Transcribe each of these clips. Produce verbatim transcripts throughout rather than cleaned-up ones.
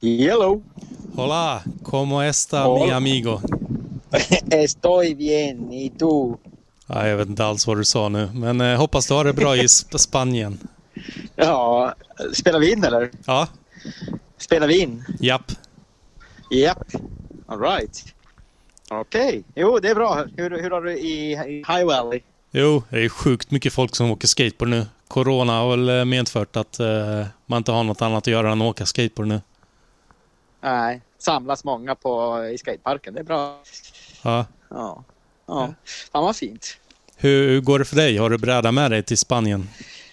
Hello. Hola, ¿cómo está Hola. mi amigo? Estoy bien, ¿y tú? Ja, jag vet inte alls vad du sa nu, men eh, hoppas du har det bra i Sp- Spanien. Ja, spelar vi in eller? Ja, Spelar vi in? japp. Japp. All right. Okej. Okay. Jo, det är bra. Hur, hur har du i, i High Valley? Jo, det är sjukt mycket folk som åker skateboard nu. Corona har väl eh, medfört att eh, man inte har något annat att göra än att åka skateboard nu. Nej, samlas många på, i skateparken. Det är bra. Ja. Ja. Ja. Fan vad fint. Hur, hur går det för dig? Har du bräda med dig till Spanien?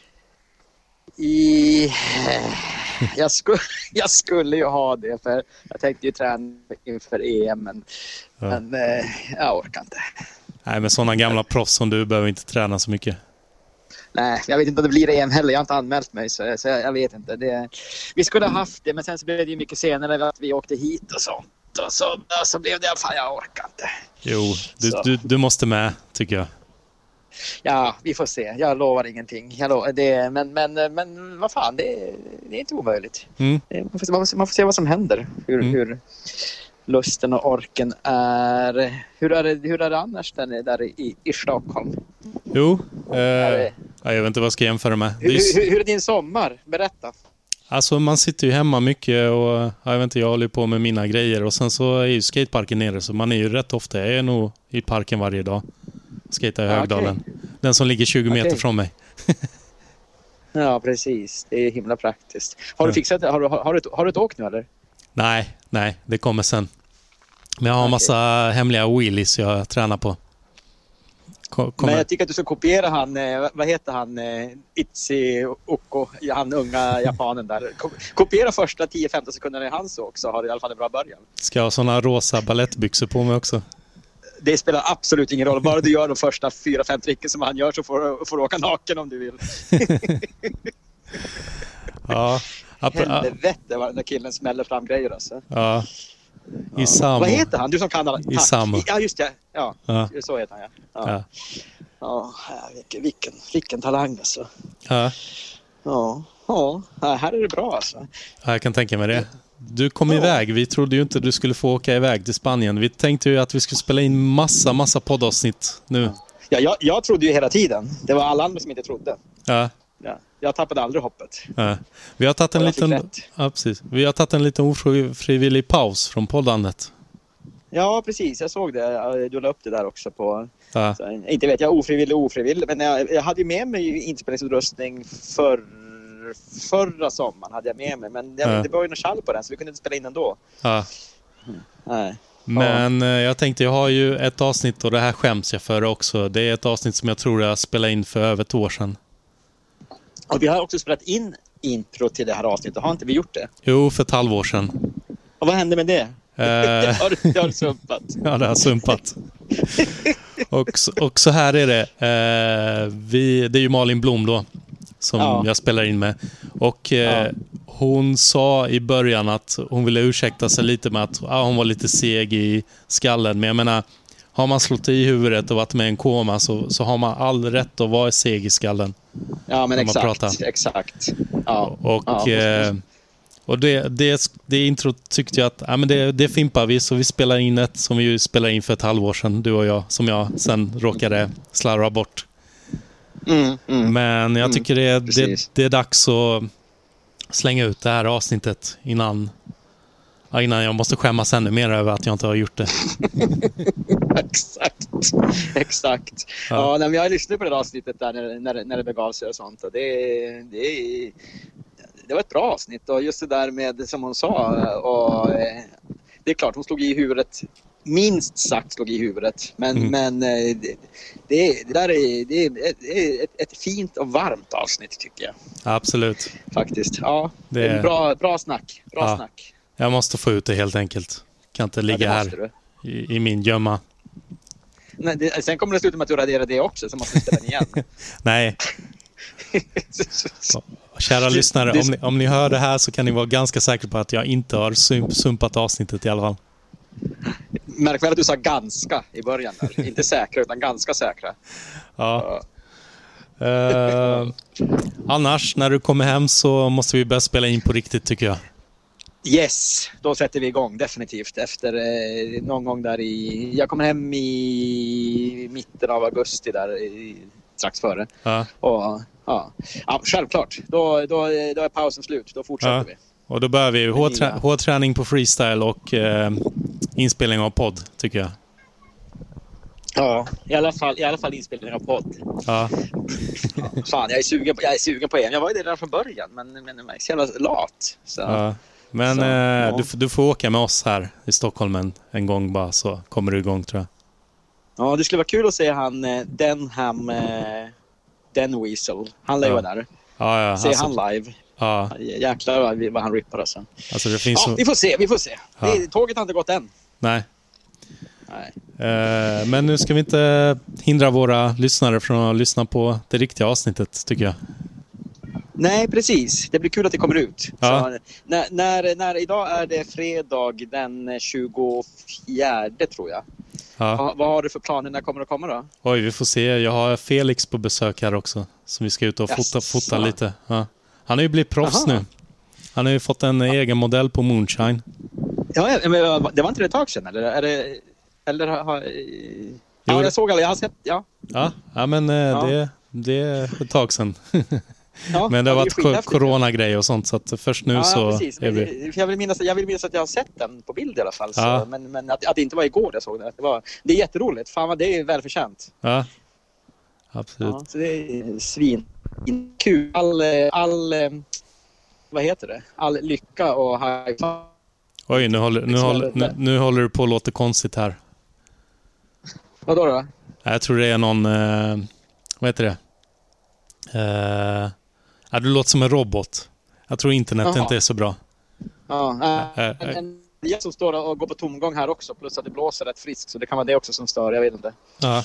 I... Jag, skulle, jag skulle ju ha det, för jag tänkte ju träna inför E M, men, Ja. men eh, jag orkar inte. Nej, men sådana gamla proffs som du behöver inte träna så mycket. Nej, jag vet inte om det blir E M heller. Jag har inte anmält mig, så, så jag, jag vet inte. Det, vi skulle ha haft det, men sen så blev det ju mycket senare att vi åkte hit och sånt. Och så, och så blev det, fan jag orkar inte. Jo, du, Så. du, du måste med, tycker jag. Ja, vi får se. Jag lovar ingenting. Jag lovar, det, men, men, men vad fan, det, det är inte omöjligt. Mm. Det, man, får se, man, får se, man får se vad som händer. Hur, Mm. hur lusten och orken är. Hur är det, hur är det annars där, där i, i Stockholm? Jo, eh, det- ja, jag vet inte vad jag ska jämföra med. Det är Hur, ju- hur, hur är din sommar? Berätta. Alltså man sitter ju hemma mycket och ja, jag vet inte, jag håller på med mina grejer och sen så är ju skateparken nere, så man är ju rätt ofta, jag är nog i parken varje dag. Skater i Ja, Högdalen. Den som ligger tjugo meter Okej. från mig. Ja, precis. Det är himla praktiskt. Har du Ja. fixat det? Har du, har, har du, har du ett åk nu eller? Nej, nej, det kommer sen. Men jag har en Okej. massa hemliga wheelies jag tränar på. Ko- Kommer. Men jag tycker att du ska kopiera han, eh, vad heter han, eh, Itzy Oko, han unga japanen där. Ko- Kopiera första tio femton sekunderna i hans åk, så har du i alla fall en bra början. Ska jag ha såna rosa ballettbyxor på mig också? Det spelar absolut ingen roll. Bara du gör de första fyra fem tricken som han gör, så får du, får du åka naken om du vill. Ja, ap- a- Helvete vad den där killen smäller fram grejer alltså. ja. Isamo. Vad heter han? Du som kan alla. Tack. Isamo. Ja, just det. Ja, Ja. så heter han, ja. Ja, Ja. ja. vilken, vilken, vilken talang alltså. Ja, Ja, ja, här är det bra alltså. Ja, jag kan tänka mig det. Du kom Ja. iväg. Vi trodde ju inte du skulle få åka iväg till Spanien. Vi tänkte ju att vi skulle spela in massa, massa poddavsnitt nu. Ja, jag, jag trodde ju hela tiden. Det var alla andra som inte trodde. Ja, Ja, jag tappade aldrig hoppet. ja. Vi har tagit en Och jag fick liten, rätt. ja, precis. Vi har tagit en liten ofrivillig paus från poddandet. Ja, precis. Jag såg det. Du la upp det där också på... Ja, Så, inte vet jag, ofrivillig ofrivillig. Men jag, jag hade ju med mig inspelningsutrustning för, förra sommaren. Hade jag med mig. Men jag, Ja. det var ju något tjall på den, så vi kunde inte spela in ändå. ja. Nej. Men eh, jag tänkte, jag har ju ett avsnitt och det här skäms jag för också. Det är ett avsnitt som jag tror jag spelade in för över ett år sedan. Och vi har också spelat in intro till det här avsnittet. Har inte vi gjort det? Jo, för ett halvår sedan. Och vad hände med det? Eh, det har du- det har du sumpat. Ja, det har sumpat. och, så- och så här är det. Eh, vi, det är ju Malin Blom då, som Ja. jag spelar in med. Och eh, Ja. hon sa i början att hon ville ursäkta sig lite med att ah, hon var lite seg i skallen. Men jag menar, har man slått i huvudet och varit med i en koma, så, så har man all rätt att vara seg i skallen. Ja, men När man exakt. pratar. Exakt. Ja. Och, ja. eh, och det, det, det intro tyckte jag att ja, men det, det fimpar vi, så vi spelar in ett som vi ju spelade in för ett halvår sedan, du och jag, som jag sen råkade slarva bort. Mm, mm. Men jag tycker det, det, precis. det är dags att slänga ut det här avsnittet innan, ja, innan jag måste skämmas ännu mer över att jag inte har gjort det. Exakt. Exakt. Ja. Ja, nej, men jag har lyssnat på det där avsnittet där när, när, när det begav sig och sånt. Och det, det, det var ett bra avsnitt. Och just det där med, som hon sa, och, eh, det är klart, hon slog i huvudet. Minst sagt slog i huvudet. Men, Mm. men eh, det, det, det där är, det är, det är ett, ett fint och varmt avsnitt tycker jag. Absolut. Faktiskt. Ja, Det det är- är bra, bra snack. Bra Ja. snack. Jag måste få ut det helt enkelt. Kan inte Ja, ligga det måste här du. i, i min gömma. Nej, det, sen kommer det sluta med att du raderar det också, så måste du ställa den igen. Nej, kära Det- lyssnare, det- om ni, om ni hör det här så kan ni vara ganska säkra på att jag inte har sump, sumpat avsnittet i alla fall. Märk väl att du sa ganska i början där. Inte säkra, utan ganska säkra. Ja. Eh, annars, när du kommer hem så måste vi börja spela in på riktigt, tycker jag. Yes, då sätter vi igång definitivt efter eh, någon gång där i... Jag kommer hem i mitten av augusti där i, strax före. Ja. Och, ja. ja, självklart. Då, då, då är pausen slut. Då fortsätter ja. vi. Och då börjar vi hårdträ- hårdträning på freestyle och eh, inspelning av podd, tycker jag. Ja, i alla fall, i alla fall inspelning av podd. Ja. Fan, jag är sugen på, jag är sugen på en. Jag var ju det redan från början, men, men jag är så jävla lat. Så. Ja. Men så, eh, ja. du, du får åka med oss här i Stockholm en, en gång bara, så kommer du igång, tror jag. Ja, det skulle vara kul att se han eh, Denham eh, Den Weasel. Han lever ja. där. Ja, ja. Se alltså, han live. Ja. Jäklar vad han rippar alltså. Alltså det finns ja, så... vi får se, vi får se. Ja. Det, tåget har inte gått än. Nej. Nej. Eh, men nu ska vi inte hindra våra lyssnare från att lyssna på det riktiga avsnittet, tycker jag. Nej, precis. Det blir kul att det kommer ut. Ja. Så, när, när, när idag är det fredag den tjugofjärde, tror jag. Ja. Va, vad har du för planer? När kommer det att komma då? Oj, vi får se. Jag har Felix på besök här också, som vi ska ut och fota, yes. fota lite. Ja. Han har ju blivit proffs Aha. nu. Han har ju fått en ja. egen modell på Moonshine. Ja, men det var inte det ett tag sedan, eller? Är det, eller har... Ja, jag såg alla, jag har sett, ja. Ja, ja men ja. Det, det är ett tag sedan. Ja, men det har varit ko- coronagrej och sånt, så att först nu ja, så... Precis. Är vi... jag, vill minnas, jag vill minnas att jag har sett den på bild i alla fall. Ja. Så, men men att, att det inte var igår jag såg det. Det, var, det är jätteroligt. Fan vad det är välförtjänt. Ja, absolut. Ja, så det är svin. Kul. All, all... Vad heter det? All lycka och high five. Oj, nu håller, nu, håller, nu, nu håller du på att låta konstigt här. Vad då då? Jag tror det är någon... Eh, vad heter det? Eh, ja, du låter som en robot. Jag tror internet Aha. inte är så bra. Ja, äh, äh, en, en jag som står och går på tomgång här också. Plus att det blåser rätt friskt. Så det kan vara det också som stör, jag vet inte. Ja,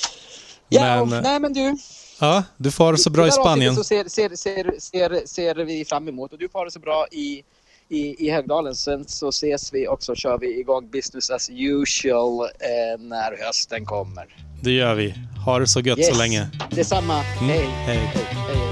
ja men, nej men du... Ja, du får det så bra i Spanien. Så ser, ser, ser, ser, ser vi fram emot. Och du får det så bra i, i, i Högdalen. Sen så ses vi och så kör vi igång business as usual eh, när hösten kommer. Det gör vi. Ha det så gött yes. så länge. Detsamma. Mm. Hej. Hej. Hej. Hej.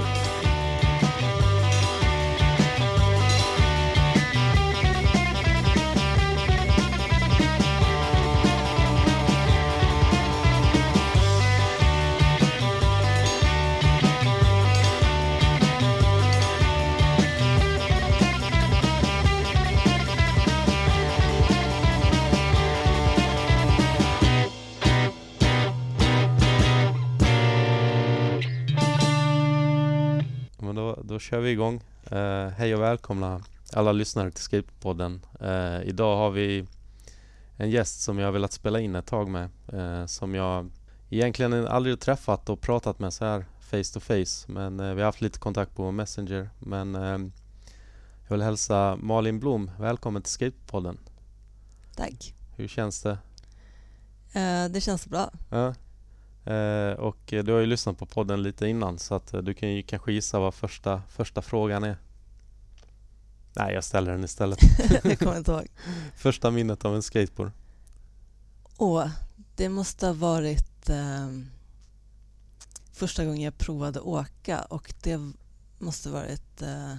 Då kör vi igång. Uh, hej och välkomna alla lyssnare till Skatepodden. Uh, idag har vi en gäst som jag har velat spela in ett tag med. Uh, som jag egentligen aldrig träffat och pratat med så här face to face. Men uh, vi har haft lite kontakt på Messenger. Men uh, jag vill hälsa Malin Blom. Välkommen till Skatepodden. Tack. Hur känns det? Uh, det känns bra. Ja. Uh, och du har ju lyssnat på podden lite innan, så att uh, du kan ju kanske gissa vad första, första frågan är. Nej, jag ställer den istället. Jag kommer inte ihåg. Första minnet av en skateboard. Åh, det måste ha varit uh, första gången jag provade åka, och det måste ha varit uh,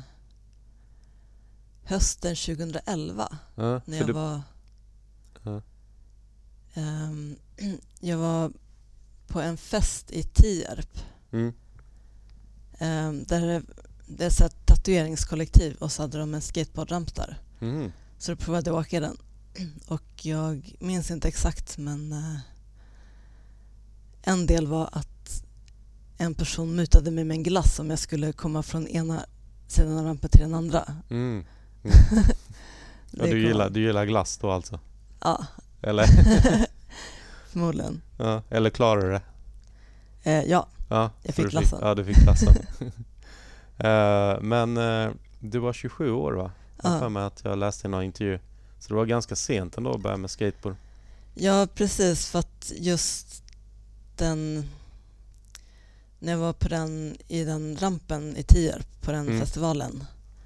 hösten tjugoelva. Uh, när jag du... var uh. um, jag var på en fest i Tierp. Mm. Um, där det, det är så ett tatueringskollektiv, och så hade de en skateboardramp där. Mm. Så då provade jag åka den. Och jag minns inte exakt, men uh, en del var att en person mutade mig med en glass om jag skulle komma från ena sidan av rampen till den andra. Mm. Mm. Ja, du, gillar, du gillar glass då alltså? Ja. Eller? Förmodligen. Ja, eller klarar du det? Eh, ja, ja, jag fick glassen. Ja, du fick glassen. uh, men uh, du var tjugosju år, va? Jag för mig att jag läste i någon intervju. Så det var ganska sent ändå att börja med skateboard. Ja, precis. För att just den... När jag var på den, i den rampen i Tierp på den mm. festivalen.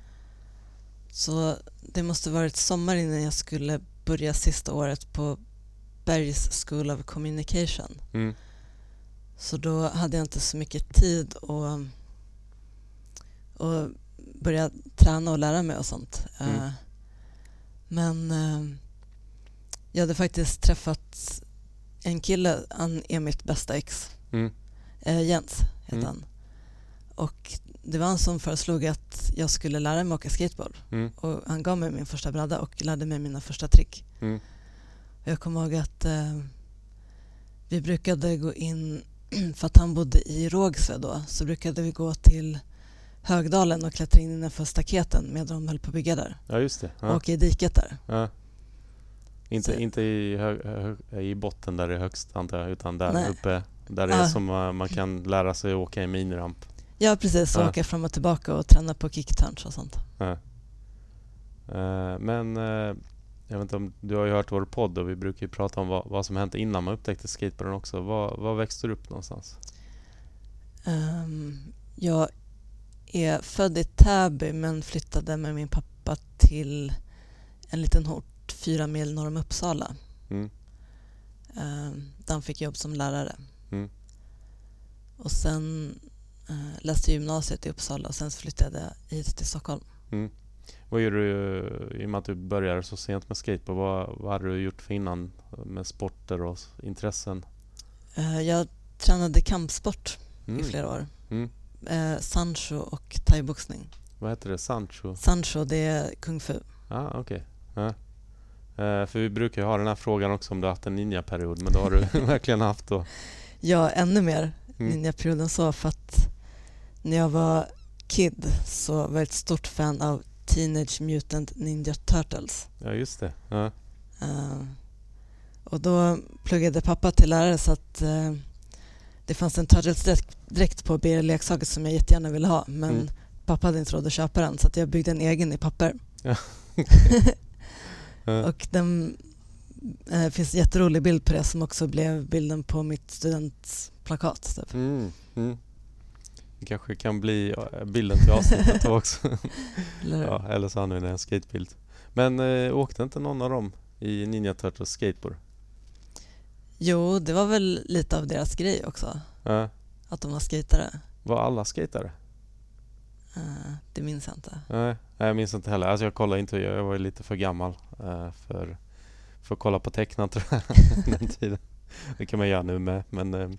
Så det måste varit sommar innan jag skulle börja sista året på Bergs School of Communication. Mm. Så då hade jag inte så mycket tid att, att börja träna och lära mig och sånt. Mm. Uh, Men eh, jag hade faktiskt träffat en kille, han är mitt bästa ex. Mm. Eh, Jens heter Mm. han. Och det var han som föreslog att jag skulle lära mig åka skateboard. Mm. Och han gav mig min första bräda och lärde mig mina första trick. Mm. Och jag kommer ihåg att eh, vi brukade gå in, för att han bodde i Rågsved då, så brukade vi gå till Högdalen och klättra in innanför staketen medan de höll på att bygga där. Ja, just det. Ja. Och åka i diket där. Ja. Inte, Så- inte i, hög, hög, i botten där det är högst, antar jag, utan där Nej. uppe där det är Ja. som uh, man kan lära sig att åka i miniramp. Ja, precis. Ja. Åka fram och tillbaka och träna på kickturns och sånt. Ja. Uh, men uh, jag vet inte om du har ju hört vår podd och vi brukar ju prata om vad, vad som hänt innan man upptäckte skateboarden också. Var, var växte du upp någonstans? Um, jag är född i Täby men flyttade med min pappa till en liten ort fyra mil norr om Uppsala. Mm. Um, där han fick jobb som lärare. Mm. Och sen uh, läste jag gymnasiet i Uppsala och sen flyttade jag hit till Stockholm. Mm. Vad gör du i och med att du började så sent med skateboard? Vad, vad hade du gjort för innan med sporter och intressen? Uh, jag tränade kampsport Mm. i flera år. Mm. Uh, Sancho och thaiboxning. Vad heter det? Sancho? Sancho, det är kung fu. Ah, okej. Okay. Ja. Eh, för vi brukar ju ha den här frågan också om du har haft en ninja-period, men då har du verkligen haft då. Ja, ännu mer Mm. ninja-perioden så, för att när jag var kid så var jag ett stort fan av Teenage Mutant Ninja Turtles. Ja, just det. Ja. Uh, och då pluggade pappa till lärare så att uh, det fanns en Turtles-dräkt på B R-leksaket som jag jättegärna ville ha, men Mm. pappa hade inte råd att köpa den så att jag byggde en egen i papper. Ja. Ja. Och den uh, finns en jätterolig bild på det som också blev bilden på mitt studentplakat. Typ. Mm. Mm. Det kanske kan bli eh, bilden till avsnittet då också. Eller, Ja, eller så använder jag en skatebild. Men eh, åkte inte någon av dem i Ninja Turtles skateboard? Jo, det var väl lite av deras grej också. Ja. Att de var skatare. Var alla skatare? Uh, det minns jag inte. Nej, jag minns inte heller. Alltså jag kollade inte, jag var lite för gammal eh, för, för att kolla på tecknat tror jag, den tiden. Det kan man göra nu med, men eh,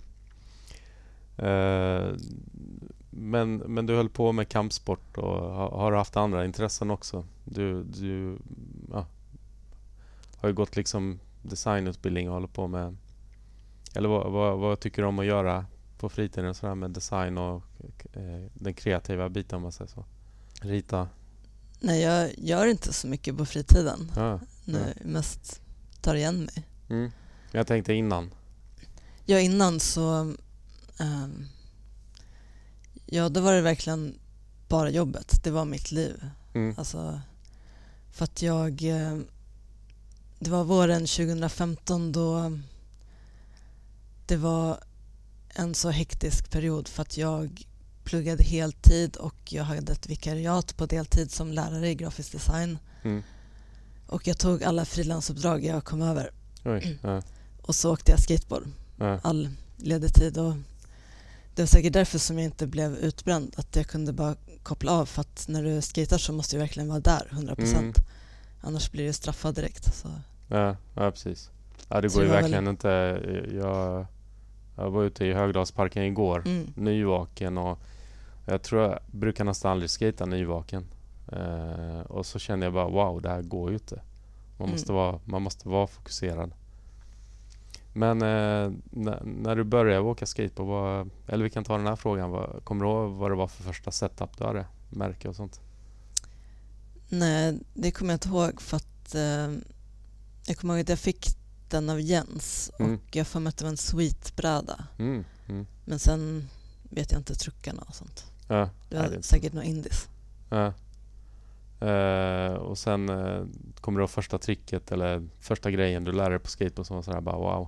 eh, men, men du höll på med kampsport och har, har du haft andra intressen också? Du, du ja, har ju gått liksom designutbildning och håller på med, eller vad, vad, vad tycker du om att göra på fritiden så här med design och eh, den kreativa biten om man säger så? Rita. Nej, jag gör inte så mycket på fritiden. Ja, Nu mest tar igen mig. mm. Jag tänkte innan. Ja, innan så um, ja, då var det verkligen bara jobbet. Det var mitt liv. Mm. Alltså, för att jag eh, det var våren tjugohundrafemton då det var en så hektisk period för att jag pluggade heltid och jag hade ett vikariat på deltid som lärare i grafisk design. Mm. Och jag tog alla frilansuppdrag jag kom över. Oj, ja, Och så åkte jag skateboard ja. all ledig tid. Och det var säkert därför som jag inte blev utbränd. Att jag kunde bara koppla av. För att när du skater så måste du verkligen vara där hundra procent. Mm. Annars blir du straffad direkt. Så. Ja, ja, precis. Ja, det Så går ju det var verkligen inte. Jag, jag var ute i Högdalsparken igår, Mm. nyvaken, och jag tror jag brukar nästan aldrig skata nyvaken. Eh, och så kände jag bara, wow, det här går ju inte. Man måste, Mm. vara, man måste vara fokuserad. Men eh, när, när du började åka skateboard, vad, eller vi kan ta den här frågan, vad, kommer du ihåg vad det var för första setup du hade? Märke och sånt? Nej, det kommer jag inte ihåg för att eh, jag kommer ihåg att jag fick den av Jens Mm. och jag får med att det var en sweetbräda. Mm, mm. Men sen vet jag inte truckarna och sånt. Ja, Det nej, var det är inte- säkert något indis. Ja. Eh, och sen eh, kommer du ihåg första tricket eller första grejen du lärde dig på skateboard som var sådär bara wow.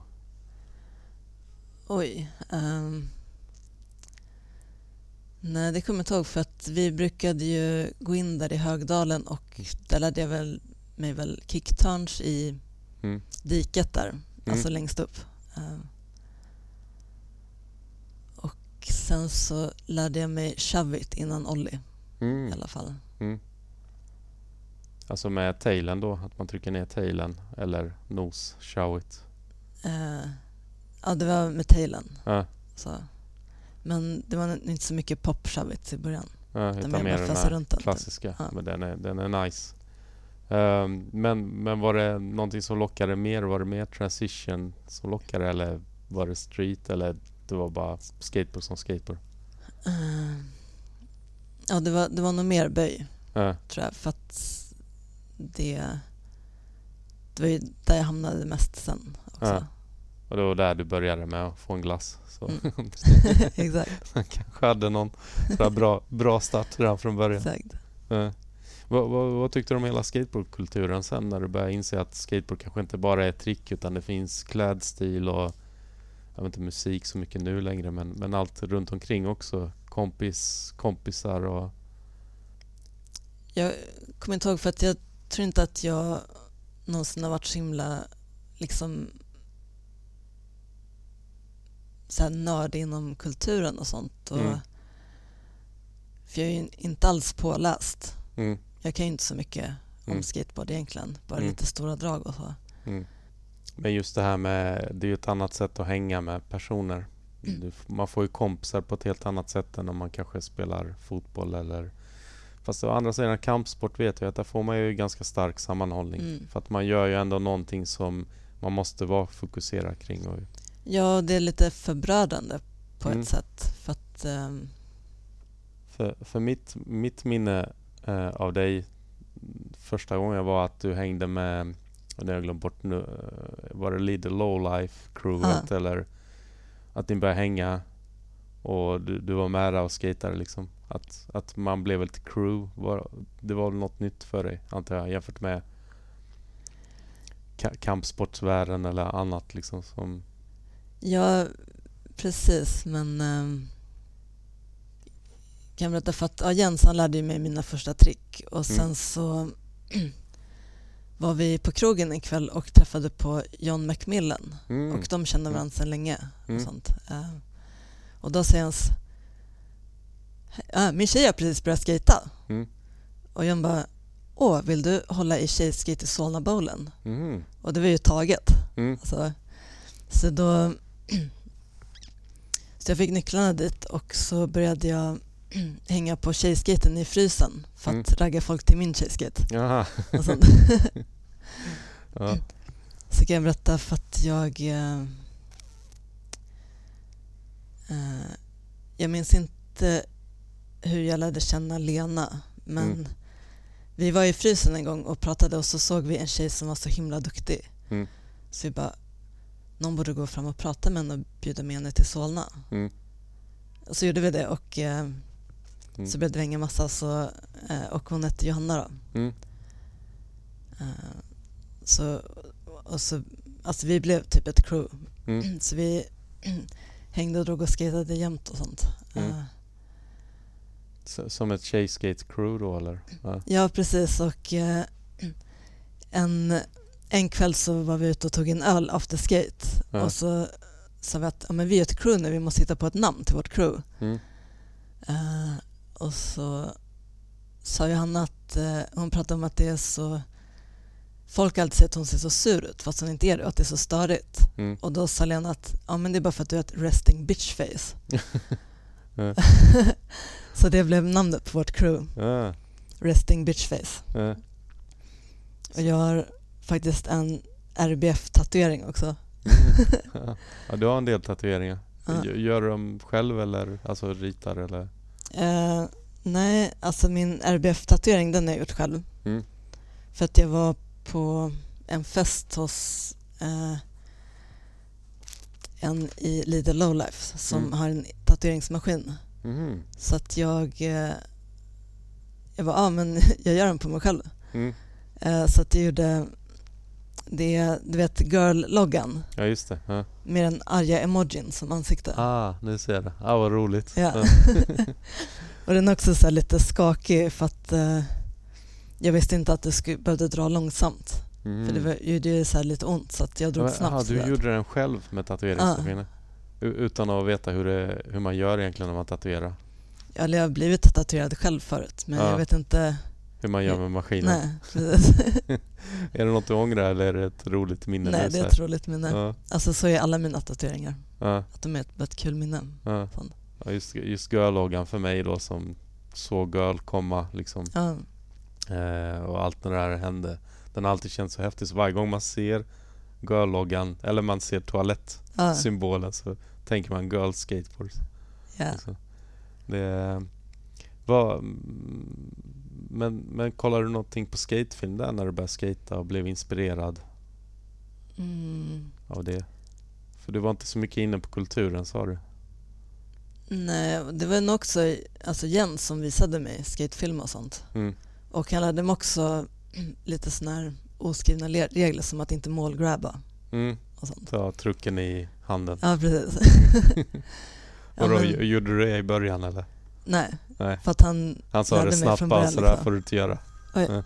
Oj. ehm. Nej, det kommer jag inte ihåg för att vi brukade ju gå in där i Högdalen och där lärde jag väl, mig väl kickturns i Mm. diket där, Mm. alltså längst upp. Ehm. Och sen så lärde jag mig shove it innan ollie Mm. i alla fall. Mm. Alltså med tailen då, att man trycker ner tailen eller nose show it. Eh, ja, det var med tailen. Ja. Så. Men det var inte så mycket pop shove it i början. Ja, De utan mer mer bara den fästa här runt den, klassiska. typ. Ja. Men den är, den är nice. Um, men, men var det någonting som lockade mer? Var det mer transition som lockade? Eller var det street? Eller det var bara skateboard som skateboard? Uh, ja, det var, det var nog mer böj. Ja. Tror jag. För att det, det var ju där jag hamnade mest sen också. Ja. Och det var där du började med att få en glass. Så. Mm. Exakt. Kanske hade någon sådär bra, bra start redan från början. Exakt. Ja. Vad, vad, vad tyckte du om hela skateboardkulturen sen när du började inse att skateboard kanske inte bara är trick utan det finns klädstil och jag vet inte musik så mycket nu längre men, men allt runt omkring också. Kompis, kompisar och... Jag kommer inte ihåg för att jag tror inte att jag någonsin har varit så himla liksom så här nörd inom kulturen och sånt. Och Mm. För jag är ju inte alls påläst. Mm. Jag kan ju inte så mycket om Mm. skateboard egentligen. Bara Mm. lite stora drag och så. Mm. Men just det här med, det är ju ett annat sätt att hänga med personer. Mm. Du, man får ju kompisar på ett helt annat sätt än om man kanske spelar fotboll eller... Fast å andra sidan kampsport vet jag att där får man ju ganska stark sammanhållning. Mm. För att man gör ju ändå någonting som man måste vara fokuserad kring. Och... Ja, det är lite förbrödande på Mm. ett sätt. För att... ehm, För, för mitt, mitt minne eh, av dig första gången var att du hängde med, och det har jag glömt bort nu, eh, var det Lite Lowlife crewet Ah. eller att ni började hänga och du, du var med där och skatade liksom. Att, att man blev ett crew, var, det var väl något nytt för dig antar jag jämfört med ka- kampsportsvärlden eller annat liksom som... Ja, precis. Men um, kan jag berätta för att ja, Jens han lärde ju mig mina första trick. Och sen Mm. så var vi på krogen en kväll och träffade på John Macmillan. Mm. Och de kände varandra Mm. sedan länge. Och, Mm. sånt. Uh, och då säger Jens, ah, min tjej har precis börjat skata. Mm. Och John bara, åh, vill du hålla i tjejskate i Solna-bowlen? Mm. Och det var ju taget. Mm. Alltså, så då så jag fick nycklarna dit och så började jag hänga på tjejskaten i frysen för att Mm. ragga folk till min tjejskate. Jaha. Och sånt. Ja. Så kan jag berätta för att jag eh, eh, jag minns inte hur jag lärde känna Lena, men Mm. vi var i frysen en gång och pratade och så såg vi en tjej som var så himla duktig. Mm. Så vi bara, någon borde gå fram och prata med henne och bjuda med henne till Solna. Mm. Och så gjorde vi det och eh, Mm. så började vi hänga massa så, eh, och hon hette Johanna då. Mm. Eh, så, och så, alltså vi blev typ ett crew. Mm. Så vi hängde och drog och skatade jämt och sånt. Mm. Eh, S- Som ett tjejskate crew då eller? Ja. ja, precis. Och eh, en, en kväll så var vi ute och tog en öl after skate. Ja. Och så sa vi att ja, men vi är ett crew nu, vi måste hitta på ett namn till vårt crew. Mm. Eh, och så sa Johanna att eh, hon pratade om att det är så, folk alltid säger att hon ser så sur ut fast hon inte är det och att det är så störigt. Mm. Och då sa Lena att ja, men det är bara för att du har ett resting bitch face. Ja. Så det blev namnet på vårt crew, Ja. resting bitch face. Ja. Och jag har faktiskt en R B F-tatuering också. Ja. Ja, du har en del tatueringar. Ja. Gör- Gör du dem själv eller alltså ritar eller? Eh, nej, alltså min R B F-tatuering den har jag gjort själv. Mm. För att jag var på en fest hos eh, en i Lidl Lowlife som Mm. har en tatueringsmaskin. Mm. Så att jag eh, jag var, ja men jag gör den på mig själv. Mm. Eh, så att jag gjorde det, du vet girl-loggan Ja just det. Ja. med den arga emojin som ansikte. Ah, nu ser jag det. Ah, vad roligt. Ja. Och den är också så här lite skakig för att eh, jag visste inte att det skulle, behövde dra långsamt. Mm. För det var, gjorde ju så här lite ont så att jag drog Ja, snabbt. aha, så du där. gjorde den själv med tatueringsmaskinen? U- Utan att veta hur, det, hur man gör egentligen när man tatuerar? Eller jag har blivit tatuerad själv förut men Ja. jag vet inte hur man gör med maskinen. Nej, precis. Är det något du ångrar eller är det ett roligt minne? Nej, det är ett roligt minne. Ja. Alltså så är alla mina tatueringar. Ja. Att de är ett, ett kul minne. Ja. Ja, just, just girl-loggan för mig då som såg girl komma liksom. Ja. Eh, och allt när det här hände. Den har alltid känts så häftig. Så varje gång man ser girl-loggan eller man ser toalettsymbolen ja. Så tänker man girl skateboards. Ja. Alltså, det var, men, men kollar du någonting på skatefilm där när du började skata och blev inspirerad mm. av det? För du var inte så mycket inne på kulturen, sa du? Nej, det var nog också alltså Jens som visade mig skatefilm och sånt. Mm. Och han lärde mig också lite såna här oskrivna regler som att inte målgrabba. Mm. Och sånt. Ta trucken i handen. Ja, precis. Och då ja, men... gjorde du det i början eller? Nej, Nej. för att han Han sa det snabbt, så liksom. där får du inte göra. Ja.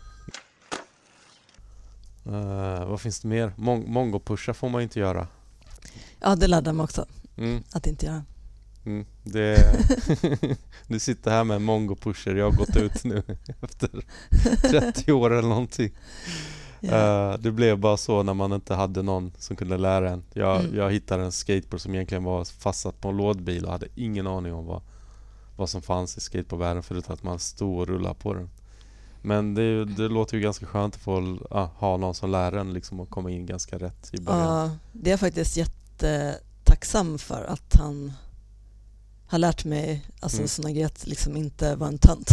Uh, vad finns det mer? Mon- Mongo-pusha får man inte göra. Ja, det lärde mig också. Mm. Att inte göra. Mm. Det du sitter här med en mongo-pusher. Jag har gått ut nu efter trettio år eller någonting. Yeah. Uh, det blev bara så när man inte hade någon som kunde lära en. Jag, mm. jag hittade en skateboard som egentligen var fastsatt på en lådbil och hade ingen aning om vad, vad som fanns i skateboardvärlden förutom att man stod och rullade på den. Men det, det låter ju ganska skönt att få uh, ha någon som lär en liksom, och komma in ganska rätt i början. Ja, det är jag faktiskt jättetacksam för att han har lärt mig alltså mm. såna grejer att liksom inte vara en tönt.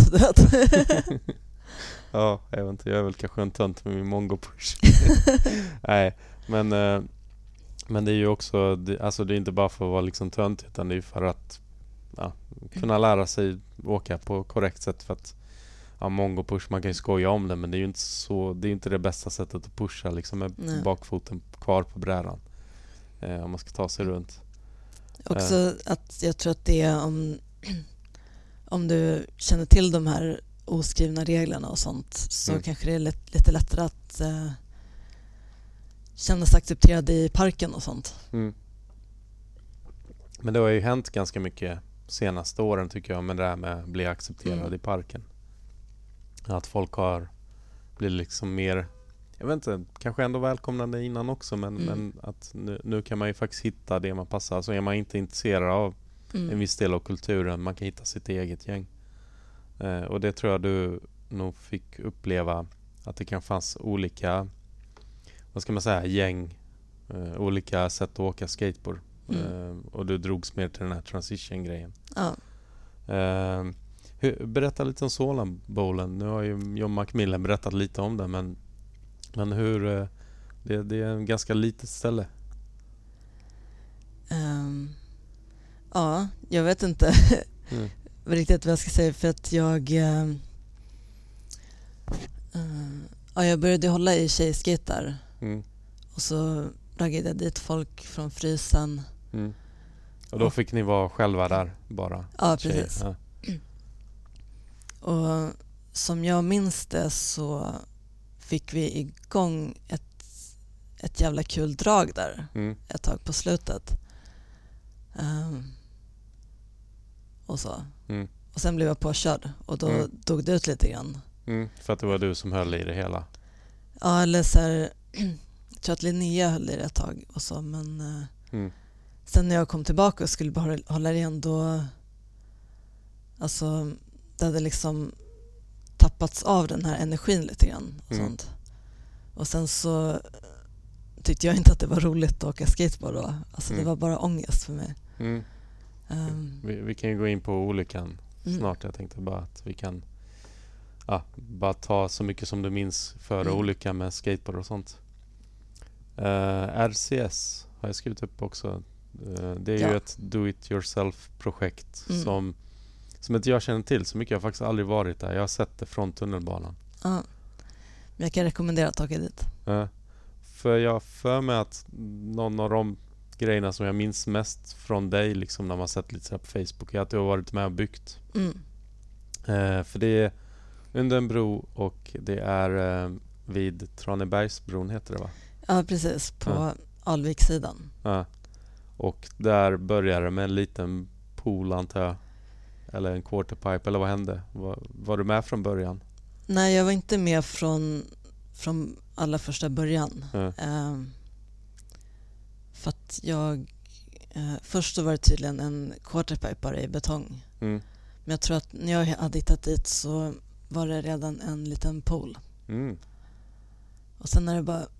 Ja, jag vet inte, jag är väl kanske en tönt med min mongo-push. Nej, men, eh, men det är ju också, det, alltså det är inte bara för att vara liksom tönt utan det är för att ja, kunna lära sig åka på korrekt sätt för att ja, mongo-push, man kan ju skoja om det men det är ju inte så, det är inte det bästa sättet att pusha liksom med Nej. bakfoten kvar på brädan eh, om man ska ta sig runt. Också eh. att jag tror att det är om, om du känner till de här oskrivna reglerna och sånt så mm. kanske det är lätt, lite lättare att eh, känna sig accepterad i parken och sånt. Mm. Men det har ju hänt ganska mycket senaste åren tycker jag med det här med att bli accepterad mm. i parken. Att folk har blivit liksom mer, jag vet inte, kanske ändå välkomnande innan också men, mm. men att nu, nu kan man ju faktiskt hitta det man passar. Alltså är man inte intresserad av mm. en viss del av kulturen, man kan hitta sitt eget gäng. Eh, och det tror jag du nog fick uppleva att det kan fanns olika, vad ska man säga, gäng, eh, olika sätt att åka skateboard. Mm. Eh, och du drogs mer till den här transition-grejen. Ja. Eh, hur, berätta lite om Solan Bowlen. Nu har ju John Macmillan berättat lite om det, men, men hur, eh, det, det är en ganska litet ställe. Um, ja, jag vet inte. Mm. Riktigt vad jag ska säga för att jag uh, uh, ja, jag började hålla i tjejskater mm. och så raggade jag dit folk från Frysen mm. och då och, fick ni vara själva där bara? Ja, precis. Ja. Och som jag minns det så fick vi igång ett, ett jävla kul drag där mm. ett tag på slutet um, och så. Mm. Och sen blev jag påkörd och då mm. dog det ut lite grann. Mm, för att det var du som höll i det hela? Ja, eller så här, jag tror att Linnea höll i det ett tag och så, men mm. sen när jag kom tillbaka och skulle bara hålla igen då alltså det hade liksom tappats av den här energin lite grann och mm. sånt. Och sen så tyckte jag inte att det var roligt att åka skateboard då. Alltså mm. det var bara ångest för mig. Mm. Um, vi, vi kan ju gå in på olyckan mm. snart. Jag tänkte bara att vi kan ja, bara ta så mycket som du minns före mm. olyckan med skateboard och sånt. Uh, R C S har jag skrivit upp också. Uh, det är ja. ju ett do-it-yourself-projekt mm. som, som inte jag känner till så mycket. Jag har faktiskt aldrig varit där. Jag har sett det från tunnelbanan. Ja. Men jag kan rekommendera att åka dit. Uh, för jag för mig att någon av de grejerna som jag minns mest från dig liksom när man sett lite så här på Facebook är att du har varit med och byggt. Mm. Eh, för det är under en bro och det är eh, vid Tranebergsbron heter det va? Ja, precis. På ja. Alvikssidan. Ja. Och där började det med en liten pool antar jag. Eller en quarterpipe eller vad hände? Var, var du med från början? Nej, jag var inte med från, från allra första början. Mm. Eh, för att jag... Eh, först så var det tydligen en quarterpipe bara i betong. Mm. Men jag tror att när jag hade hittat dit så var det redan en liten pool. Mm. Och sen har det bara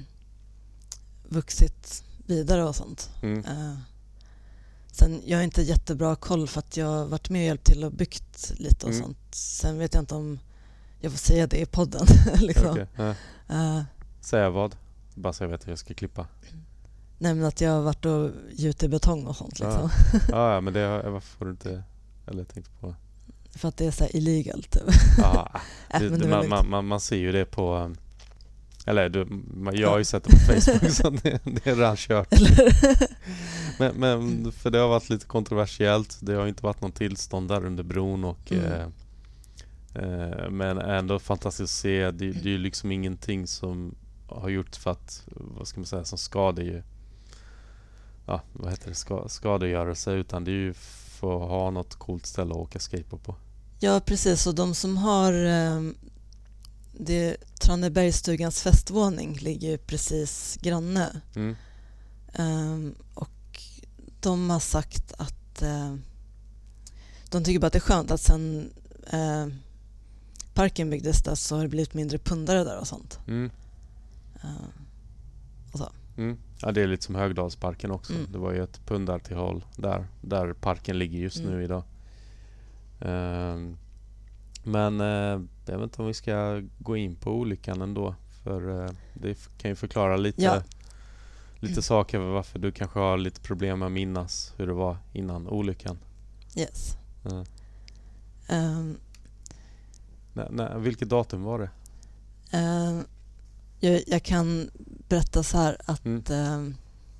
vuxit vidare och sånt. Mm. Eh, sen jag har inte jättebra koll för att jag har varit med och hjälpt till och byggt lite och Mm. sånt. Sen vet jag inte om jag får säga det i podden. liksom. Okej, ja. Eh, Säga vad? Bara så jag vet hur jag ska klippa. nej, men att jag har varit och gjutit betong och sånt. Liksom. Ja, ja, men det varför får du inte... Eller jag tänkte på... För att det är så här illegal typ. Ja, Äh, det, men det det, var man, lugnt. man, man, man ser ju det på... um, Eller du, man, jag har ju sett det på Facebook så det, det är redan kört. Eller? Men, men för det har varit lite kontroversiellt. Det har inte varit någon tillstånd där under bron och Mm. eh, eh, men ändå fantastiskt att se. Det, det är ju liksom ingenting som har gjort för att, vad ska man säga, som skadar ju ja, vad heter det, Ska, skadegörelse, utan det är ju för att ha något coolt ställe att åka skateboard på. Ja, precis. Och de som har eh, det, Tranebergsstugans festvåning ligger ju precis granne. Mm. Um, och de har sagt att uh, de tycker bara att det är skönt att sen uh, parken byggdes där så har det blivit mindre pundare där och sånt. Mm. Uh, och så. Mm. Ja, det är lite som Högdalsparken också. Mm. Det var ju ett pundartillhåll där, där parken ligger just Mm. nu idag. Um, men uh, jag vet inte om vi ska gå in på olyckan ändå. För uh, det f- kan ju förklara lite, Ja. lite saker varför du kanske har lite problem med att minnas hur det var innan olyckan. Yes. Uh, Um, nej, nej, vilket datum var det? uh, jag, jag kan berätta så här att Mm. uh,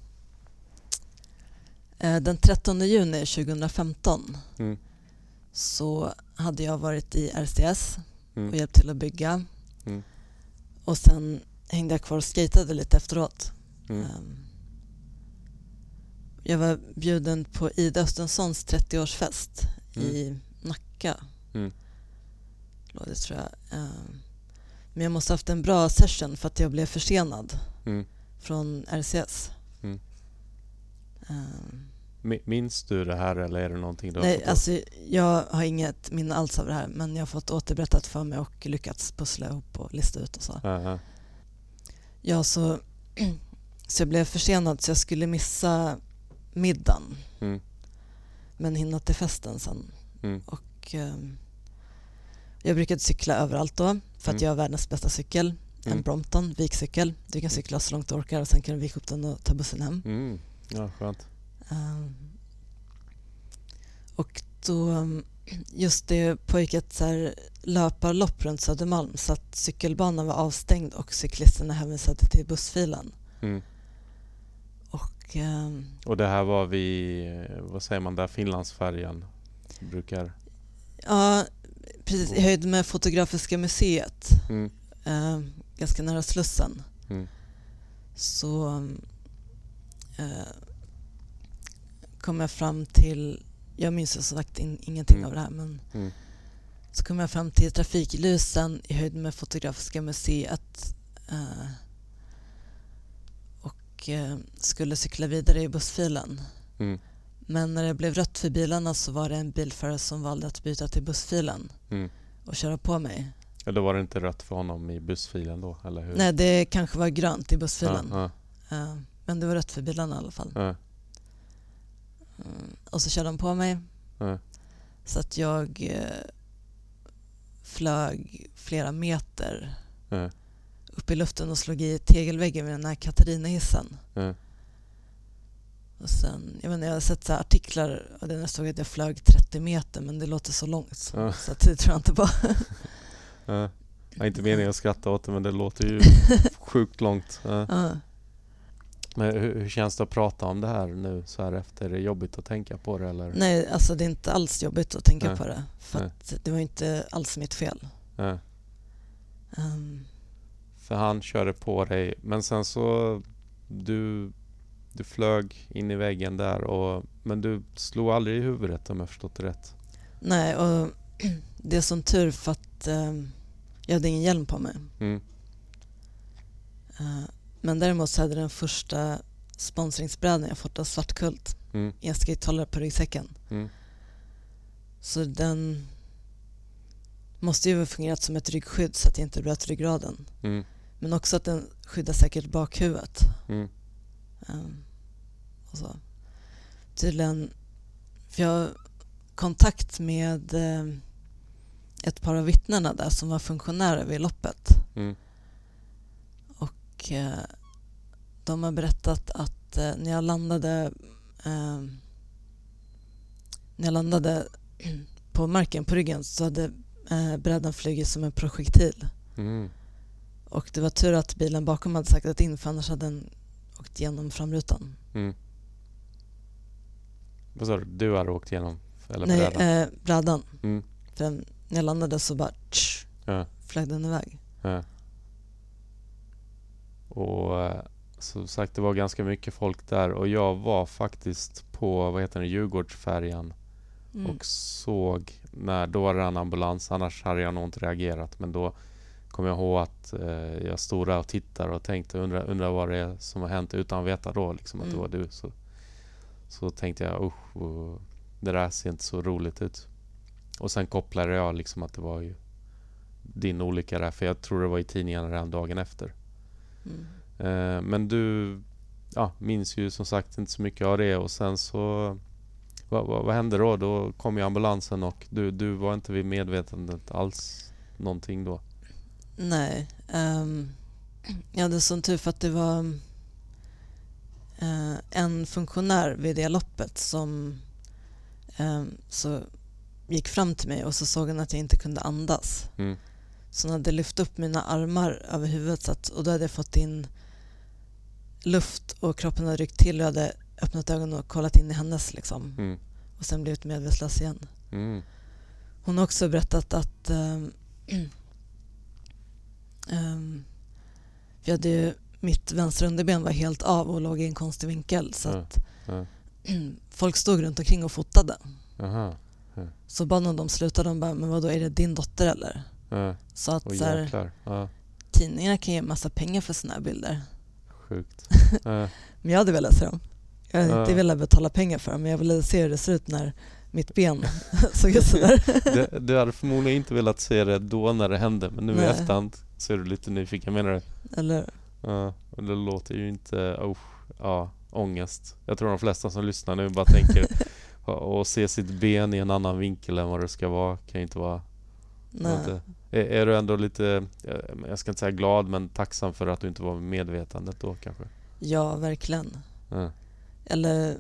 uh, den trettonde juni tjugohundrafemton Mm. så hade jag varit i R C S Mm. och hjälpt till att bygga. Mm. Och sen hängde jag kvar och skatade lite efteråt. Mm. Um, jag var bjuden på Ida Östenssons trettioårsfest Mm. i Nacka. Mm. Låg det, tror jag. Um, men jag måste ha haft en bra session för att jag blev försenad Mm. från R C S. Mm. Um, Mi- Minns du det här eller är det någonting du har nej, fått alltså jag har inget minne alls av det här, men jag har fått återberättat för mig och lyckats pussla ihop och lista ut och så. Ja, ja. Ja, så, så jag blev försenad så jag skulle missa middagen Mm. men hinna till festen sen. Mm. Och eh, jag brukade cykla överallt då för att Mm. jag har världens bästa cykel. Mm. En Brompton vikcykel. Du kan cykla så långt du orkar och sen kan du vika upp den och ta bussen hem. Mm. Ja, skönt. Um, och då just det pågick ett så här löparlopp runt Södermalm så att cykelbanan var avstängd och cyklisterna hänvisade till bussfilen. Mm. Och um, Och det här var vid, vad säger man där, Finlandsfärjan brukar... ja, precis i höjd med Fotografiska museet, Mm. uh, ganska nära Slussen. Mm. Så uh, kom jag fram till, jag minns ju som sagt in, ingenting Mm. av det här, men Mm. så kom jag fram till trafiklysen i höjd med Fotografiska museet uh, och uh, skulle cykla vidare i bussfilen. Mm. Men när det blev rött för bilarna så var det en bilförare som valde att byta till bussfilen Mm. och köra på mig. Ja, då var det inte rött för honom i bussfilen då, eller hur? Nej, det kanske var grönt i bussfilen. Ja, Uh, men det var rött för bilarna i alla fall. ja, Mm, och så körde de på mig ja, så att jag uh, flög flera meter ja, upp i luften och slog i tegelväggen med den här Katarina-hissen. ja. Och sen, jag vet inte, jag har sett så här artiklar och det stod att jag flög trettio meter, men det låter så långt. Ja. Så att det tror jag inte på. Ja. Jag har inte meningen att skratta åt det, men det låter ju sjukt långt. Ja. Ja. Men hur, hur känns det att prata om det här nu så här efter? Är det jobbigt att tänka på det, eller? Nej, alltså det är inte alls jobbigt att tänka Nej. på det. För Nej. att det var inte alls mitt fel. Ja. Um, För han körde på dig, men sen så du, du flög in i väggen där, och, men du slog aldrig i huvudet om jag förstått det rätt. nej, och det är som tur för att um, Jag hade ingen hjälm på mig. Mm. Uh, men däremot så hade den första sponsringsbrädan jag fått av Svartkult Mm. en skate-hållare på ryggsäcken. Mm. Så den måste ju ha fungerat som ett ryggskydd så att jag inte bröt ryggraden. Mm. Men också att den skyddar säkert bakhuvudet. Mm. Um, och så. Tydligen, för jag har kontakt med eh, ett par av vittnena där som var funktionärer vid loppet. Mm. Och eh, de har berättat att eh, när jag landade eh, när jag landade på marken på ryggen så hade eh, brädan flugit som en projektil. Mm. Och det var tur att bilen bakom hade saktat in för annars hade den åkt igenom framrutan. Mm. Vad sa du? Du har åkt igenom? Eller Nej, brädan? eh, brädan. Mm. För när jag landade så bara tsch, Ja. flög den iväg. Ja. Och eh, som sagt, det var ganska mycket folk där. Och jag var faktiskt på, vad heter det, Djurgårdsfärjan. Mm. Och såg, när då var det en ambulans. Annars hade jag nog inte reagerat. Men då kom jag ihåg att eh, jag stod där och tittade och tänkte, undra, undra vad det är som har hänt utan att veta då liksom att Mm. det var du. Så, så tänkte jag, usch, och det där ser inte så roligt ut. Och sen kopplade jag liksom att det var ju din olycka där. För jag tror det var i tidningen redan dagen efter. Mm. Eh, men du ja, minns ju som sagt inte så mycket av det. Och sen så vad, vad, vad hände då? Då kom ju ambulansen och du, du var inte vid medvetandet alls någonting då. Nej. Um, jag hade sån tur för att det var uh, en funktionär vid det loppet som um, så gick fram till mig och så såg han att jag inte kunde andas. Mm. Så han hade lyft upp mina armar över huvudet så att, och då hade jag fått in luft och kroppen hade ryckt till och jag hade öppnat ögonen och kollat in i hennes liksom. Mm. Och sen blivit medvetslös igen. Mm. Hon har också berättat att um, um, jag hade ju, mitt vänstra underben var helt av och låg i en konstig vinkel så Ja. att Ja. folk stod runt omkring och fotade. Aha. Så bara när de slutade, de bara, men vadå, är det din dotter eller? Ja. Så att Och så här, jäklar. Ja. tidningarna kan ge massa pengar för såna här bilder. Sjukt. Ja. Men jag hade velat se dem. Jag hade Ja. inte velat betala pengar för dem, men jag ville se hur det ser ut när mitt ben såg ut sådär. Du, du hade förmodligen inte velat se det då när det hände. Men nu Nej. i efterhand så är du lite nyfiken, menar du? Eller, Ja, och det låter ju inte, oh, ja, ångest. Jag tror de flesta som lyssnar nu bara tänker och se sitt ben i en annan vinkel än vad det ska vara kan ju inte vara. nej. Inte. Är, är du ändå lite, jag ska inte säga glad, men tacksam för att du inte var medvetandet då kanske? Ja, verkligen. Ja. Eller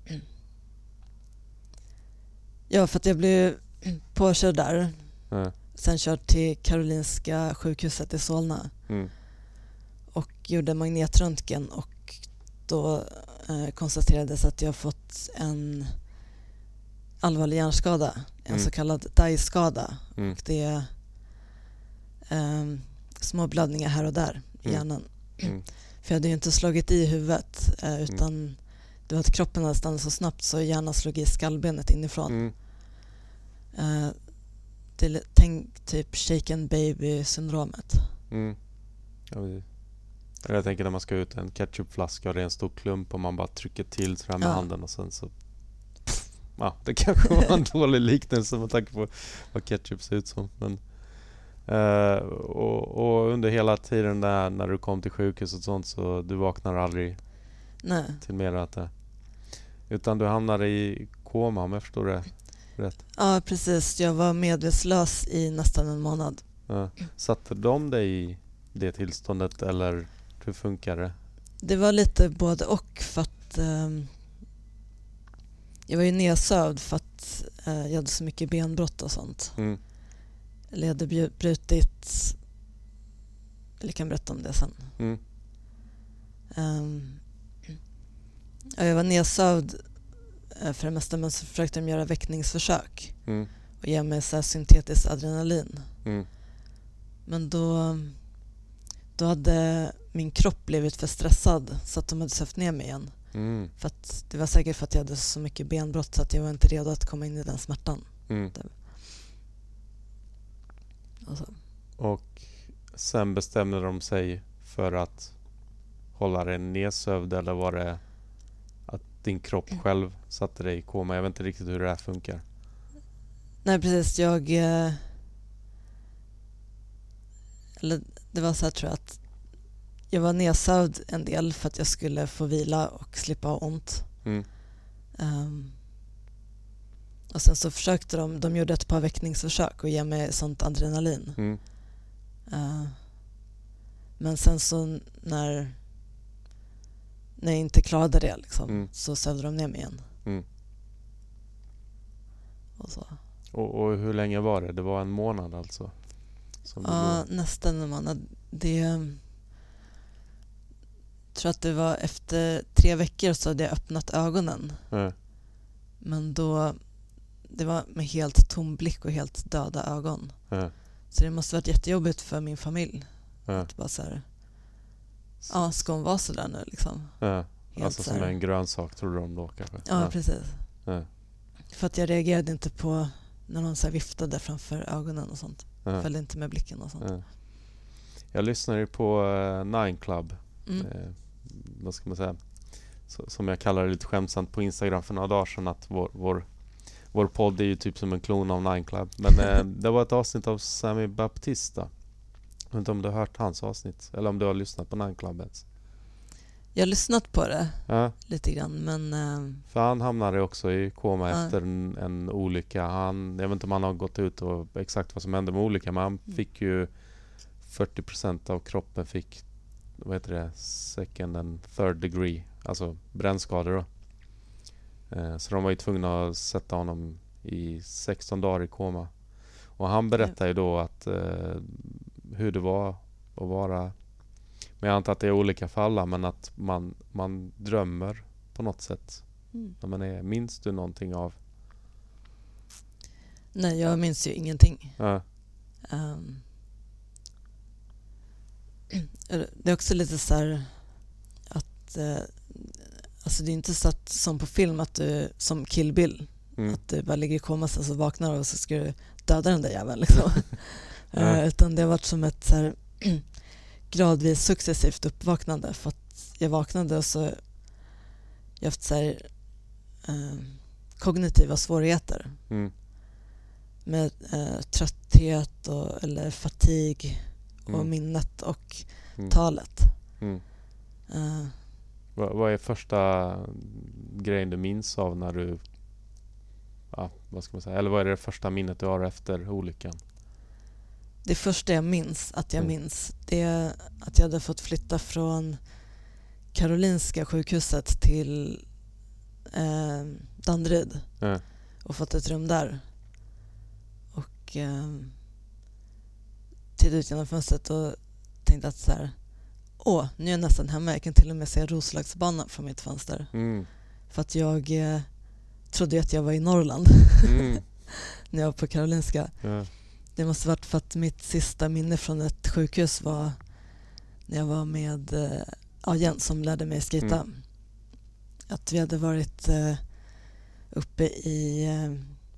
ja, för att jag blev påkörd där. Ja. Sen körd till Karolinska sjukhuset i Solna Mm. och gjorde magnetröntgen och då eh, konstaterades att jag fått en allvarlig hjärnskada, en Mm. så kallad D A I-skada. Mm. Och det är eh, små blödningar här och där i Mm. hjärnan. Mm. För jag hade ju inte slagit i huvudet eh, utan mm. det var att kroppen hade stannat så snabbt så hjärnan slog i skallbenet inifrån. Mm. Eh, det är, tänk typ shaken baby-syndromet. Mm. Ja, det- jag tänker när man ska ut en ketchupflaska och det är en stor klump och man bara trycker till så här med Ja. handen och sen så pff, ja, det kanske var en dålig liknelse med tanke på vad ketchup ser ut som. Men, eh, och, och under hela tiden där när du kom till sjukhus och sånt så du vaknar aldrig Nej. till mer att det, utan du hamnade i koma om jag förstår det rätt. Ja, precis. Jag var medvetslös i nästan en månad. Ja. Satte de dig i det tillståndet eller hur funkar det? Det var lite både och för att ehm, jag var ju nedsövd för att eh, jag hade så mycket benbrott och sånt. Mm. Eller jag hade bjud- brutit, eller jag kan berätta om det sen. Mm. Ehm, ja, jag var nedsövd eh, för det mesta, men så försökte de göra väckningsförsök Mm. och ge mig så här syntetiskt adrenalin. Mm. Men då, då hade min kropp blivit för stressad så att de hade sövt ner mig igen. Mm. För att det var säkert för att jag hade så mycket benbrott så att jag var inte redo att komma in i den smärtan. Mm. Och så. Och sen bestämde de sig för att hålla dig nedsövd, eller var det att din kropp själv satte dig i koma? Jag vet inte riktigt hur det här funkar. Nej, precis. Jag... Eh, eller det var så här, tror jag, att jag var nedsövd en del för att jag skulle få vila och slippa ha ont. Mm. Um, och sen så försökte de, de gjorde ett par väckningsförsök och ge mig sånt adrenalin. Mm. Uh, men sen så när, när jag inte klarade det liksom, Mm. så sövde de ner mig igen. Mm. Och, så. Och, och hur länge var det? Det var en månad alltså? Som Ja, nästan en månad. Det, jag tror att det var efter tre veckor så hade jag öppnat ögonen. Mm. Men då, det var med helt tom blick och helt döda ögon. Mm. Så det måste varit jättejobbigt för min familj. Mm. Att bara så här, ja, ska hon vara så där nu liksom? Mm. Helt Alltså så som här. en grönsak tror de då kanske? Ja, precis. Mm. För att jag reagerade inte på när någon så här viftade framför ögonen och sånt. Mm. Följde inte med blicken och sånt. Mm. Jag lyssnade ju på uh, Nine Club. Mm. Eh, vad ska man säga? Så, som jag kallar det lite skämtsamt på Instagram för några dagar sedan, att vår, vår, vår podd är ju typ som en klon av Nine Club. Men eh, det var ett avsnitt av Sammy Baptista. Jag vet inte om du har hört hans avsnitt eller om du har lyssnat på Nine Club ens. Jag har lyssnat på det Ja, lite grann, men eh, för han hamnade också i koma Ja. efter en, en olycka. Han, jag vet inte om han har gått ut och exakt vad som hände med olyckan, men han fick ju fyrtio procent av kroppen fick, vad heter det, second and third degree, alltså brännskador då. Eh, så de var ju tvungna att sätta honom i sexton dagar i koma. Och han berättar ju då att eh, hur det var att vara, men jag antar att det är olika för alla, men att man, man drömmer på något sätt. mm. När man är, minns du någonting av? nej, jag minns ju ingenting. Ja. Um, det är också lite så här att eh, alltså det är inte så att, som på film, att du som Kill Bill, Mm. att du bara ligger i koma sen så vaknar och så ska du döda den där jäveln liksom. Ja. uh, utan det har varit som ett så här, gradvis successivt uppvaknande, för att jag vaknade och så jag haft så här, uh, kognitiva svårigheter Mm. med uh, trötthet och, eller fatig och Mm. minnet och Mm. talet. Mm. Uh, Vad, vad är första grejen du minns av när du, ja, vad ska man säga, eller vad är det första minnet du har efter olyckan? det första jag minns att jag Mm. minns, det är att jag hade fått flytta från Karolinska sjukhuset till eh, Danderyd Ja. och fått ett rum där. Och eh, tittade ut genom fönstret och tänkte att så här, åh, nu är jag nästan hemma. Jag kan till och med se Roslagsbanan från mitt fönster. Mm. För att jag eh, trodde att jag var i Norrland Mm. när jag var på Karolinska. Ja. Det måste varit för att mitt sista minne från ett sjukhus var när jag var med eh, ja, Jens som lärde mig skita. Mm. Att vi hade varit eh, uppe i eh,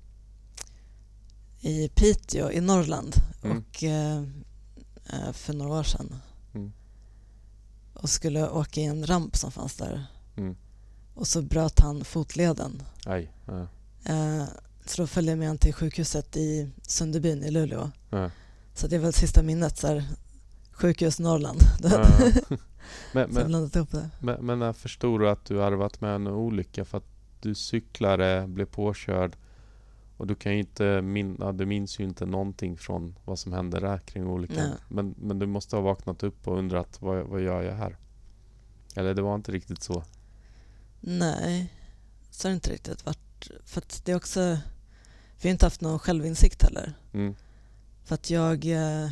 i Piteå i Norrland Mm. och eh, eh, för några år sedan. Mm. Och skulle åka i en ramp som fanns där. Mm. Och så bröt han fotleden. Aj. Ja. Eh, så då följde jag med han till sjukhuset i Sunderbyn i Luleå. Ja. Så det var det sista minnet, så här, sjukhus Norrland. Ja. men, Så jag men, blandat ihop det. men, men när förstod du att du hade varit med om en olycka? För att du cyklade, blev påkörd och du kan ju inte min, ja, du minns ju inte någonting från vad som hände där kring olyckan. Nej. Men, men du måste ha vaknat upp och undrat, vad, vad gör jag här? Eller det var inte riktigt så. Nej, så har det inte riktigt varit. För att det är också, vi har inte haft någon självinsikt heller. Mm. För att jag, eh,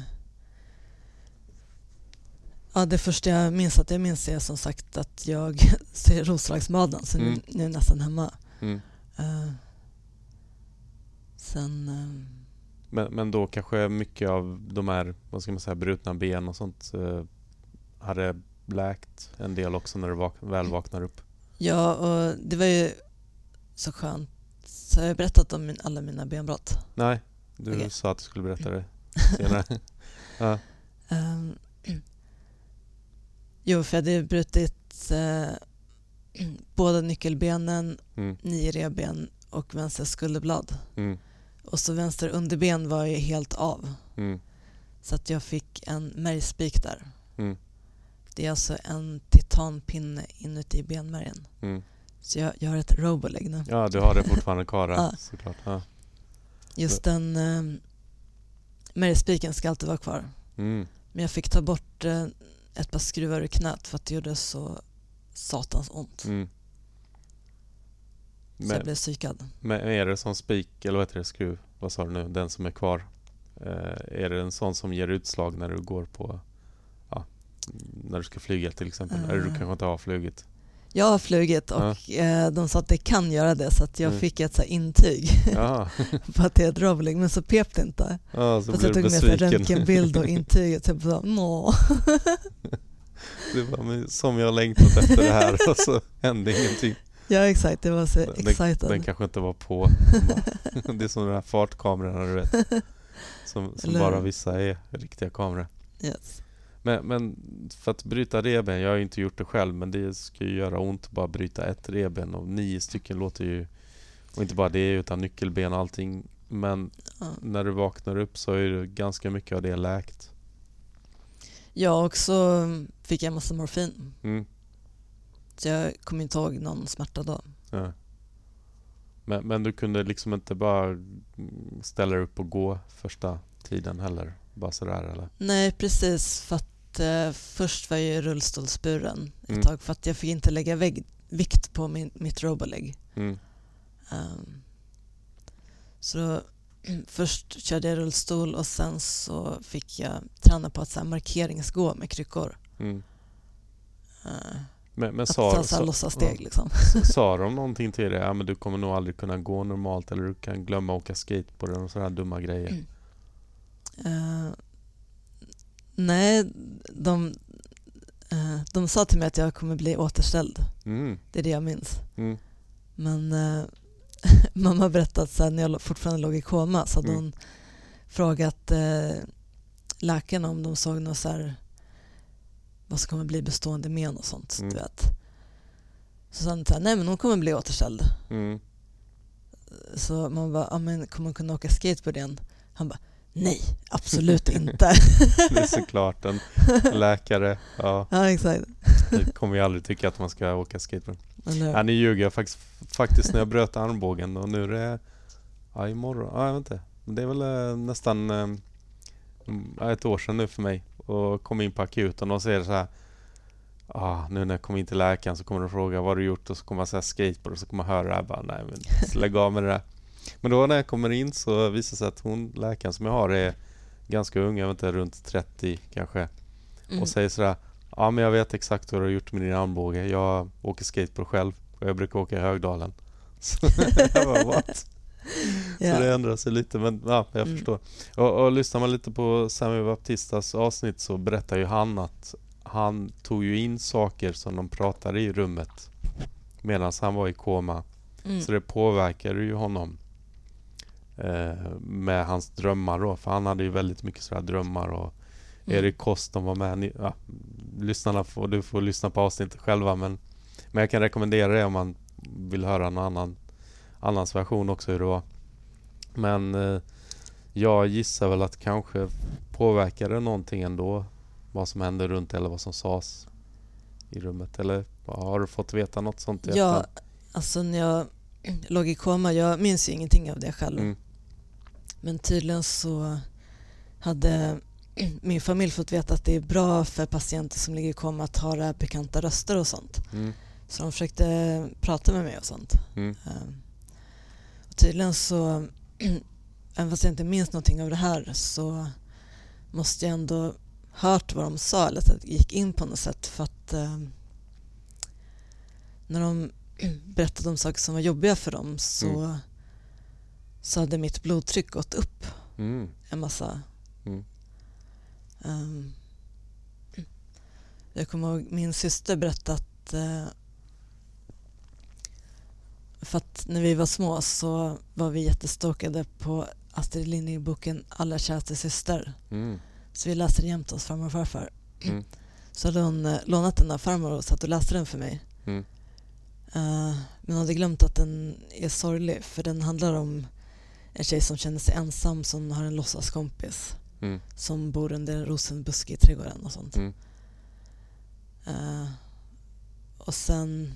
ja, det första jag minns att jag minns är som sagt att jag ser Roslagsbanan, så Mm. nu, nu är jag nästan hemma. Mm. Uh, sen, uh, Men, men då kanske mycket av de här, vad ska man säga, brutna ben och sånt eh, hade läkt en del också när du vak- väl vaknar upp. ja, och det var ju så skönt. Så jag har berättat om min, alla mina benbrott. Nej, du Okej. sa att du skulle berätta det senare. Ja. Um, jo, för jag hade brutit uh, båda nyckelbenen, Mm. nio revben och vänster skulderblad. Mm. Och så vänster underben var ju helt av. Mm. Så att jag fick en märgspik där. Mm. Det är alltså en titanpinne inuti benmärgen. Mm. Så jag, jag har ett roboleg nu. Ja, du har det fortfarande kvar där, Ja. såklart. Ja. Just den eh, märgspiken ska alltid vara kvar. Mm. Men jag fick ta bort eh, ett par skruvar ur knät för att det gjorde så satans ont. Mm. Så jag Men, blev psykad. men är det som spik, eller vad heter det, skruv? Vad sa du nu? Den som är kvar. Eh, är det en sån som ger utslag när du går på, ja, när du ska flyga till exempel? Uh. Eller du kanske inte har flugit? Jag har flugit och Ja. eh, de sa att det kan göra det, så att jag Mm. fick ett så här intyg Ja, på att det är ett roboleg, men så pep det inte. ja så Fast jag blir tog du med sig besviken. röntgenbild och intyget. Jag bara, nå. Det var men som jag längtat efter det här och så hände ingenting. Ja, exakt. Det var så excited. Den, den kanske inte var på. Bara, det är som de här fartkamerorna, du vet. Som, som Eller- bara vissa är riktiga kameror. Yes. Men, men för att bryta revben, jag har ju inte gjort det själv, men det ska ju göra ont bara bryta ett revben, och nio stycken låter ju, och inte bara det utan nyckelben och allting. Men Ja. när du vaknar upp så är det ganska mycket av det läkt. Ja, och så fick jag massa morfin. Mm. Så jag kommer inte ihåg någon smärta då. Ja. Men, men du kunde liksom inte bara ställa dig upp och gå första tiden heller? Bara sådär eller? Nej, precis. För att eh, först var jag i rullstolsburen ett Mm. tag för att jag fick inte lägga väg- vikt på min, mitt roboleg. Mm. Um, så då, först körde jag rullstol och sen så fick jag träna på att så här, markeringsgå med kryckor. Mm. Uh, Men, men att sa, ta så här sa, låtsassteg liksom. ja, sa de någonting till dig? Ja, men du kommer nog aldrig kunna gå normalt, eller du kan glömma åka skateboard och sådana dumma grejer. Mm. Uh, nej, de, uh, de sa till mig att jag kommer bli återställd. Mm. Det är det jag minns. Mm. Men uh, mamma berättade att så här, när jag fortfarande låg i koma så hade Mm. hon frågat uh, läkarna om de såg något så här, vad som kommer bli bestående men och sånt. Mm. Du vet. Så sa hon så här, nej men hon kommer bli återställd. Mm. Så man bara, ja men kommer hon kunna åka skateboard igen? Han bara, nej, absolut inte. Det är såklart en läkare. Ja, Ja, exakt. det kommer ju aldrig tycka att man ska åka skateboard. Eller, Ja, ni ljuger faktiskt, faktiskt när jag bröt armbågen, och nu är det, ja, imorgon, ja, jag vet inte. Det är väl eh, nästan eh, ett år sedan nu för mig, och kom in på akuten och säger så här, ah, nu när jag kom in till läkaren så kommer de fråga vad har du gjort, och så kommer man säga skateboard, och så kommer man höra det här, bara, nej men lägg av med det där. Men då när jag kommer in så visar det sig att hon, läkaren som jag har, är ganska ung, jag vet inte, runt trettio kanske, mm. och säger sådär, ja men jag vet exakt vad du har gjort med din armbåge, jag åker skateboard själv och jag brukar åka i Högdalen. Så jag bara, what? Ja. Så det ändrar sig lite, men ja, jag Mm. förstår. Och, och lyssnar man lite på Sammy Baptistas avsnitt så berättar ju han att han tog ju in saker som de pratade i rummet medan han var i koma. Mm. Så det påverkade ju honom eh, med hans drömmar då, för han hade ju väldigt mycket sådana drömmar. Och Mm. Erik Koston var med. Ni, ja, lyssnarna får, du får lyssna på avsnittet själva, men, men jag kan rekommendera det om man vill höra någon annan annans version också hur det var. Men eh, jag gissar väl att kanske påverkade någonting ändå, vad som hände runt eller vad som sades i rummet. Eller har du fått veta något sånt? i Ja, efterhand? alltså när jag låg i koma, jag minns ju ingenting av det själv. Mm. Men tydligen så hade min familj fått veta att det är bra för patienter som ligger i koma att höra bekanta röster och sånt. Mm. Så de försökte prata med mig och sånt. Mm. Um, och tydligen så, även fast jag inte minns någonting av det här, så måste jag ändå hört vad de sa, eller att det gick in på något sätt, för att um, när de berättade om saker som var jobbiga för dem så, Mm. så hade mitt blodtryck gått upp Mm. en massa. Mm. Um, jag kommer ihåg min syster berättat uh, för att när vi var små så var vi jättestokade på Astrid Lindgren-boken Allra käraste syster. Mm. Så vi läste den jämt hos farmor och farfar. Mm. Så hade hon eh, lånat den av farmor och satt och läste den för mig. Mm. Uh, men hade glömt att den är sorglig, för den handlar om en tjej som känner sig ensam, som har en låtsaskompis Mm. som bor under en rosenbuske i trädgården och sånt. Mm. Uh, och sen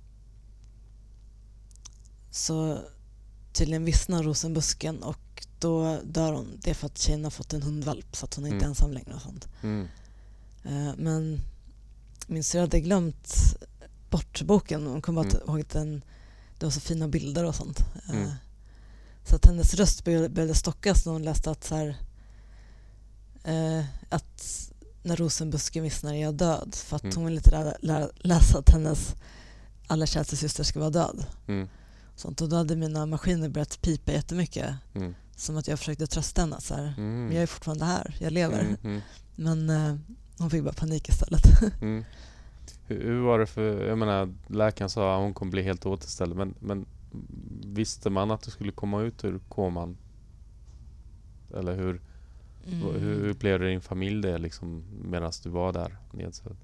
så tydligen vissnar rosenbusken och då dör hon. Det är för att tjejen har fått en hundvalp så att hon är inte Mm. ensam längre och sånt. Mm. Uh, men min syrra hade glömt bort boken. Hon kom bara Mm. ihåg att den, det var så fina bilder och sånt. Uh, Mm. Så att hennes röst började, började stockas när hon läste att så här, uh, att när rosenbusken vissnar är jag död. För att Mm. hon ville inte lä- lä- läsa att hennes alla käraste syster ska vara död. Mm. Sånt. Och då hade mina maskiner börjat pipa jättemycket. Mm. Som att jag försökte trösta henne. Så här, Mm. men jag är fortfarande här, jag lever. Mm. Mm. Men eh, hon fick bara panik istället. Mm. Hur, hur var det för, jag menar, läkaren sa att hon kommer bli helt återställd, men, men visste man att du skulle komma ut ur koman? Eller hur, Mm. hur, hur upplevde din familj det liksom medan du var där nedsövd?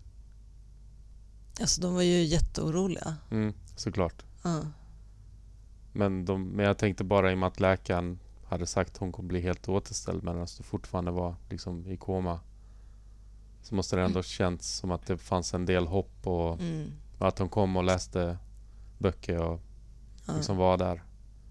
Alltså de var ju jätteoroliga. Mm, såklart. Ja. Men, de, men jag tänkte bara i och med att läkaren hade sagt att hon kommer bli helt återställd medan du fortfarande var liksom i koma, så måste det ändå känts som att det fanns en del hopp och Mm. att hon kom och läste böcker och Ja. liksom var där.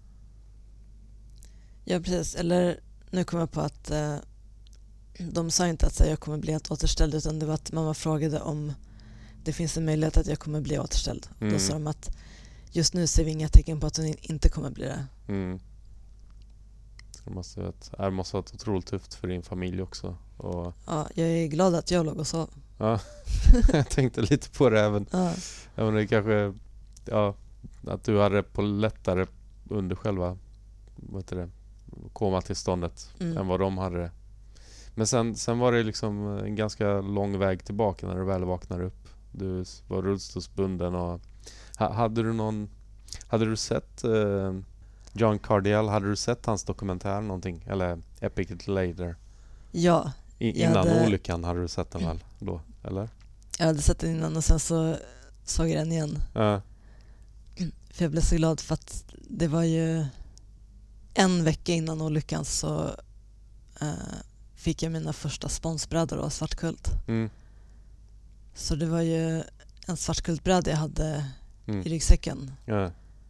Ja, precis. Eller nu kommer jag på att eh, de sa inte att så här, jag kommer bli helt återställd, utan det var att mamma frågade om det finns en möjlighet att jag kommer bli återställd. Mm. Då sa de att just nu ser vi inga tecken på att hon in- inte kommer bli det. Mm. Så det måste, ha varit- det måste ha varit otroligt tufft för din familj också. Och, Ja, jag är glad att jag låg och sov. ja, jag tänkte lite på det även. Ja. Även det kanske, ja, att du hade på lättare under själva, vad heter det, komatillståndet Mm. än vad de hade det. Men sen, sen var det liksom en ganska lång väg tillbaka när du väl vaknade upp. Du var rullstolsbunden och ha, hade du någon, hade du sett eh, John Cardiel, hade du sett hans dokumentär någonting? Eller Epic It Later? Ja, I, Jag innan hade- olyckan hade du sett den väl då? Eller? jag hade sett den innan och sen så såg jag den igen. Ja. För jag blev så glad för att det var ju en vecka innan olyckan så eh, fick jag mina första sponsbrädor av Svartkult. Mm. Så det var ju en Svartkultbräda jag hade Mm. i ryggsäcken. Ja.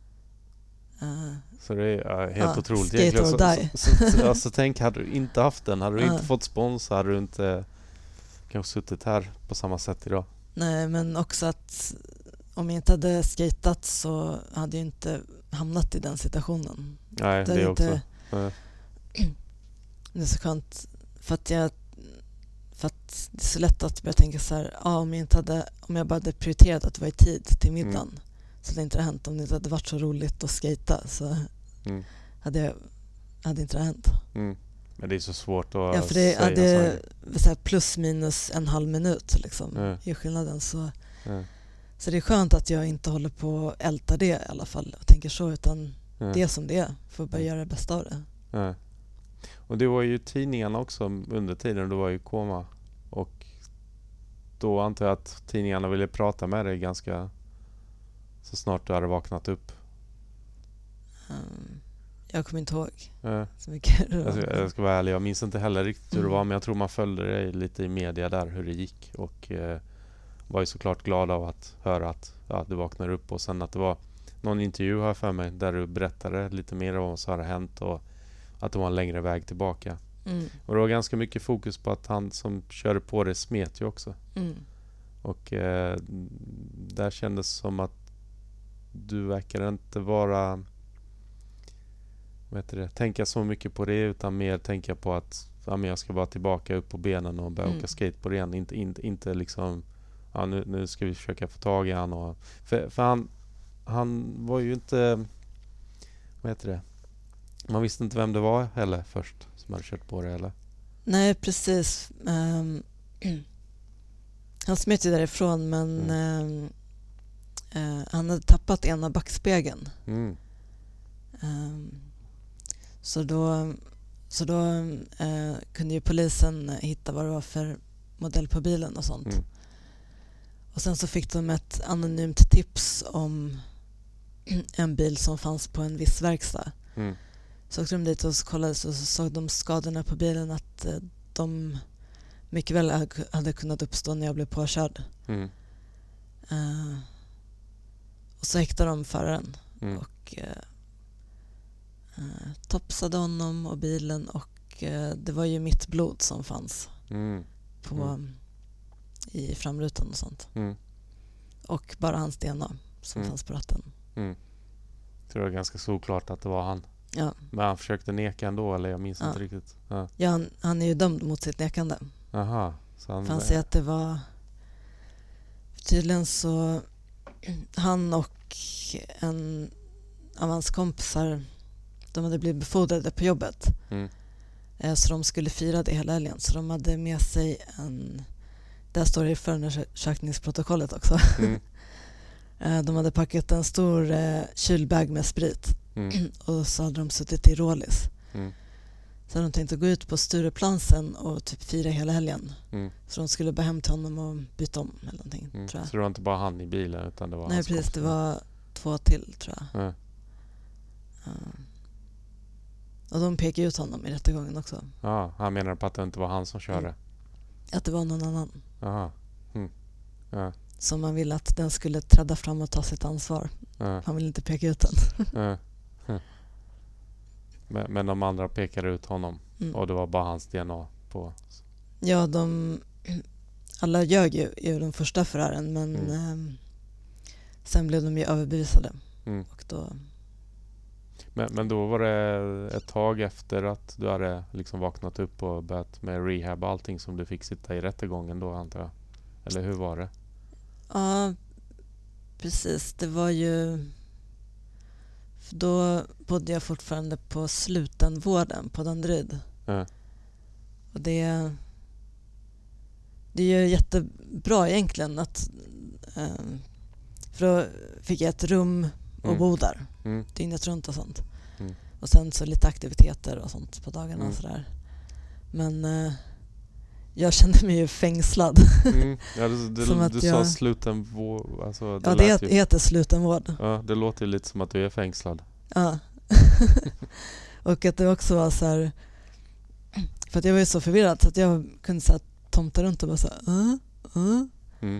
Eh, Så det är ja, helt Ja, otroligt. skate Egentligen. or Så, die. så, så, så, alltså, tänk, hade du inte haft den, hade du Ja. inte fått spons, hade du inte kanske suttit här på samma sätt idag. nej, men också att om jag inte hade skatat så hade jag inte hamnat i den situationen. Nej, det, hade är också. inte- Ja. Det är så skönt för att jag för att det är så lätt att börja tänka så här, ja, om jag inte hade om jag bara hade prioriterat att vara i tid till middagen Mm. så hade det inte hänt. Om det inte hade varit så roligt att skata så Mm. hade jag hade inte det hänt. Mm. Men det är så svårt att Ja, för det säga hade så. så här plus minus en halv minut liksom Ja. i skillnaden, så Ja. så det är skönt att jag inte håller på att älta det i alla fall och tänker så, utan Ja. det är som det är, får bara göra det bästa av det. Ja. Och det var ju tidningarna också under tiden du var i koma. Och då antar jag att tidningarna ville prata med dig ganska så snart du hade vaknat upp. Um, jag kommer inte ihåg Ja. så mycket. Jag ska, jag ska vara ärlig, jag minns inte heller riktigt hur det Mm. var, men jag tror man följde dig lite i media där, hur det gick. Och eh, var ju såklart glad av att höra att ja, du vaknade upp. Och sen att det var någon intervju här för mig där du berättade lite mer om vad som hade hänt och att det var en längre väg tillbaka. Mm, Och det var ganska mycket fokus på att han som körde på det smet ju också. mm, Och eh, där kändes som att du verkar inte vara, vad heter det, tänka så mycket på det, utan mer tänka på att ja, men jag ska vara tillbaka upp på benen och börja Mm. åka skateboard igen. Inte, inte, inte liksom ja, nu, nu ska vi försöka få tag i han. Och, för, för han, han var ju inte, vad heter det, man visste inte vem det var heller först som hade kört på det, eller? nej, precis. Um, han smet ju därifrån, men um, uh, han hade tappat ena backspegeln. Mm. Um, så då så då eh, kunde ju polisen hitta vad det var för modell på bilen och sånt. Mm. Och sen så fick de ett anonymt tips om en bil som fanns på en viss verkstad. Mm. Så åkte de dit och kollade, så såg de skadorna på bilen, att eh, de mycket väl hade kunnat uppstå när jag blev påkörd. Mm. Uh, och så häktade de föraren Mm. och uh, uh, topsade honom och bilen, och uh, det var ju mitt blod som fanns Mm. på, Mm. i framrutan och sånt. Mm. Och bara hans D N A som Mm. fanns på ratten. Mm. Så det var ganska såklart att det var han. Ja, Men han försökte neka ändå, eller jag minns Ja. inte riktigt. Ja. ja han, han är ju dömd mot sitt nekande. Aha. Så han, För han säger att det var tydligen så han och en av hans kompisar, de hade blivit befordrade på jobbet. Mm. Eh, Så de skulle fira det hela helgen. Så de hade med sig en, där står det i förundersökningsprotokollet också. Mm. Eh, De hade packat en stor eh, kylbag med sprit. Mm. Och så hade de suttit i Rålis. Mm. Så hade de tänkt att gå ut på Stureplan sen och typ fira hela helgen. Mm. Så de skulle bara hem till honom och byta om eller någonting, Mm. tror jag. Så det var inte bara han i bilen, utan det var Nej, hans precis. Det kompis. var två till, tror jag. Ja. Uh. Och de pekade ut honom i rättegången också. Ja, han menar på att det inte var han som körde. Mm. Att det var någon annan. Aha. Mm. Ja. Som man ville att den skulle träda fram och ta sitt ansvar. Ja. Han ville inte peka ut den. Ja. Ja. Men, men de andra pekade ut honom. Mm. Och det var bara hans D N A på. Ja, de... Alla ljög ju i den första förhören, men Mm. ehm, sen blev de ju överbevisade. Mm. Och då... Men, men då var det ett tag efter att du hade liksom vaknat upp och börjat med rehab och allting som du fick sitta i rättegången då, antar jag. Eller hur var det? Ja, precis. Det var ju... För då bodde jag fortfarande på slutenvården på Danderyd. Ja. Och det... Det är ju jättebra egentligen att... Eh, för då fick jag ett rum och Mm. bo där. Mm. Dygnet runt och sånt. Mm. Och sen så lite aktiviteter och sånt på dagarna Mm. och sådär. Men eh, jag kände mig ju fängslad. Mm. Ja, du du, Som att du sa jag- sluten vård. Alltså, det Ja, det lät het- ju, heter slutenvård. ja, det låter ju lite som att du är fängslad. Ja. Och att det också var så här... För att jag var ju så förvirrad så att jag kunde så här, tomta runt och bara så här... Uh, uh. Mm.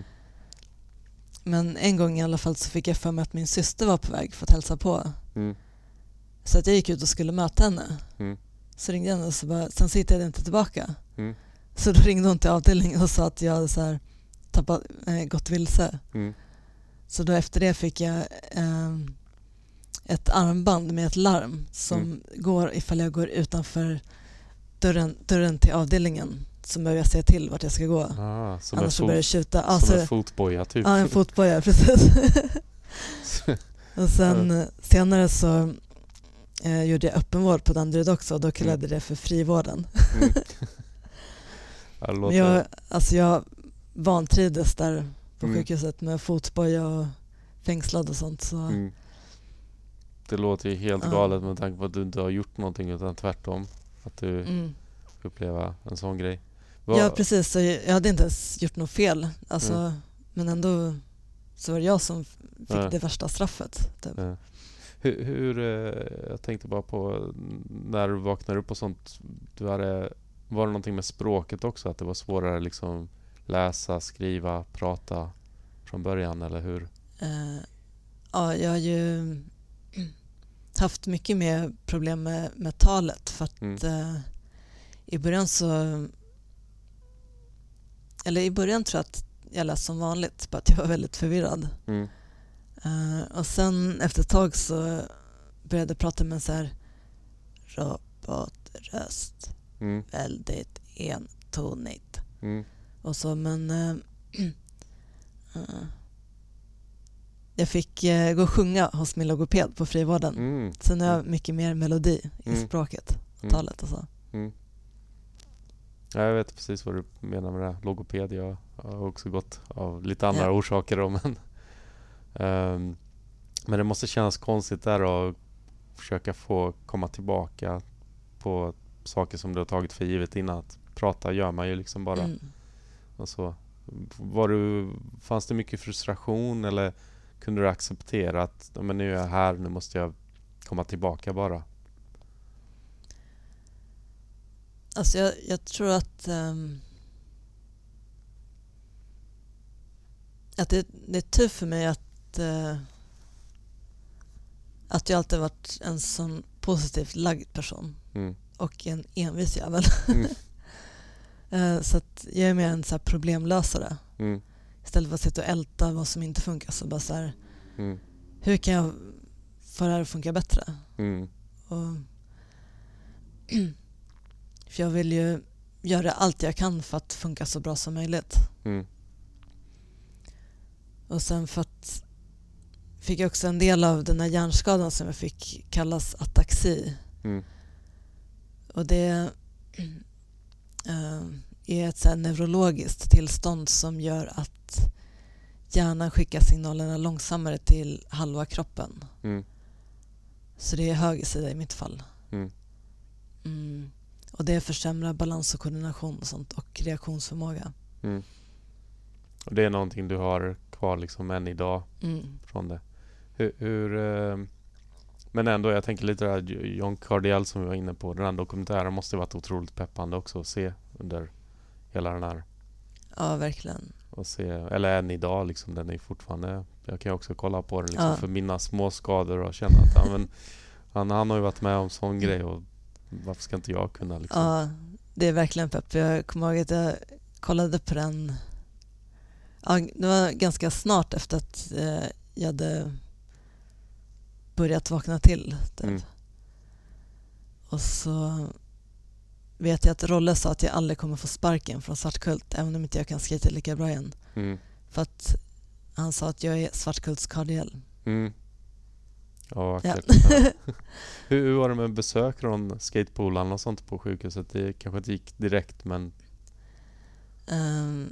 Men en gång i alla fall så fick jag för mig att min syster var på väg för att hälsa på. Mm. Så att jag gick ut och skulle möta henne. Mm. Så ringde henne och så bara, sen så hittade jag inte tillbaka. Mm. Så då ringde hon till avdelningen och sa att jag hade så här tappat, äh, gått vilse. Mm. Så då efter det fick jag eh, ett armband med ett larm som Mm. går ifall jag går utanför dörren, dörren till avdelningen, så behöver jag säga till vart jag ska gå. Ah, som Annars så börjar det en, fot, tjuta. Ja, som så, en fotboja typ. ja, en fotboja, precis. Och sen eh, senare så eh, gjorde jag öppenvård på Danderyd också, och då kallade Mm. det för frivården. Mm. Ja, det låter, Men jag, alltså jag vantrivdes där på Mm. sjukhuset med fotboja och fängslad och sånt. Så. mm. Det låter ju helt Ja. galet med tanke på att du inte har gjort någonting, utan tvärtom. Att du Mm. upplever en sån grej. Ja, Vad- precis. Så jag hade inte ens gjort något fel. Alltså, Mm. Men ändå så var det jag som fick Ja. det värsta straffet. Typ. Ja. Hur, hur eh, jag tänkte bara på när du vaknade upp och sånt, du hade, var det någonting med språket också, att det var svårare liksom läsa, skriva, prata från början, eller hur? Eh, ja, jag har ju haft mycket mer problem med, med talet för att Mm. eh, i början så eller i början tror jag att jag läste som vanligt, bara att jag var väldigt förvirrad. Mm. Eh, och sen efter ett tag så började jag prata med en så här robotröst, Mm. väldigt entonigt. Mm. Och så, men eh, eh, jag fick eh, gå och sjunga hos min logoped på frivården. Mm. Så nu har jag mycket mer melodi i Mm. språket, Mm. talet och så. Mm. Ja, jag vet precis vad du menar med det. Logoped, jag har också gått av lite andra Ja. orsaker då, men ehm, men det måste kännas konstigt där att försöka få komma tillbaka på saker som du har tagit för givet innan. Att prata gör man ju liksom bara. Mm. Och så, var du, fanns det mycket frustration eller kunde du acceptera att men nu är jag här, nu måste jag komma tillbaka bara? Alltså jag, jag tror att um, att det, det är tur för mig att uh, att jag alltid varit en sån positivt lagd person Mm. och en envis jävel. Mm. uh, så att jag är mer en så här problemlösare. Mm. Istället för att sitta och älta vad som inte funkar, så bara så här, Mm. hur kan jag få det här att funka bättre? Mm. Och för jag vill ju göra allt jag kan för att funka så bra som möjligt. Mm. Och sen för att fick jag också en del av den här hjärnskadan som jag fick kallas ataxi. Mm. Och det äh, är ett så här neurologiskt tillstånd som gör att hjärnan skickar signalerna långsammare till halva kroppen. Mm. Så det är höger sida i mitt fall. Mm. Mm. Och det försämrar balans och koordination och sånt och reaktionsförmåga. Mm. Och det är någonting du har kvar liksom än idag Mm. från det. Hur, hur eh, men ändå, jag tänker lite där John Cardiel som vi var inne på, den här dokumentären måste ha varit otroligt peppande också att se under hela den här. Ja, verkligen. Och se, eller än idag liksom, den är fortfarande, jag kan ju också kolla på den liksom, Ja. för mina små skador och känna att ja, men, han, han har ju varit med om sån grej och varför ska inte jag kunna liksom? Ja, det är verkligen pepp. Jag kommer ihåg att jag kollade på den. Ja, det var ganska snart efter att eh, jag hade börjat vakna till. Typ. Mm. Och så vet jag att Rolle sa att jag aldrig kommer få sparken från Svartkult, även om inte jag kan skata lika bra igen. Mm. För att han sa att jag är Svartkults Cardiel. Mm. Ja, vackert. Ja. Ja. hur, hur var det med besök från skatepolarna och sånt på sjukhuset? Det kanske inte gick direkt, men Um,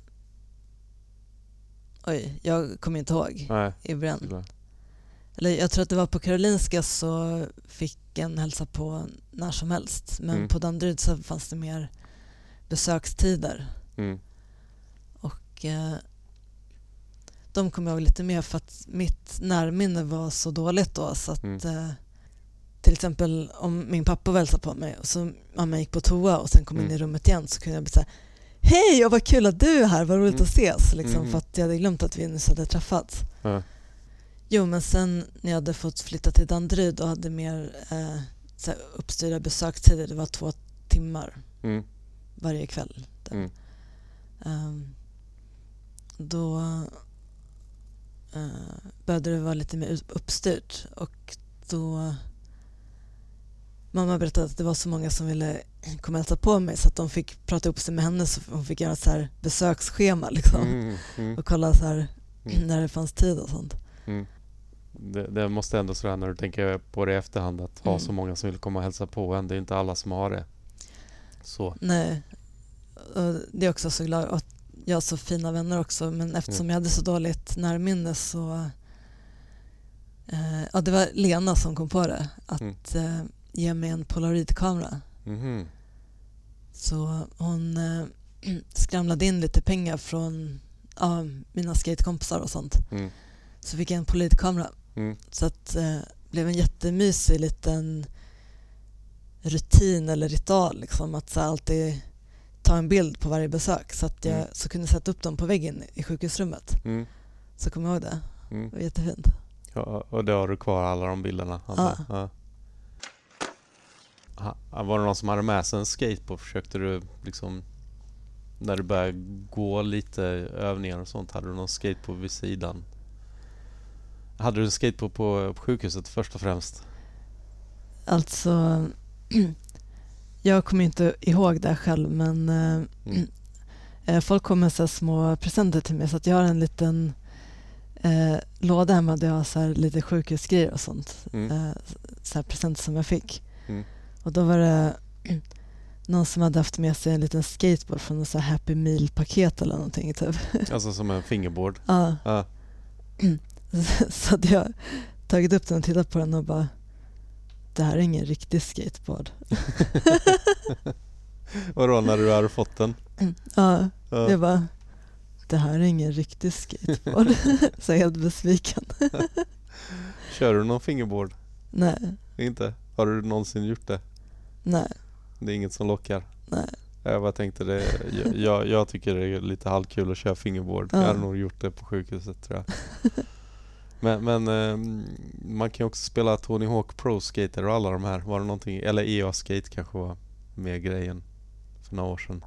oj, jag kommer inte ihåg nej. i början. det var- Eller jag tror att det var på Karolinska så fick en hälsa på när som helst. Men Mm. på Danderyd så fanns det mer besökstider. Mm. Och eh, de kommer jag ihåg lite mer för att mitt närminne var så dåligt då. Så att Mm. eh, till exempel om min pappa hälsade på mig och så om jag gick på toa och sen kom Mm. in i rummet igen så kunde jag bli så här: hej, vad kul att du är här, vad roligt Mm. att ses. Liksom, Mm. För att jag hade glömt att vi nyss hade träffats. Ja. Jo, men sen när jag hade fått flytta till Danderyd och hade mer eh, så här uppstyrda besökstider, det var två timmar Mm. varje kväll. Typ. Mm. Um, då uh, började det vara lite mer uppstyrt och då mamma berättade att det var så många som ville komma och hälsa på mig så att de fick prata upp sig med henne så hon fick göra så här besöksschema liksom, Mm. Mm. och kolla så här Mm. när det fanns tid och sånt. Mm. Det, det måste ändå sådär när du tänker på det i efterhand att ha Mm. så många som vill komma och hälsa på en. Det är inte alla som har det. Så. Nej, och det är också så glad att jag har så fina vänner också, men eftersom Mm. jag hade så dåligt närminne så eh, ja, det var Lena som kom på det att Mm. eh, ge mig en polaroidkamera. Mhm. Så hon eh, skramlade in lite pengar från ja, mina skatekompisar och sånt. Mm. Så fick jag en polaroidkamera. Mm. Så att det eh, blev en jättemysig liten rutin eller ritual liksom, att så alltid ta en bild på varje besök så att jag Mm. så kunde sätta upp dem på väggen i sjukhusrummet. Mm. Så kommer jag ihåg det. Mm. Det var jättefint. Ja, och då har du kvar alla de bilderna. Ja. Ja. Ha- Var det någon som hade med sig en skateboard? Försökte du liksom när du började gå lite övningar och sånt, hade du någon skateboard vid sidan? Hade du en skateboard på, på sjukhuset först och främst? Alltså jag kommer inte ihåg det själv, men Mm. eh, folk kommer med så här små presenter till mig så att jag har en liten eh, låda hemma där jag har så här lite sjukhusgrejer och sånt. Mm. Eh, så här presenter som jag fick. Mm. Och då var det någon som hade haft med sig en liten skateboard från en så här Happy Meal-paket eller någonting typ. Alltså som en fingerboard? Ja. Ja. Så hade jag tagit upp den och tittat på den och bara, det här är ingen riktig skateboard. Vadå, när du har fått den? Ja, Ja. jag bara, det här är ingen riktig skateboard. Så jag är helt besviken. Kör du någon fingerboard? Nej, Inte? Har du någonsin gjort det? nej, Det är inget som lockar? nej. Jag bara tänkte det, jag, jag, jag tycker det är lite halvkul att köra fingerboard. Ja. Jag hade nog gjort det på sjukhuset, tror jag. Men, men eh, man kan ju också spela Tony Hawk Pro Skater och alla de här. Var det någonting, eller E A Skate kanske var med grejen för några år sedan.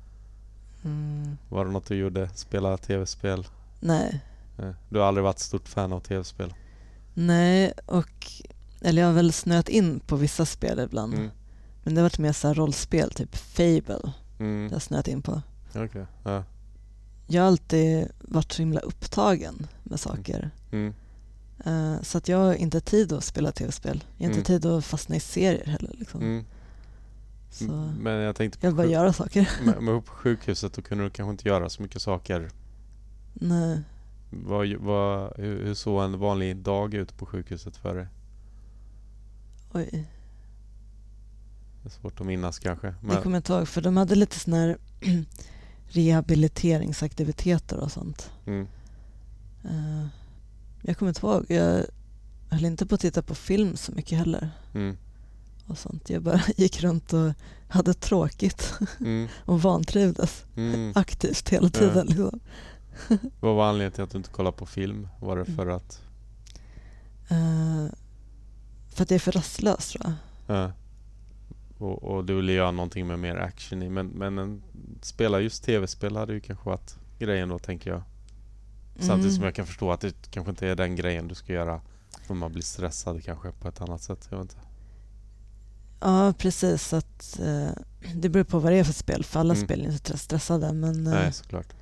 Mm, Var det något du gjorde? Spela tv-spel? nej. Eh, Du har aldrig varit stort fan av tv-spel? Nej, och eller jag har väl snöat in på vissa spel ibland. Mm. Men det har varit mer så här rollspel, typ Fable. Det har Mm. jag snöat in på. Okej. Ja. Jag har alltid varit så himla upptagen med saker. Mm. Eh, så att jag har inte tid att spela tv-spel. Jag har inte Mm. tid att fastna i serier heller. Liksom. Mm. Så Men jag tänkte på jag vill bara sjuk- göra saker. men, men på sjukhuset då kunde du kanske inte göra så mycket saker. Nej. Vad, vad, hur, hur såg en vanlig dag ut på sjukhuset för dig? Oj, Det är svårt att minnas kanske. det Men, kommer jag inte ihåg. För de hade lite såna här rehabiliteringsaktiviteter och sånt. mm, Eh, jag kommer inte ihåg. Jag höll inte på att titta på film så mycket heller. mm, Och sånt. Jag bara gick runt och hade tråkigt mm, och vantrivdes mm. aktivt hela tiden. Liksom. Vad var anledningen till att du inte kollade på film? Var det för att... Eh, för att jag är för rastlös, tror jag. Ja. Och, och du ville göra någonting med mer action i. Men, men en, spela just tv-spel hade ju kanske varit grejen då, tänker jag. Samtidigt Mm. som jag kan förstå att det kanske inte är den grejen du ska göra. För man blir stressad kanske på ett annat sätt. Jag vet inte. Ja, precis. Att, eh, det beror på vad det är för spel. För alla Mm. spel är inte stressade. Men, eh, Nej, såklart.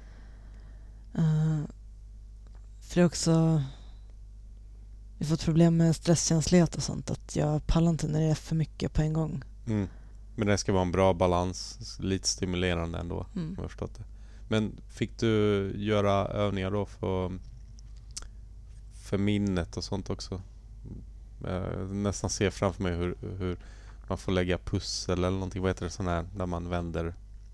eh, för det är också... Jag har fått problem med stresskänslighet och sånt. Att jag pallar inte när det är för mycket på en gång. Mm. Men det ska vara en bra balans. Lite stimulerande ändå. Mm. Om jag har förstått det. Men fick du göra övningar då för, för minnet och sånt också? Jag nästan ser framför mig hur, hur man får lägga pussel eller någonting. Vad heter det sån här när man vänder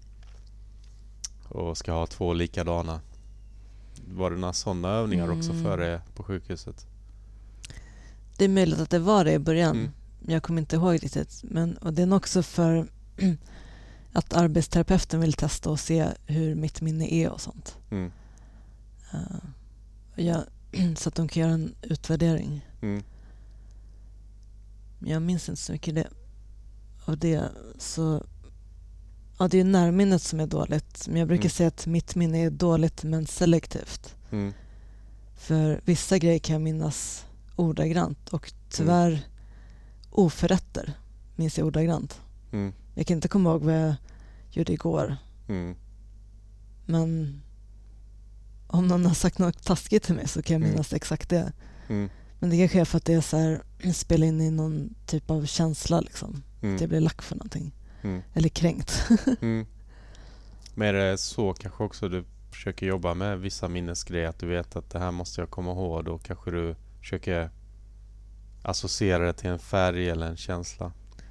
och ska ha två likadana? Var det några sådana övningar också Mm. för er på sjukhuset? Det är möjligt att det var det i början. Mm. Jag kommer inte ihåg riktigt. Men, och det är nog också för att arbetsterapeuten vill testa och se hur mitt minne är och sånt. Mm. Uh, och jag, så att de kan göra en utvärdering. Mm. Men jag minns inte så mycket det. av det. Så ja, det är närminnet som är dåligt. Men jag brukar Mm. säga att mitt minne är dåligt men selektivt. Mm. För vissa grejer kan jag minnas ordagrant och tyvärr mm. oförrätter minns jag ordagrant. Mm. Jag kan inte komma ihåg vad jag gjorde igår. Mm. Men om någon har sagt något taskigt till mig så kan jag minnas mm. exakt det. Mm. Men det kanske är för att det är så här, spela in i någon typ av känsla liksom. Mm. Att jag blir lack för någonting. Mm. Eller kränkt. Mm. Men är det så kanske också du försöker jobba med vissa minnesgrejer, att du vet att det här måste jag komma ihåg, då kanske du försöker associera det till en färg eller en känsla?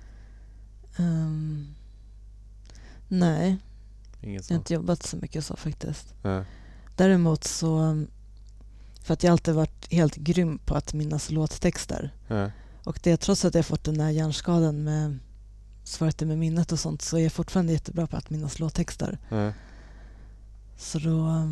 Um, nej, Inget jag har sånt? inte jobbat så mycket så faktiskt. Nej. Däremot så, för att jag alltid varit helt grym på att minnas låttexter. Nej. Och det trots att jag fått den där hjärnskadan med svårigheter med minnet och sånt, så är jag fortfarande jättebra på att minnas låttexter. Nej. Så då...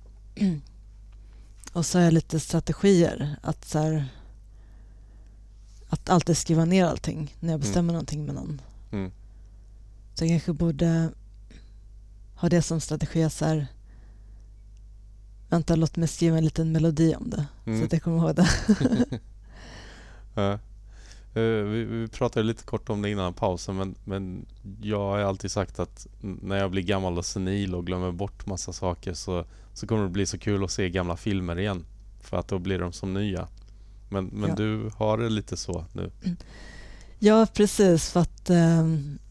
Och så har jag lite strategier att så här, att alltid skriva ner allting när jag bestämmer mm. någonting med någon. Mm. Så jag kanske borde ha det som strategi att så här, vänta, låt mig skriva en liten melodi om det. Mm. Så att jag kommer ihåg det. Ja. Uh, vi, vi pratade lite kort om det innan pausen, men, men jag har alltid sagt att när jag blir gammal och senil och glömmer bort massa saker, så, så kommer det bli så kul att se gamla filmer igen, för att då blir de som nya. Men, men ja. Du har det lite så nu. Ja, precis, för att eh,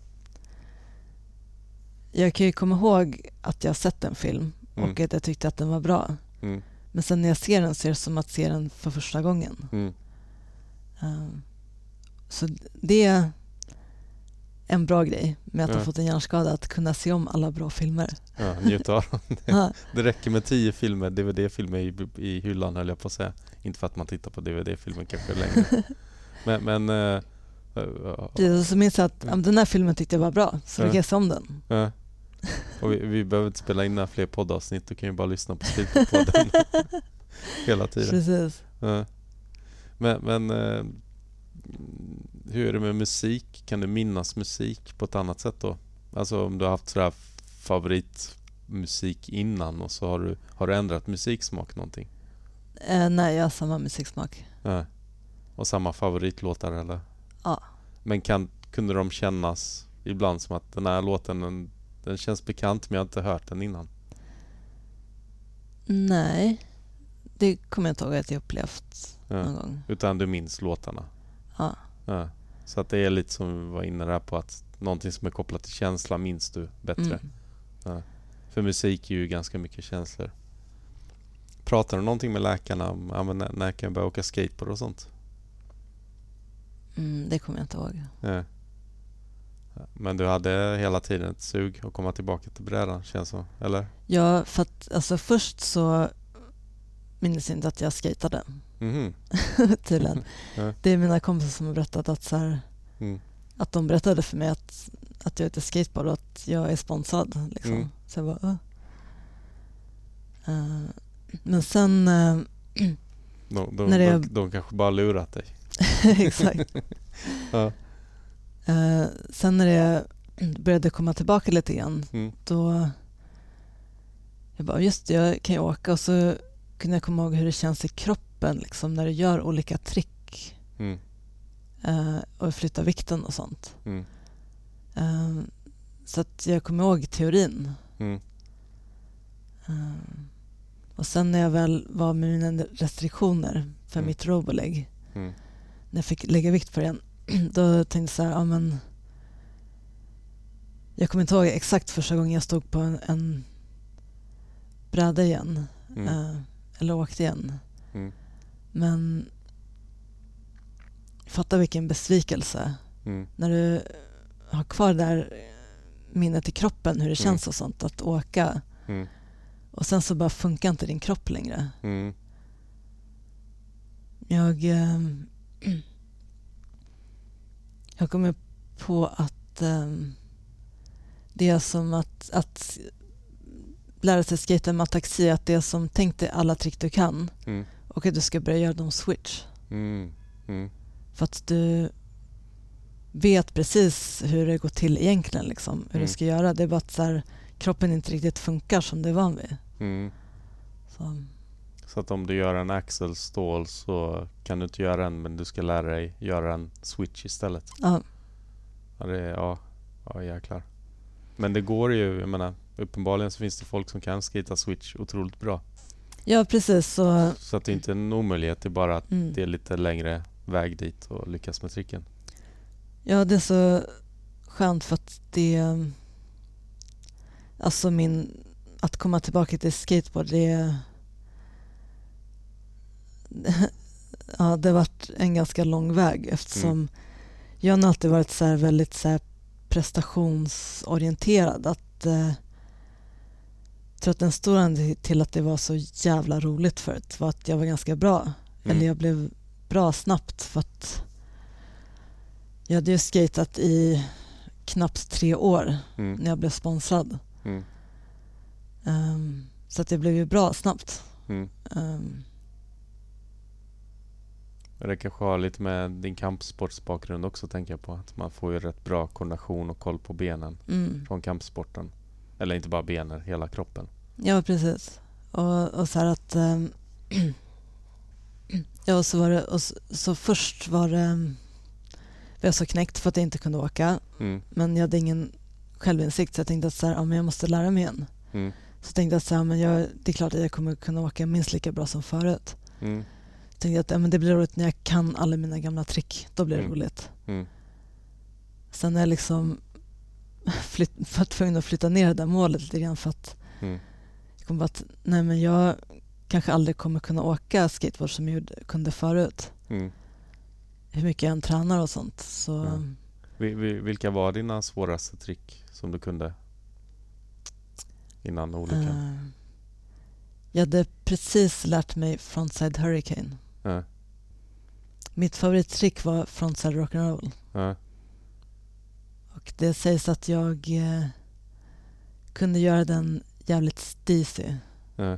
jag kan ju komma ihåg att jag har sett en film mm. och att jag tyckte att den var bra. Mm. Men sen när jag ser den så är det som att se den för första gången. Mm. Uh, så det är en bra grej med att Ja. ha fått en hjärnskada, att kunna se om alla bra filmer. Ja, njuta av dem. Ja, Det räcker med tio filmer, D V D-filmer i, i hyllan höll jag på att säga. Inte för att man tittar på D V D-filmen kanske längre. Men, men äh, äh, precis, så minns jag att ja, men den här filmen tyckte jag var bra, så Ja. fick jag se om den. äh. Och vi, vi behöver inte spela in några fler poddavsnitt. Du kan ju bara lyssna på Skrivpodden hela tiden. Precis. Ja. Men, men äh, hur är det med musik? Kan du minnas musik på ett annat sätt då? Alltså om du har haft sådär favoritmusik innan och så har du, har du ändrat musiksmak någonting? Eh, nej, jag har samma musiksmak. Ja. Och samma favoritlåtar eller? Ja. Men kan, kunde de kännas ibland som att den här låten den, den känns bekant men jag har inte hört den innan? Nej, det kommer jag inte ihåg att jag upplevt Ja. någon gång. Utan du minns låtarna? Ja. Ja. Så att det är lite som vi var inne där på att någonting som är kopplat till känsla minns du bättre. Mm. Ja. För musik är ju ganska mycket känslor. Pratar du någonting med läkarna om ja, men när, när kan jag börja åka skateboard och sånt? Mm, det kommer jag inte ihåg. Ja. Men du hade hela tiden ett sug att komma tillbaka till brädan, känns så, eller? Ja, för att alltså, först så minns jag inte att jag skatade. Mhm. Tydligen. Ja. Det är mina kompisar som har berättat att, så här, Mm. att de berättade för mig att, att jag är skateboard och att jag är sponsrad. Liksom. Mm. Så jag bara, uh. Uh, men sen... Uh, De, de, När det- de, de kanske bara lurat dig. exakt. Ja. Uh, sen när det började komma tillbaka lite grann, Mm. då... Jag bara, just det, jag kan ju åka. Och så kunde jag komma ihåg hur det känns i kroppen liksom, när du gör olika trick. Mm. Uh, och flyttar vikten och sånt. Mm. Uh, så att jag kommer ihåg teorin. Mm. Uh, och sen när jag väl var med mina restriktioner för Mm. mitt roboleg, Mm. när jag fick lägga vikt på det igen, då tänkte jag så här, ja men jag kommer inte ihåg exakt första gången jag stod på en, en bräda igen, Mm. uh, eller åkte igen. Mm. Men fatta vilken besvikelse Mm. när du har kvar det där minnet i kroppen, hur det Mm. känns och sånt, att åka. Mm. Och sen så bara funkar inte din kropp längre. Mm. Jag, eh, jag kommer på att eh, det är som att, att lära sig skata med ataxi, att det är som tänk dig alla trick du kan Mm. och att du ska börja göra dem switch. Mm. Mm. För att du vet precis hur det går till egentligen, liksom, hur Mm. du ska göra. Det är bara att så här, kroppen inte riktigt funkar som du är van vid. Mm. Så. Så att om du gör en axel stål så kan du inte göra en, men du ska lära dig göra en switch istället. Ja, Ja, det är, ja, ja jäklar. Men det går ju, jag menar, uppenbarligen så finns det folk som kan skata switch otroligt bra. ja, precis. Så, Så att det inte är en omöjlighet, det är bara att mm. det är lite längre väg dit och lyckas med tricken. Ja, det är så skönt för att det... Alltså min... Att komma tillbaka till skateboard, det... Ja, det har varit en ganska lång väg eftersom Mm. jag har alltid varit så här väldigt så här prestationsorienterad. Att, eh, jag tror att en stor anledning till att det var så jävla roligt förut var att jag var ganska bra. Mm. Eller jag blev bra snabbt för att jag hade ju skatat i knappt tre år Mm. när jag blev sponsrad. Mm. Um, så att jag blev ju bra snabbt. Mm. Um, Men det kanske har lite med din kampsportsbakgrund också, tänker jag på. Att man får ju rätt bra koordination och koll på benen mm. från kampsporten. Eller inte bara benen, hela kroppen. Ja, precis. Och, och så här att... Um, ja, och så var det... Och så, så först var det... Um, var jag så knäckt för att jag inte kunde åka. Mm. Men jag hade ingen självinsikt, så jag tänkte att så här, ja, men jag måste lära mig igen. Mm. Så jag tänkte att så här, men jag, det är klart att jag kommer kunna åka minst lika bra som förut. Mm. Jag tänkte att ja, men det blir roligt när jag kan alla mina gamla trick. Då blir det Mm. roligt. Mm. Sen när jag liksom flytt, var tvungen att flytta ner det där målet lite grann för att Mm. jag kom på att nej, men jag kanske aldrig kommer kunna åka skateboard som jag gjorde, kunde förut. Mm. Hur mycket jag än tränar och sånt. Så Ja. Vi- vi- Vilka var dina svåraste trick som du kunde innan olyckan? Eh, jag hade precis lärt mig frontside hurricane. Ja, Mitt favorittrick var frontside rock'n'roll. ja, Och det sägs att jag eh, kunde göra den jävligt steezy. ja.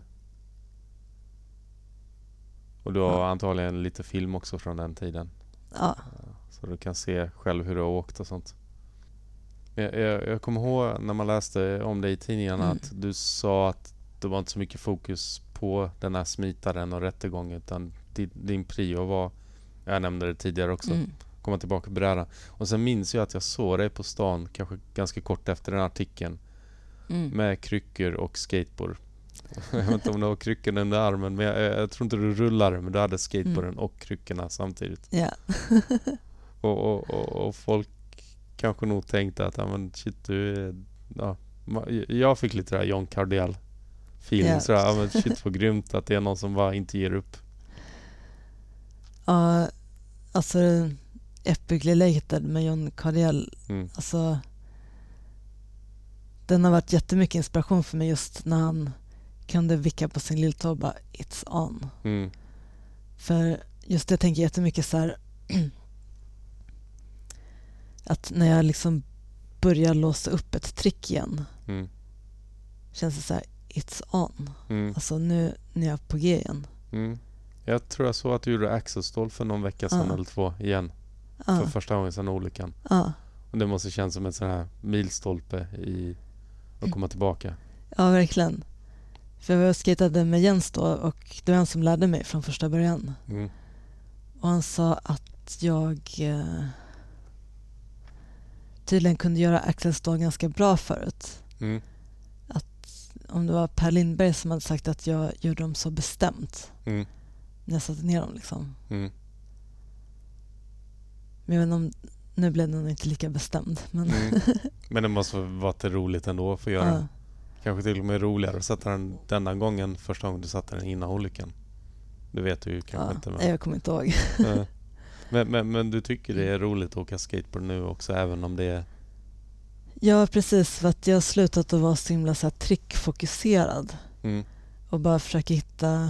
Och du har Ja. antagligen lite film också från den tiden. Ja, Så du kan se själv hur du har åkt och sånt. Jag, jag, jag kommer ihåg när man läste om det i tidningarna Mm. att du sa att det var inte så mycket fokus på den här smitaren och rättegången, utan din, din prio var, jag nämnde det tidigare också, mm. komma tillbaka på brädan. Och sen minns jag att jag såg dig på stan kanske ganska kort efter den här artikeln Mm. med kryckor och skateboard. Jag vet inte om du har kryckorna under armen, men jag, jag tror inte du rullade, men du hade skateboarden Mm. och kryckorna samtidigt. Ja. Och, och, och, och folk kanske nog tänkte att ja, men shit, du är, ja, ma- jag fick lite där John Cardiel feeling, Ja. sådär, ja, men shit vad grymt att det är någon som bara inte ger upp. Ja, alltså Epically Lated med John Cardiel, Mm, alltså den har varit jättemycket inspiration för mig just när han kunde vicka på sin lilltå och bara it's on. mm, För just det, jag tänker jättemycket så här att när jag liksom börjar låsa upp ett trick igen mm, känns det så här it's on. mm, Alltså nu, nu är jag på G igen. mm. Jag tror jag såg att du gjorde axelstål för någon vecka sedan Ja. eller två igen. Ja, För första gången sedan olyckan. ja, Och det måste kännas som en sån här milstolpe i att komma tillbaka. ja, verkligen. För jag var och skatade med Jens då och det var han som lärde mig från första början. Mm, Och han sa att jag eh, tydligen kunde göra axelstål ganska bra förut. mm, Om det var Per Lindberg som hade sagt att jag gjorde dem så bestämt mm, när jag satte ner dem liksom. mm, Men jag vet inte om, nu blev den nog inte lika bestämd. Men mm. Men det måste vara lite roligt ändå att få göra. ja, Kanske till och med roligare att sätta den denna gången, första gången du satte den innan olyckan. Det vet du ju kanske ja, inte. nej, Men, jag kommer inte ihåg. Ja. men, men, men du tycker det är roligt att åka skateboard nu också, även om det är... Ja, precis. För att jag har slutat att vara så himla så här trickfokuserad Mm, och bara försöka hitta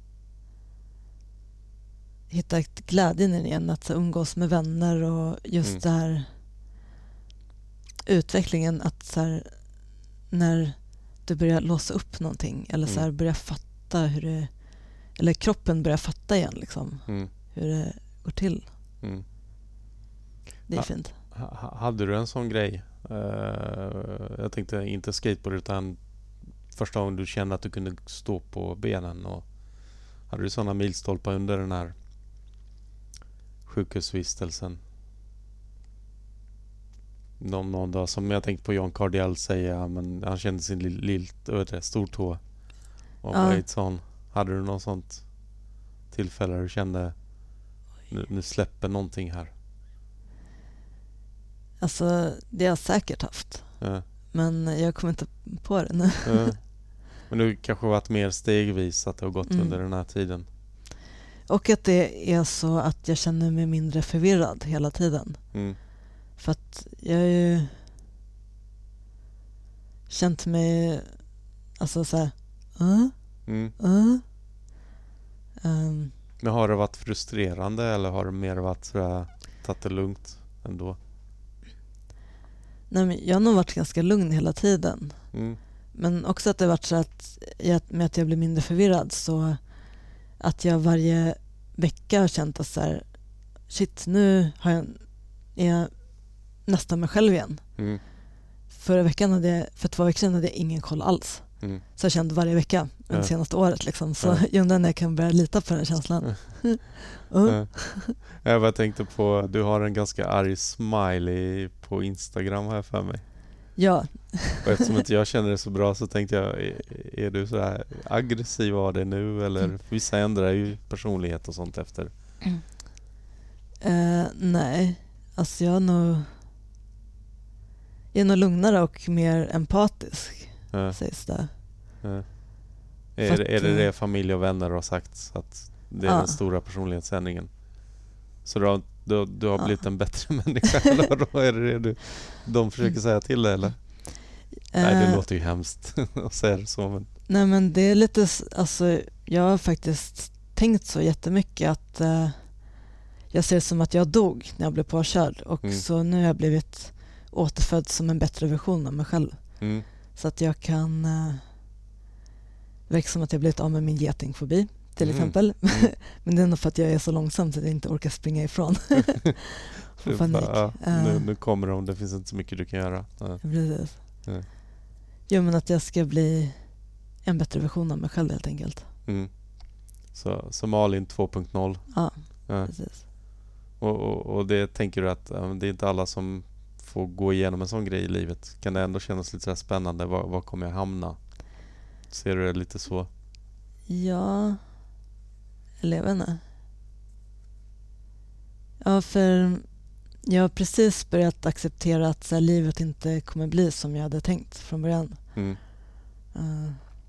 hitta glädjen i det igen, att så umgås med vänner och just Mm. det här utvecklingen att så här, när du börjar låsa upp någonting eller så här Mm. börjar fatta hur det, eller kroppen börjar fatta igen liksom mm, hur det går till. mm. Det är Ja. fint. Ha- ha- Hade du en sån grej? Uh, jag tänkte inte skateboard, utan första gången du kände att du kunde stå på benen. Och hade du såna milstolpar under den här sjukhusvistelsen? Någon, någon dag som jag tänkte på John Cardiel säga, men han kände sin lill, lill, öde, stortå. Och Ja. ja. sån. Hade du något sånt tillfälle där du kände nu, nu släpper någonting här? Alltså det har jag säkert haft. Ja. Men jag kommer inte på det nu. Ja. Men du kanske varit mer stegvis att det har gått Mm. under den här tiden. Och att det är så att jag känner mig mindre förvirrad hela tiden. Mm. För att jag har ju känt mig alltså så här, uh, Mm. uh. Um, Men har det varit frustrerande eller har det mer varit sådär, tagit det lugnt ändå? nej, men jag har nog varit ganska lugn hela tiden. Mm. Men också att det har varit så att jag, med att jag blir mindre förvirrad så att jag varje vecka har känt att så här, shit, nu har jag, är jag nästan mig själv igen. Mm. Förra veckan hade jag, för två veckor sedan hade jag ingen koll alls. Mm. Så jag kände varje vecka det Ja. senaste året liksom. Så Ja. jag undrar när jag kan börja lita på den känslan. uh. Ja. Jag bara tänkte på, du har en ganska arg smiley på Instagram här för mig. Ja, Och eftersom inte jag känner det så bra så tänkte jag, är, är du så här aggressiv av det nu? Eller Mm. vissa ändrar ju personlighet och sånt efter. eh, nej. Alltså jag är nog jag är nog lugnare och mer empatisk, Ja. sägs det. Ja. För Är, att, det, är det eh, det familj och vänner har sagt, att det är Ja. den stora personlighetsändringen? Så du har Du, du har Ja. blivit en bättre människa eller då är det det du, de försöker säga till dig eller? Eh, Nej, det låter ju hemskt att säga det så. Men... Nej men det är lite, s- alltså jag har faktiskt tänkt så jättemycket att eh, jag ser det som att jag dog när jag blev påkörd och Mm. så nu har jag blivit återfödd som en bättre version av mig själv. Mm. Så att jag kan eh, verka som att jag blivit av med min getingfobi till Mm. exempel. Mm. Men det är nog för att jag är så långsam så att jag inte orkar springa ifrån. Du Och panik. bara, ja, Eh, nu, nu kommer de, det finns inte så mycket du kan göra. Ja. Precis. Mm. Jo men att jag ska bli en bättre version av mig själv helt enkelt. Mm. Så, så Malin två punkt noll. Ja, Ja. precis. Och, och, och det tänker du att ja, men det är inte alla som får gå igenom en sån grej i livet. Kan det ändå kännas lite så här spännande? Var, var kommer jag hamna? Ser du det lite så? Ja, eller jag vet inte. Ja, för jag har precis börjat acceptera att så här, livet inte kommer bli som jag hade tänkt från början. Mm. Uh,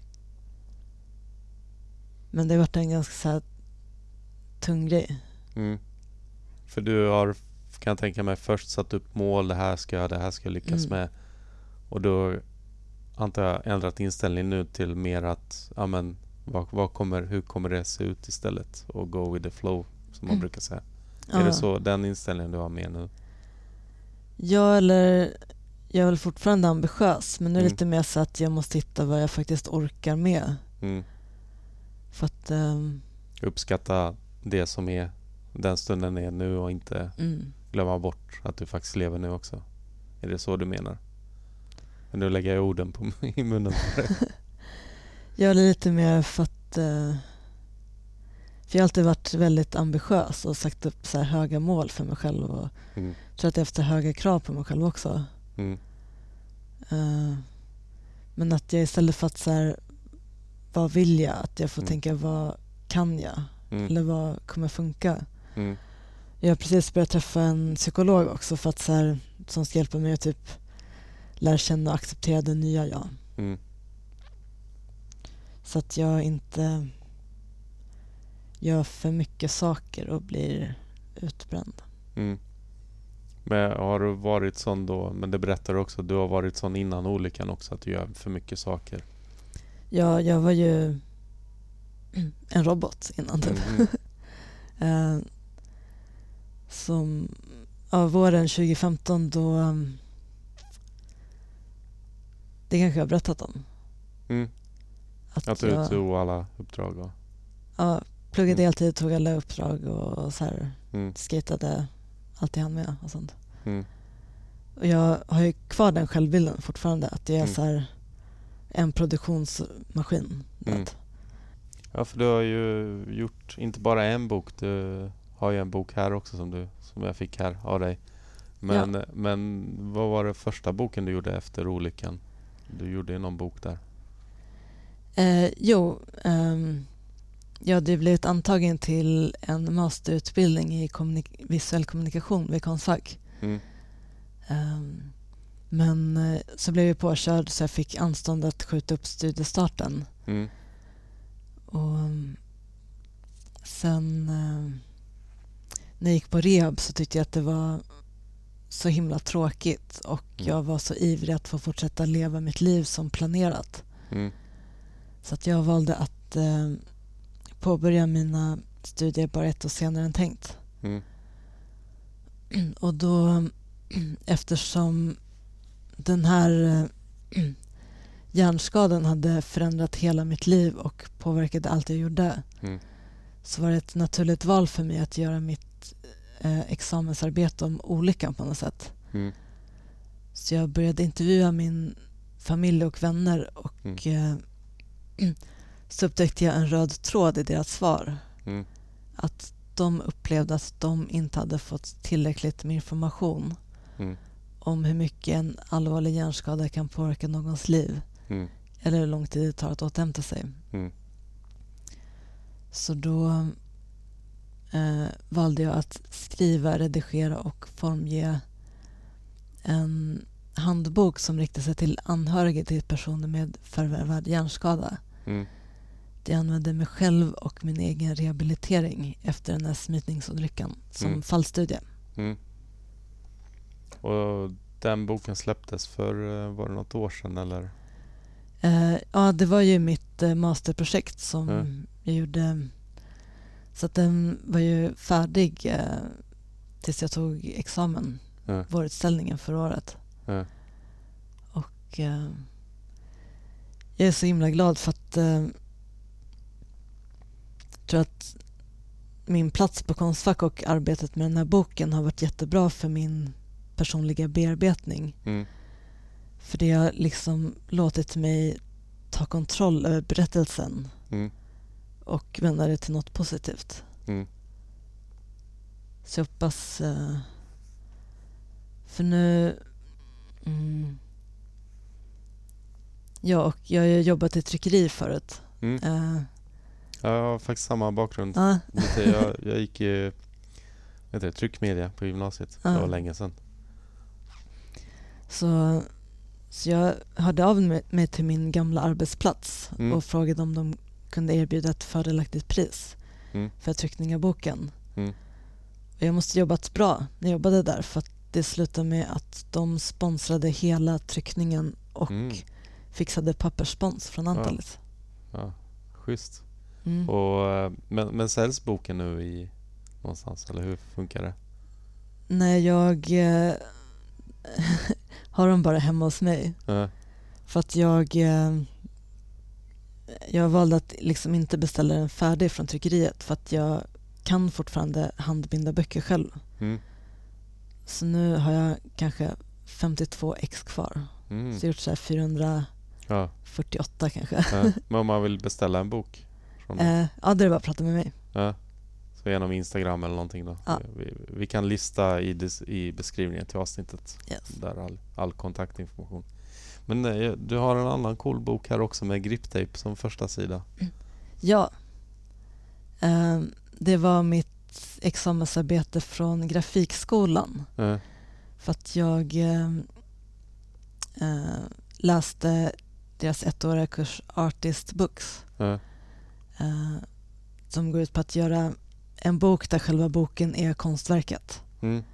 men det har varit en ganska så här, tung grej. Mm. För du har, kan jag tänka mig, först satt upp mål. Det här ska jag, det här ska jag lyckas Mm. med. Och då antar jag ändrat inställning nu till mer att ja, men, vad, vad kommer, hur kommer det se ut istället? Och go with the flow som man Mm. brukar säga. Ja. Är det så den inställningen du har med nu? Ja, eller jag är väl fortfarande ambitiös men nu är det Mm. lite mer så att jag måste hitta vad jag faktiskt orkar med. Mm. För att, ehm, Uppskatta det som är den stunden är nu och inte mm, glömma bort att du faktiskt lever nu också. Är det så du menar? Men nu lägger jag orden på, i munnen på dig. jag är lite mer för att eh, för jag har alltid varit väldigt ambitiös och sagt upp så här höga mål för mig själv och Mm. tror att jag har haft höga krav på mig själv också. Mm. Eh, men att jag istället för att så här, vad vill jag? Att jag får Mm. tänka vad kan jag? Mm. Eller vad kommer funka? Mm. Jag har precis börjat träffa en psykolog också för att så här, som ska hjälpa mig att typ lära känna och acceptera det nya jag. Mm. Så att jag inte gör för mycket saker och blir utbränd. Mm. Men har du varit sån då, men det berättar du också, du har varit sån innan olyckan också, att du gör för mycket saker. Ja, jag var ju en robot innan typ. Mm. Eh, som ja, våren tjugo femton då um, det kanske jag har berättat om. Mm. Att, Att du jag tog alla uppdrag och... ja, pluggade Mm. deltid, tog alla uppdrag och så här Mm. skatade allt jag hann med och sånt. Mm. Och jag har ju kvar den självbilden fortfarande att jag är Mm. så här en produktionsmaskin. Mm. vet. Ja, för du har ju gjort inte bara en bok, du har ju en bok här också som du som jag fick här av dig. Men, men vad var det första boken du gjorde efter olyckan? Du gjorde ju någon bok där. Eh, jo, ehm, jag hade blivit antagen till en masterutbildning i kommunik- visuell kommunikation vid Konstfack. Mm. Ehm, men eh, så blev jag påkörd så jag fick anstånd att skjuta upp studiestarten. Mm. Och um, sen eh, när jag gick på rehab så tyckte jag att det var så himla tråkigt och Mm. jag var så ivrig att få fortsätta leva mitt liv som planerat. Mm. Så att jag valde att eh, påbörja mina studier bara ett år senare än tänkt. Mm. Och då, eftersom den här eh, hjärnskadan hade förändrat hela mitt liv och påverkade allt jag gjorde, Mm. så var det ett naturligt val för mig att göra mitt eh, examensarbete om olyckan på något sätt. Mm. Så jag började intervjua min familj och vänner och Mm. eh, så upptäckte jag en röd tråd i deras svar. Mm. Att de upplevde att de inte hade fått tillräckligt med information Mm. om hur mycket en allvarlig hjärnskada kan påverka någons liv Mm. eller hur lång tid det tar att återhämta sig. Mm. Så då eh, valde jag att skriva, redigera och formge en handbok som riktar sig till anhöriga till personer med förvärvad hjärnskada. Mm. jag använde mig själv och min egen rehabilitering efter den här smitningsolyckan som Mm. fallstudie. Mm. Och den boken släpptes för, eh, var det något år sedan eller? Eh, ja, det var ju mitt eh, masterprojekt som Mm. jag gjorde. Så att den var ju färdig eh, tills jag tog examen, Mm. vårutställningen förra året. Mm. Och eh, jag är så himla glad för att eh, jag tror att min plats på Konstfack och arbetet med den här boken har varit jättebra för min personliga bearbetning. Mm. För det har liksom låtit mig ta kontroll över berättelsen Mm. och vända det till något positivt. Mm. Så jag hoppas... eh, För nu... Mm, ja, och jag har ju jobbat i tryckeri förut. Mm. Eh, Jag har faktiskt samma bakgrund. ja, Lite, jag, jag gick ju vet du, tryckmedia på gymnasiet. Ja. Det var länge sedan. så, så jag hörde av mig, mig till min gamla arbetsplats Mm. och frågade om de kunde erbjuda ett fördelaktigt pris Mm. för tryckning av boken. Mm. Och jag måste jobbat bra när jag jobbade där för att det slutade med att de sponsrade hela tryckningen och Mm. fixade pappersspons från Antalet. Ja, schysst. Mm. Och, eh, men, men säljs boken nu i någonstans? Eller hur funkar det? När jag eh, har dem bara hemma hos mig. Uh, För att jag eh, jag valde att liksom inte beställa den färdig från tryckeriet för att jag kan fortfarande handbinda böcker själv. mm. Så nu har jag kanske femtiotvå ex kvar. Mm. Så jag har gjort så här fyrahundrafyrtioåtta Ja. kanske. Ja. Men om man vill beställa en bok? Från eh, ja, det är bara att prata med mig. ja. Så genom Instagram eller någonting då? Ja. Vi, vi kan lista i, des, i beskrivningen till avsnittet. Yes. Där all, all kontaktinformation. Men eh, du har en annan cool bok här också med griptejp som första sida. Ja. Eh, det var mitt examensarbete från grafikskolan. Uh, För att jag eh, eh, läste deras ettåriga kurs Artist Books. uh, Eh, som går ut på att göra en bok där själva boken är konstverket. mm.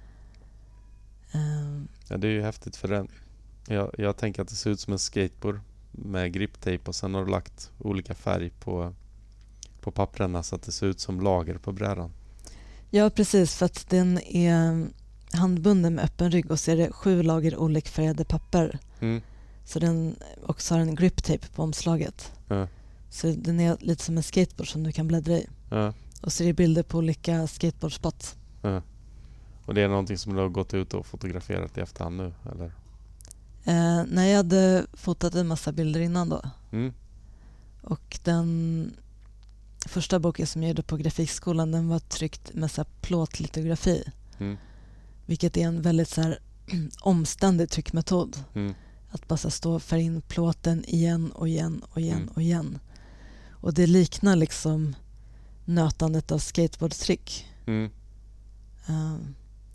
Eh, Ja, det är ju häftigt för den. Jag, jag tänker att det ser ut som en skateboard med griptejp och sen har du lagt olika färg på, på papperna så att det ser ut som lager på brädan. ja, precis. För att den är handbunden med öppen rygg och så är det sju lager olikfärgade papper. Mm. Så den också har en grip tape på omslaget. Ja. Så den är lite som en skateboard som du kan bläddra i. Ja. Och så är det bilder på olika skateboardspots. Ja. Och det är någonting som du har gått ut och fotograferat i efterhand nu, eller? Eh, när jag hade fotat en massa bilder innan då. Mm. Och den första boken som jag gjorde på grafikskolan, den var tryckt med så här plåtlitografi. Mm. Vilket är en väldigt så här omständig tryckmetod. Mm. Att bara så här stå och färga in plåten igen och igen och igen Mm. och igen. Och det liknar liksom nötandet av skateboardtrick. Mm. Um,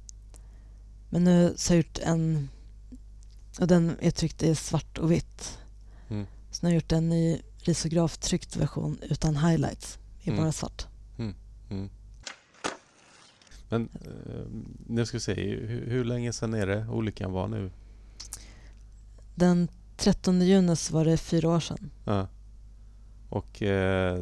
men nu så har jag gjort en, och den är tryckt i svart och vitt. Mm. Så nu har jag gjort en ny risograftryckt version utan highlights, i Mm. bara svart. Mm. Men eh, nu ska vi se, hur, hur länge sedan är det olyckan var nu? Den trettonde juni så var det fyra år sedan. Ja. Och eh,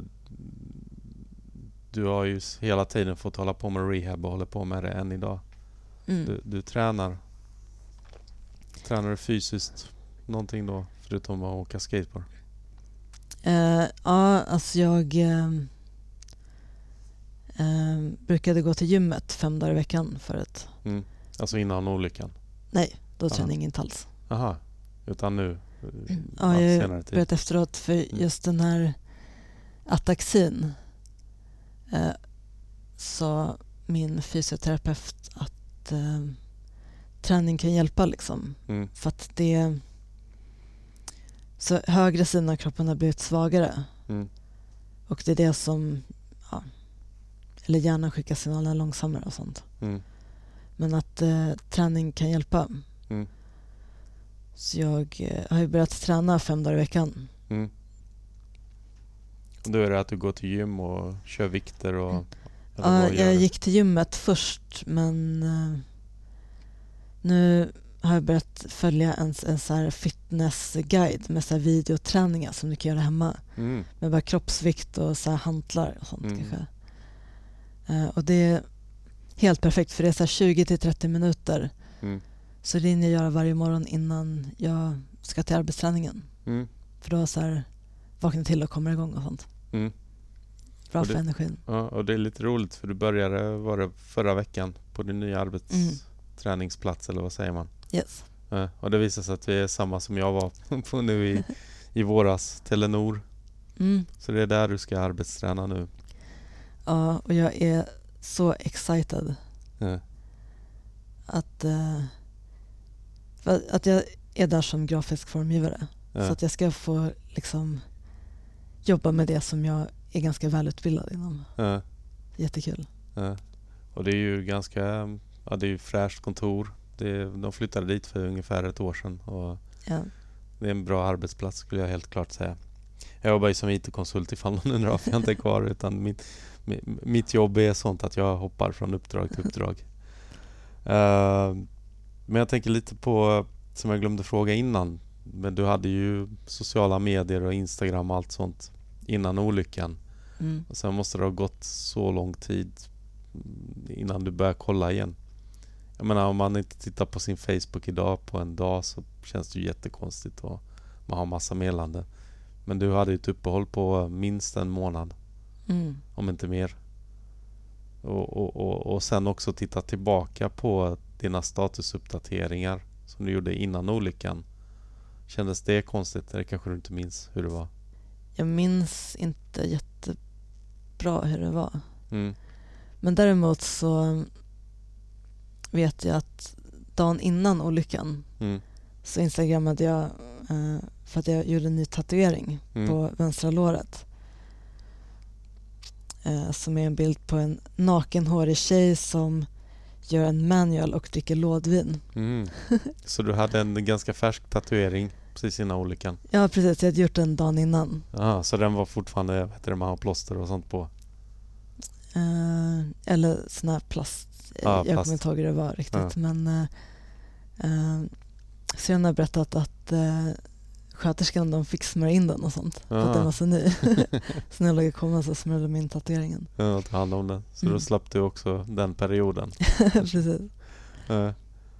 du har ju hela tiden fått hålla på med rehab och håller på med det än idag. Mm. Du, du tränar. Tränar du fysiskt någonting då förutom att åka skateboard? Eh, ja, alltså jag eh, eh, brukade gå till gymmet fem dagar i veckan förut. Mm. Alltså innan olyckan? Nej, då Aha. tränade jag inte alls. Aha. Utan nu? eh, Ja, allt jag senare tid. börjat efteråt för just den här ataxin eh, sa min fysioterapeut att eh, träning kan hjälpa liksom. Mm. För att det så högre sidan av kroppen har blivit svagare. Mm. Och det är det som ja, eller hjärnan skickar signalerna långsammare och sånt. Mm. Men att eh, träning kan hjälpa. Mm. Så jag eh, har ju börjat träna fem dagar i veckan. Mm. Då är det att du går till gym och kör vikter och... Mm. eller Ja, vad gör jag du? gick till gymmet först, men eh, nu har jag börjat följa en, en så här fitnessguide med så här videoträningar som du kan göra hemma. Mm. Med bara kroppsvikt och så här hantlar och sånt Mm. kanske. Eh, och det är helt perfekt för det är så här tjugo till trettio minuter. Mm. Så det hinner jag göra varje morgon innan jag ska till arbetsträningen. Mm. För då så här vaknar till och kommer igång och sånt. Mm. Bra Och det- för energin. Ja, och det är lite roligt för du började var det förra veckan på din nya Mm. arbetsträningsplats eller vad säger man? Yes. Ja, och det visar sig att vi är samma som jag var på nu i, i våras, Telenor. Mm. Så det är där du ska arbetsträna nu. Ja, och jag är så excited Ja. att, eh, för att jag är där som grafisk formgivare. Ja. Så att jag ska få liksom jobba med det som jag är ganska välutbildad inom. Ja. Jättekul. Ja. Och det är ju ganska, ja det är ju fräscht kontor. Det är, de flyttade dit för ungefär ett år sedan och Ja. det är en bra arbetsplats skulle jag helt klart säga. Jag jobbar ju som I T-konsult ifall någon undrar varför jag inte är kvar utan mitt, mi- mitt jobb är sånt att jag hoppar från uppdrag till uppdrag. Uh, men jag tänker lite på, som jag glömde fråga innan, men du hade ju sociala medier och Instagram och allt sånt innan olyckan. Mm. Och sen måste det ha gått så lång tid innan du börjar kolla igen. Jag menar om man inte tittar på sin Facebook idag på en dag så känns det ju jättekonstigt och man har massa meddelanden. Men du hade ju ett uppehåll på minst en månad, Mm. om inte mer. Och, och, och, och sen också titta tillbaka på dina statusuppdateringar som du gjorde innan olyckan. Kändes det konstigt? Eller kanske du inte minns hur det var? Jag minns inte jättebra hur det var. Mm. Men däremot så vet jag att dagen innan olyckan Mm. så instagrammade jag eh, för att jag gjorde en ny tatuering Mm. på vänstra låret. Eh, som är en bild på en nakenhårig tjej som gör en manual och dricker lådvin. Mm. Så du hade en ganska färsk tatuering precis innan olyckan? Ja, precis. Jag hade gjort den dagen innan. Aha, så den var fortfarande, vad heter det, man har plåster och sånt på? Eh, eller sån här plast. Ja, jag plast. kommer inte ihåg hur det var riktigt. Ja. Men eh, eh, Syrran har berättat att eh, sköterskan de fick smörja in den och sånt. För att Ja. den var så ny. Så när jag låg i koman så smörjde de in tatueringen. Ja, ta hand om den. Så Mm. då slapp du också den perioden. Precis. Ja.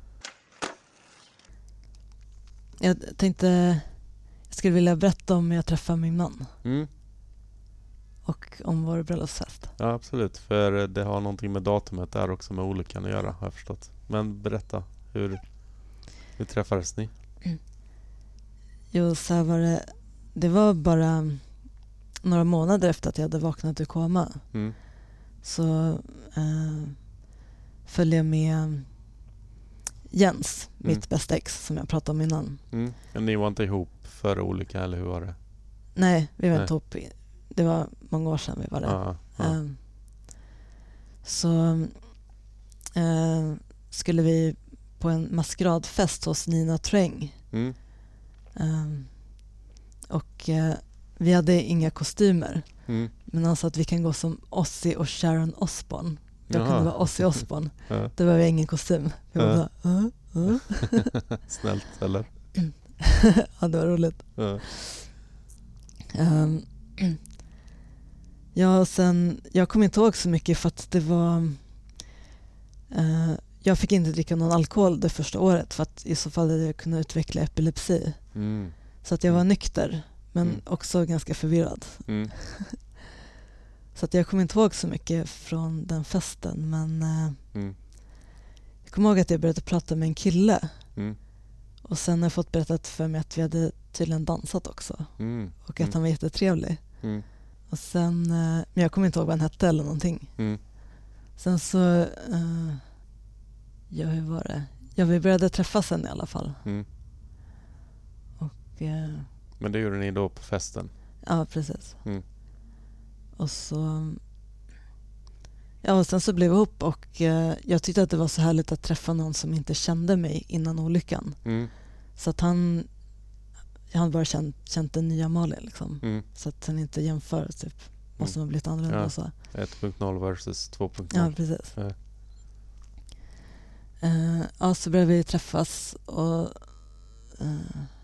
Jag tänkte jag skulle vilja berätta om jag träffade min man Mm. och om vår bröllopsfest. Ja, absolut. För det har någonting med datumet där också med olyckan att göra, har jag förstått. Men berätta, hur, hur träffades ni? Jo, så här var det. Det var bara några månader efter att jag hade vaknat ur koma. Mm. Så eh, följde jag med Jens, Mm. mitt bästa ex som jag pratade om innan. Mm. Men ni var inte ihop före olyckan, eller hur var det? Nej, vi var Nej. inte ihop. i- Det var många år sedan vi var där. Ja, ja. Eh, så eh, skulle vi på en maskeradfest hos Nina Träng. Mm. Eh, och eh, vi hade inga kostymer. Mm. Men han sa att vi kan gå som Ozzy och Sharon Osbourne. Jag Jaha. kunde vara Ozzy Osbourne. Ja. Då behöver jag ingen kostym. Jag Ja. bara, uh, uh. Snällt, eller? Ja, det var roligt. Ja. Um, ja, och sen, jag kommer inte ihåg så mycket för att det var... Uh, jag fick inte dricka någon alkohol det första året för att i så fall hade jag kunnat utveckla epilepsi. Mm. Så att jag var nykter, men Mm. också ganska förvirrad. Mm. Så att jag kommer inte ihåg så mycket från den festen, men uh, Mm. jag kommer ihåg att jag började prata med en kille. Mm. Och sen har jag fått berättat för mig att vi hade tydligen dansat också. Mm. Och att Mm. han var jättetrevlig. Mm. Och sen, eh, men jag kommer inte ihåg vad han hette eller någonting. Mm. Sen så, eh, ja hur var det? Ja, vi började träffas sen i alla fall. Mm. Och, eh, Men det gjorde ni då på festen? ja, precis. Mm. Och så, ja och sen så blev vi ihop och eh, jag tyckte att det var så härligt att träffa någon som inte kände mig innan olyckan. Mm. Så att han jag hade bara känt, känt den nya Malin liksom. Mm. Så att den inte jämför typ vad som har blivit annorlunda Ja. och så. ett punkt noll versus två punkt Ja, noll. precis. Ja. Uh, ja, så började vi träffas och uh,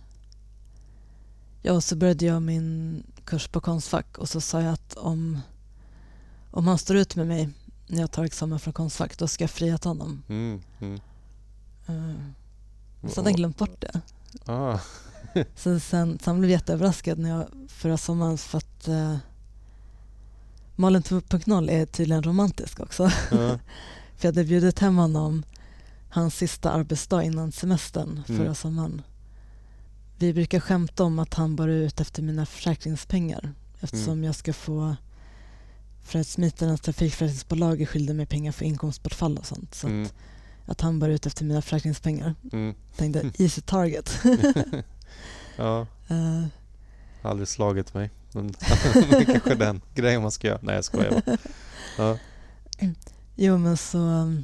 ja, och så började jag min kurs på Konstfack och så sa jag att om, om han står ut med mig när jag tar examen från Konstfack, då ska jag fria till honom. Mm. Mm. Uh, så hade jag glömt bort det. Ah. Så sen, sen blev jag jätteöverraskad när jag förra sommaren för att uh, Malin två punkt noll är tydligen romantisk också. Ja. För jag hade bjudit hem honom hans sista arbetsdag innan semestern förra Mm. sommaren. Vi brukar skämta om att han bara är ute efter mina försäkringspengar eftersom Mm. jag ska få för att Smiternas trafikförsäkringsbolag är skyldig mig pengar för inkomstbortfall och sånt. Så Mm. att, att han bara är ute efter mina försäkringspengar. Mm. Tänkte easy target. Ja, uh, aldrig slagit mig. Men det är kanske den grejen man ska göra. Nej, jag skojar bara. Ja. jo men så um,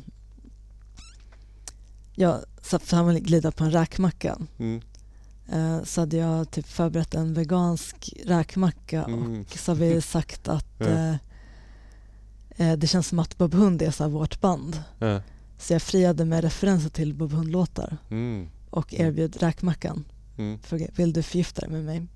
ja, så för han ville glida på en räkmacka. Mm. Uh, så hade jag typ förberett en vegansk räkmacka Mm. och så har vi sagt att Ja. uh, uh, det känns som att Bob Hund är så här vårt band. Ja. Så jag friade med referenser till Bob Hund-låtar Mm. och erbjöd räkmackan. Mm. Frågade, vill du förgifta dig med mig?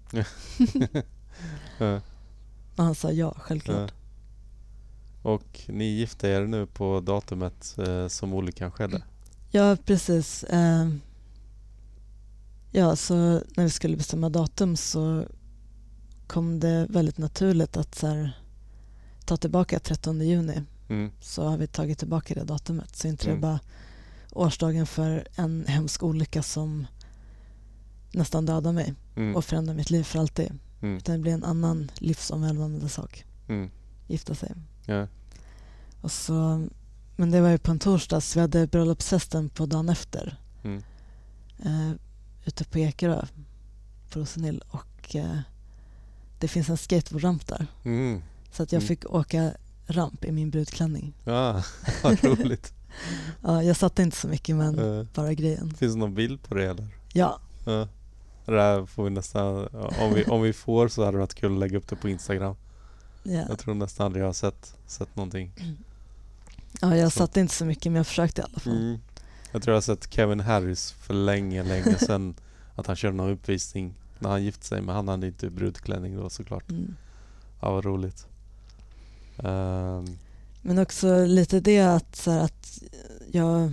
Ja. Och han sa ja, självklart. Ja. Och ni gifte er nu på datumet eh, som olyckan skedde. Ja, precis. Uh, ja, så när vi skulle bestämma datum så kom det väldigt naturligt att så här, ta tillbaka trettonde juni. Mm. Så har vi tagit tillbaka det datumet. Så inte Mm. det bara årsdagen för en hemsk olycka som nästan dödade mig Mm. och förändrade mitt liv för alltid. Mm. Utan det blir en annan livsomvälvande sak. Mm. Gifta sig. Ja. Och så, men det var ju på en torsdag så vi hade bröllopsfesten på dagen efter. Mm. Eh, ute på Ekerö på Rosenhill. Och eh, det finns en skateboardramp där. Mm. Så att jag Mm. fick åka ramp i min brudklänning. Ja, vad roligt. Ja, jag satte inte så mycket men Eh, bara grejen. Finns det någon bild på det eller? Ja, Ja. Det där får vi nästan, ja, om vi, om vi får så hade det varit kul att lägga upp det på Instagram. ja. Jag tror nästan aldrig jag har sett, sett någonting. ja jag Så. satte inte så mycket men jag försökte i alla fall. Mm. Jag tror jag har sett Kevin Harris för länge, länge sedan att han körde någon uppvisning när han gifte sig, men han hade inte brudklänning då såklart. Mm. Ja, vad roligt. Um, Men också lite det att, så här, att jag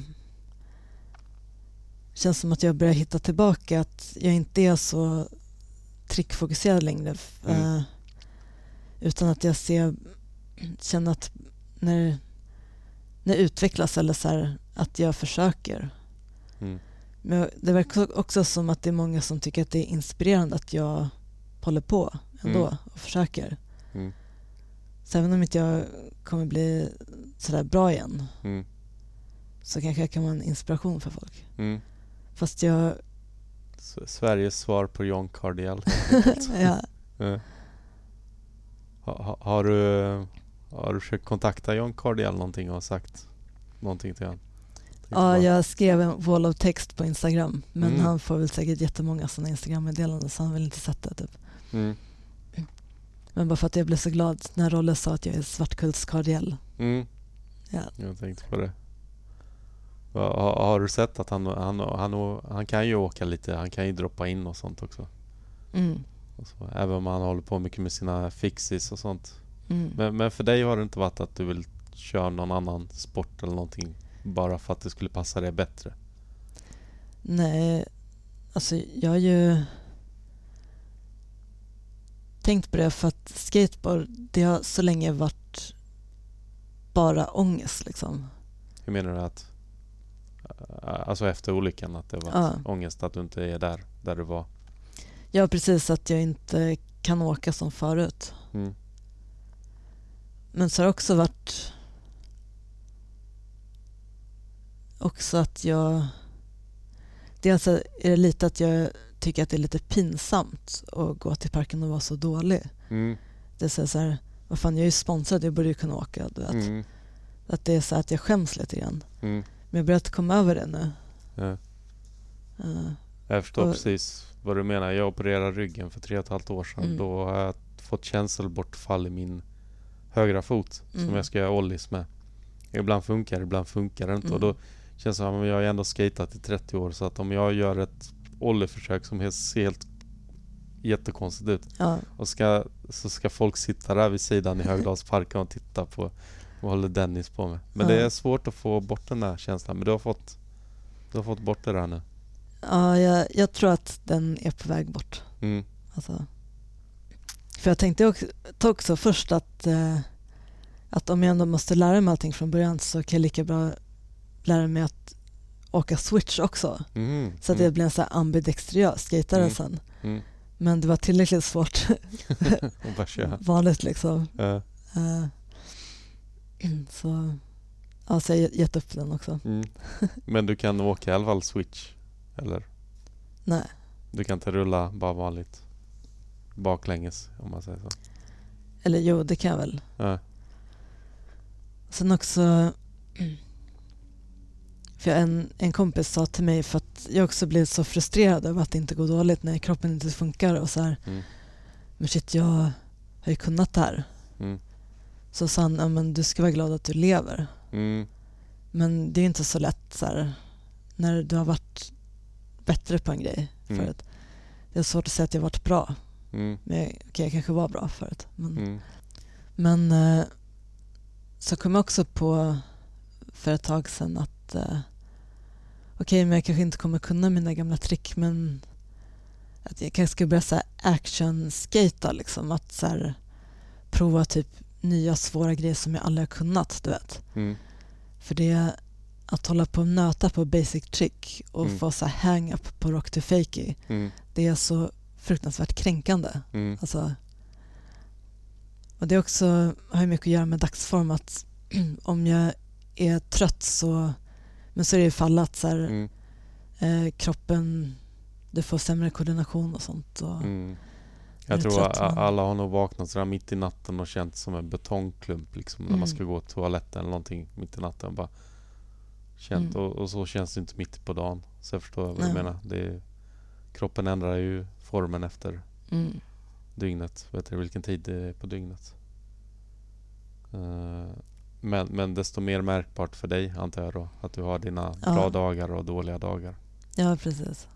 känns som att jag börjar hitta tillbaka att jag inte är så trickfokuserad längre. Mm. Eh, utan att jag ser, känner att när, när det utvecklas eller så här, att jag försöker. mm. Men det verkar också som att det är många som tycker att det är inspirerande att jag håller på ändå Mm. och försöker. Mm. Så även om inte jag kommer bli sådär bra igen Mm. så kanske jag kan vara en inspiration för folk. Mm. Fast jag, S- Sveriges svar på John Cardiel. ja, Ja. ha, ha, har, du, har du försökt kontakta John Cardiel någonting och sagt någonting till honom? ja, jag skrev en wall of text på Instagram men Mm. han får väl säkert jättemånga sådana Instagram-meddelanden så han vill inte sätta det typ. Mm. Men bara för att jag blev så glad när Rolle sa att jag är svartkultskardiell. Mm. Ja. Jag tänkte på det. Ha, ha, har du sett att han, han, han, han, han kan ju åka lite, han kan ju droppa in och sånt också. Mm. Och så, även om han håller på mycket med sina fixis och sånt. Mm. Men, men för dig har det inte varit att du vill köra någon annan sport eller någonting bara för att det skulle passa dig bättre? Nej, alltså jag har ju tänkt på det för att skateboard, det har så länge varit bara ångest liksom. Hur menar du att alltså efter olyckan att det var Ja. ångest att du inte är där där du var? Ja, precis, att jag inte kan åka som förut. Mm. Men så har det också varit också att jag dels är det lite att jag tycker att det är lite pinsamt att gå till parken och vara så dålig. Mm. Det är så här, så här vad fan, jag är ju sponsrad, jag borde ju kunna åka, du vet. Mm. Att det är så här att jag skäms lite grann. Mm. Men jag har börjat komma över det nu. Ja. Uh, Jag förstår Och- precis vad du menar. Jag opererade ryggen för tre och ett halvt år sedan. Mm. Då har jag fått känselbortfall i min högra fot Mm. som jag ska göra ollies med. Ibland funkar det, ibland funkar det inte. Mm. Och då känns det som att jag har ändå skatat i trettio år. Så att om jag gör ett olleförsök som ser helt jättekonstigt ut. Ja. Och ska, så ska folk sitta där vid sidan i Högdalsparken och titta på och håller Dennis på mig. Men Ja. det är svårt att få bort den där känslan. Men du har fått, du har fått bort det där nu. Ja, jag, jag tror att den är på väg bort. Mm. Alltså. För jag tänkte också, också först att, eh, att om jag ändå måste lära mig allting från början så kan jag lika bra lära mig att åka switch också. Mm. Så att mm. jag blir en så här ambidextriös skatare Mm. sen. Mm. Men det var tillräckligt svårt. Och bara köra. Vanligt liksom. Ja. Eh, så, ja, så jag gett upp den också. Mm. Men du kan åka i alla fall switch. Eller? Nej. Du kan inte rulla bara vanligt baklänges om man säger så. Eller jo, det kan jag väl. Ja. Sen också, för en, en kompis sa till mig, för att jag också blev så frustrerad över att det inte går dåligt när kroppen inte funkar och så här, Mm. men shit, jag har ju kunnat det här. Mm. Så sa han, ja, men du ska vara glad att du lever. Mm. Men det är inte så lätt så här, när du har varit bättre på en grej Mm. förut. Det är svårt att säga att jag har varit bra. Mm. Men jag, okay, jag kanske var bra förut. Men, Mm. men eh, så kom jag också på för ett tag sedan att eh, okej, okay, men jag kanske inte kommer kunna mina gamla trick, men att jag kanske ska börja så här action-skata liksom. Att så här, prova typ nya svåra grejer som jag aldrig har kunnat, du vet. Mm. För det att hålla på och nöta på basic trick och Mm. få så här hang-up på rock to fakey, Mm. det är så fruktansvärt kränkande. Mm. Alltså, och det är också, har ju mycket att göra med dagsform, att om jag är trött så, men så är det ju fall att så här, Mm. eh, kroppen, du får sämre koordination och sånt. Och, Mm. är Jag tror trött, a- men- alla har nog vaknat sådär mitt i natten och känt som en betongklump liksom, när man Mm. ska gå till toaletten eller någonting mitt i natten. Bara känt, Mm. och, och så känns det inte mitt på dagen. Så jag förstår vad Nej. du menar. Det är, kroppen ändrar ju formen efter mm, dygnet. Vet du vilken tid det är på dygnet? Uh, men, men desto mer märkbart för dig, antar jag då, att du har dina Ja. bra dagar och dåliga dagar. ja, precis.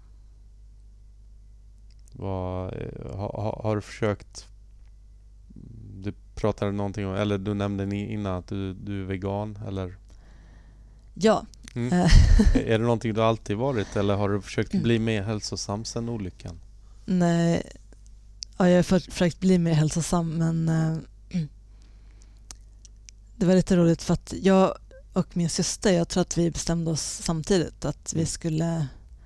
Vad, eh, ha, ha, har du försökt, du pratade någonting om, eller du nämnde ni- innan att du, du är vegan, eller Ja. Mm. Eh, är det någonting du alltid varit, eller har du försökt bli mer hälsosam sen olyckan? nej, ja, jag har för, försökt bli mer hälsosam, men eh, det var lite roligt för att jag och min syster, jag tror att vi bestämde oss samtidigt att vi skulle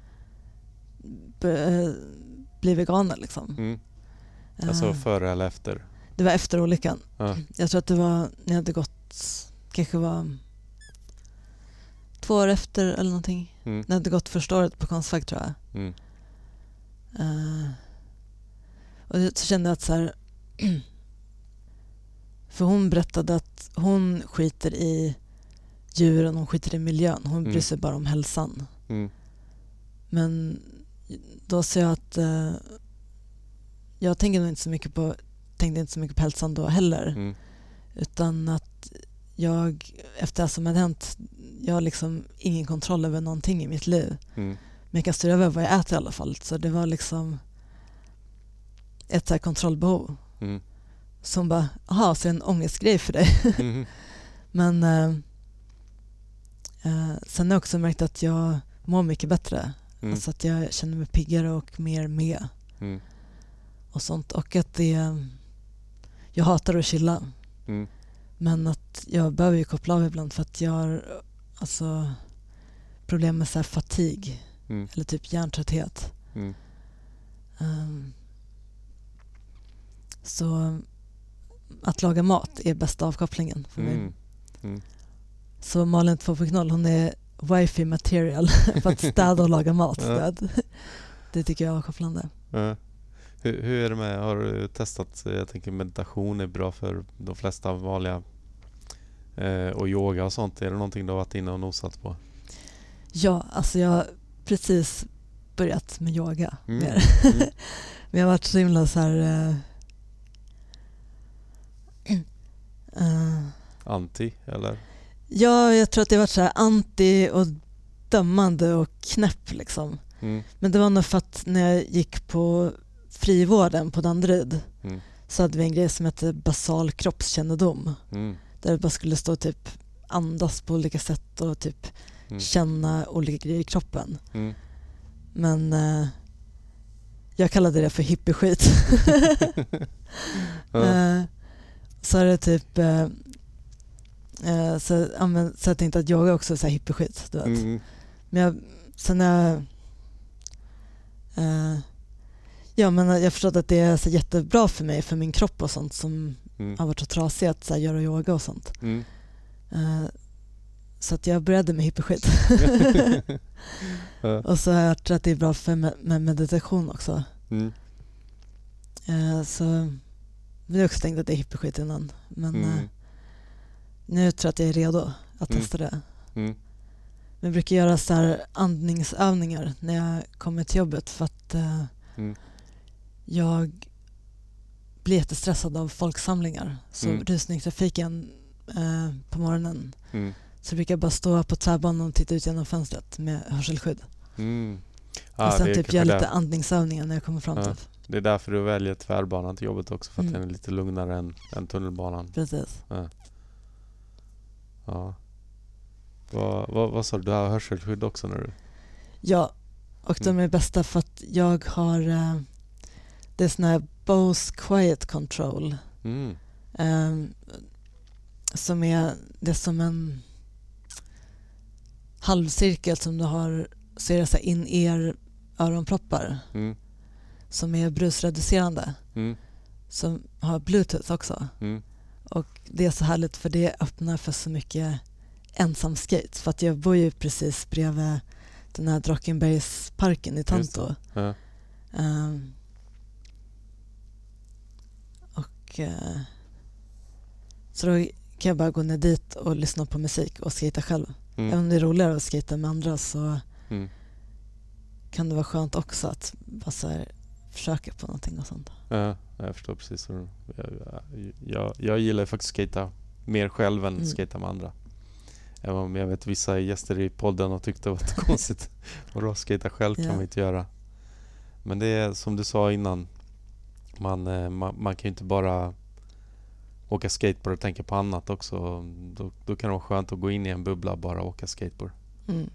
be, eh, bli veganer liksom. Mm. Alltså Eh, före eller efter? det var efter olyckan. Ja. Jag tror att det var när jag hade gått, kanske var två år efter eller någonting. Mm. När jag hade gått första året på Konstfack, tror jag. Mm. Eh, och så kände jag att så här, för hon berättade att hon skiter i djuren, hon skiter i miljön, hon Mm. bryr sig bara om hälsan. Mm. Men då sa jag att eh, jag tänker nog inte så mycket på tänkte inte så mycket på hälsan då heller, Mm. utan att jag, efter det som hade hänt, jag har liksom ingen kontroll över någonting i mitt liv. Mm. Men jag kan styra över vad jag äter i alla fall. Så det var liksom ett så här kontrollbehov. Mm. Som bara, aha, så är det en ångestgrej för dig. Mm. Men eh, eh, sen har jag också märkt att jag mår mycket bättre. Mm. Alltså att jag känner mig piggare och mer med. Mm. Och sånt. Och att det, jag hatar att chilla. Mm. Men att jag behöver ju koppla av ibland för att jag har alltså problem med så här fatig. Mm. Eller typ hjärntrötthet. Mm. Um, så att laga mat är bästa avkopplingen för mig. Mm. Mm. Så Malin två punkt noll, hon är wifi material för att städa och laga mat. Ja. Det tycker jag är avkopplande. Ja. Hur, hur är det med, har du testat, jag tänker meditation är bra för de flesta vanliga eh, och yoga och sånt, är det någonting du har varit inne och nosat på? Ja, alltså jag har precis börjat med yoga Mm. mer. Mm. Men jag har varit så himla så här... Uh, uh, Anti, eller? ja, jag tror att det har varit så här anti och dömande och knäpp liksom. Mm. Men det var nog för att när jag gick på frivården på Danderyd Mm. så hade vi en grej som hette basal kroppskännedom. Mm. Där det bara skulle stå typ andas på olika sätt och typ Mm. känna olika grejer i kroppen. Mm. Men eh, jag kallade det för hippie-skit. Ja. eh, så är det typ eh, eh, så, ja, men, så jag tänkte att yoga också är så här hippie-skit, du vet. Mm. Men jag, sen när jag eh, ja, men jag förstod att det är så jättebra för mig, för min kropp och sånt som Mm. har varit så trasig att så här, göra yoga och sånt. Mm. Eh, så att jag började med hippie-skit. Ja. Och så har jag hört att det är bra för med, med meditation också. Mm. Eh, så vi har också tänkt att det är hippie-skit innan. Men Mm. eh, nu tror jag att jag är redo att Mm. testa det. Mm. Men jag brukar göra så här andningsövningar när jag kommer till jobbet för att eh, Mm. jag blir jättestressad av folksamlingar. Så Mm. rusningstrafiken eh, på morgonen. Mm. Så brukar jag bara stå på tvärbanan och titta ut genom fönstret med hörselskydd. Mm. och Ja, sen det är typ kanske göra lite där- andningsövningar när jag kommer fram Ja. typ. Det är därför du väljer tvärbanan till jobbet också, för att Mm. den är lite lugnare än, än tunnelbanan. Precis. Ja. Vad, vad, vad sa du? Du har hörselskydd också när du... Ja, och de är bästa för att jag har eh, det är sån här Bose Quiet Control Mm. eh, som är det är som en halvcirkel som du har, så är det så här in-ear öronproppar Mm. som är brusreducerande, Mm. som har bluetooth också. Mm. Och det är så härligt för det öppnar för så mycket ensamskate. För att jag bor ju precis bredvid den här Drachenbergsparken i Tanto. Ja. Um, och uh, så då kan jag bara gå ner dit och lyssna på musik och skata själv. Mm. Även om det är roligare att skata med andra så Mm. kan det vara skönt också att bara så här, försöka på någonting och sånt. Ja, jag förstår precis. hur du- Jag, jag, jag, jag gillar ju faktiskt skata mer själv än Mm. skata med andra. Även om jag vet vissa gäster i podden och tyckte det var lite konstigt. Och skata själv kan Ja. man inte göra. Men det är som du sa innan. Man, eh, man, man kan ju inte bara åka skateboard och tänka på annat också. Då, då kan det vara skönt att gå in i en bubbla och bara åka skateboard. Mm.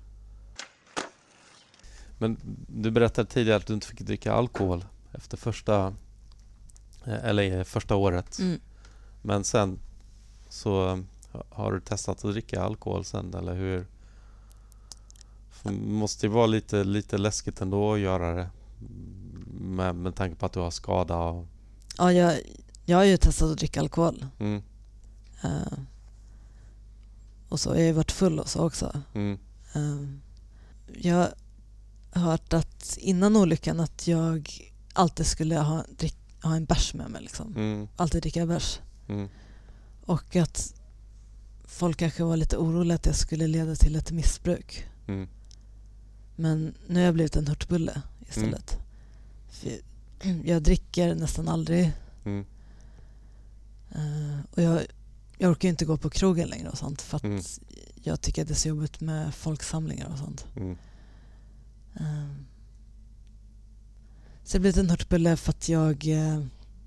Men du berättade tidigare att du inte fick dricka alkohol efter första eh, eller första året. Mm. Men sen så eh, har du testat att dricka alkohol sen, eller hur? För måste ju vara lite, lite läskigt ändå att göra det. Med, med tanke på att du har skada och... Ja, jag, jag har ju testat att dricka alkohol. Mm, Uh, och så jag har ju varit full och så också. mm, Uh, jag har hört att innan olyckan att jag alltid skulle ha, drick, ha en bärs med mig. Liksom. mm, Alltid dricka bärs. mm, Och att folk kanske var lite oroliga att det skulle leda till ett missbruk. mm, Men nu har jag blivit en hurtbulle istället. För jag dricker nästan aldrig. mm, Uh, och jag, jag orkar ju inte gå på krogen längre och sånt för att Mm. jag tycker att det är så jobbigt med folksamlingar och sånt. mm, Uh, så jag har blivit en hurtbulle för att jag uh,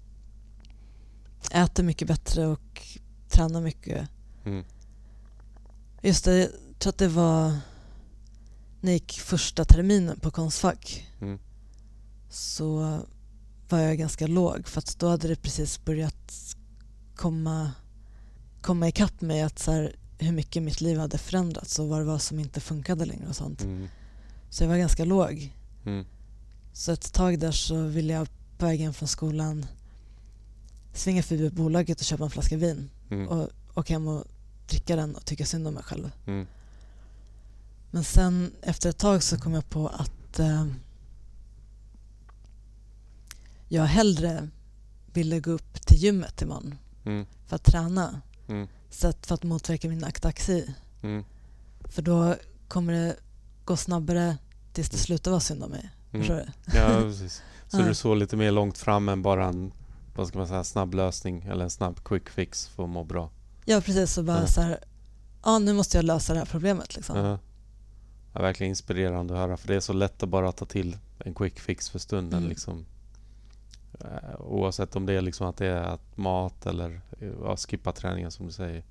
äter mycket bättre och tränar mycket. mm, Just det, jag tror att det var när jag gick första terminen på Konstfack mm, så var jag ganska låg för att då hade det precis börjat komma, komma ikapp mig att så här, hur mycket mitt liv hade förändrats och vad det var som inte funkade längre och sånt. mm, Så jag var ganska låg. mm, Så ett tag där så ville jag på vägen från skolan svinga förbi bolaget och köpa en flaska vin mm, och åka hem och dricka den och tycka synd om mig själv. mm, Men sen efter ett tag så kom jag på att eh, jag hellre ville gå upp till gymmet imorgon mm, för att träna. mm, Så att för att motverka min aktaxi. mm, För då kommer det gå snabbare tills det slutar vara synd om mig. Mm. Förstår du? Ja, precis. Så Ja. du såg lite mer långt fram än bara en, vad ska man säga, snabb lösning eller en snabb quick fix för att må bra. Ja, precis. Så bara Ja. så här, ja, nu måste jag lösa det här problemet liksom. Ja. Ja, verkligen inspirerande att höra, för det är så lätt att bara ta till en quick fix för stunden. Mm. Liksom. Eh, Oavsett om det är liksom att det är att mat eller ja, skippa träningen som du säger.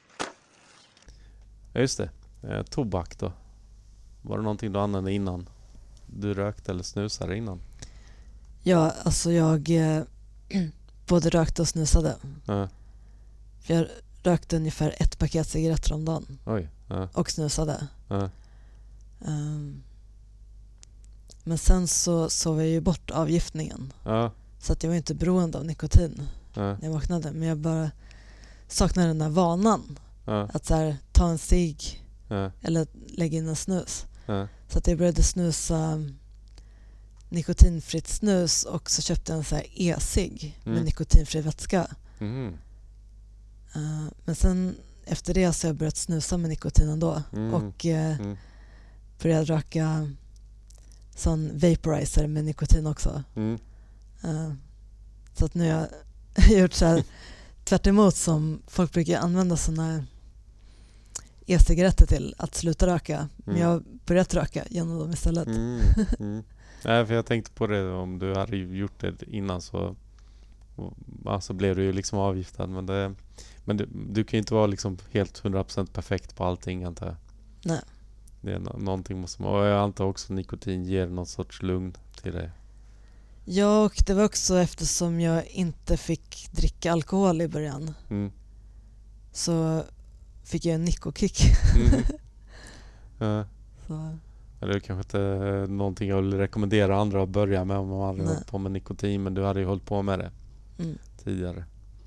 Ja, just det. Eh, tobak då? Var det någonting du använde innan? Du rökte eller snusade innan? Ja, alltså jag eh, både rökte och snusade. Ja. För jag rökte ungefär ett paket cigaretter om dagen Oj. Ja. och snusade. Ja. Um, men sen så sov jag ju bort avgiftningen. Ja. Så att jag var inte beroende av nikotin Ja. när jag vaknade. Men jag bara saknade den där vanan. Ja. Att så här, ta en cigg Ja. eller lägga in en snus. Ja. Så att jag började snusa nikotinfritt snus och så köpte jag en så här e-cigg med Mm. nikotinfri vätska. Mhm. Uh, men sen efter det så har jag börjat snusa med nikotin ändå. Mm. Och uh, Mm. började röka sån vaporizer med nikotin också. Mm. Uh, så att nu har jag gjort så här tvärt emot som folk brukar använda såna e-cigaretter till att sluta röka. Men Mm. jag har börjat röka genom dem istället. Mm. Mm. Nej, för jag tänkte på det, om du hade gjort det innan så alltså blev du ju liksom avgiftad, men det, men du, du kan ju inte vara liksom helt hundra procent perfekt på allting, antar jag. Nej. Det är no- någonting måste man, och jag antar också nikotin ger någon sorts lugn till dig. Ja, och det var också eftersom jag inte fick dricka alkohol i början Mm. så fick jag en nikokick. Mm. Ja. Så, Eller det kanske inte är någonting jag vill rekommendera andra att börja med om man hade Nej. hållit på med nikotin, men du hade ju hållit på med det mm. tidigare.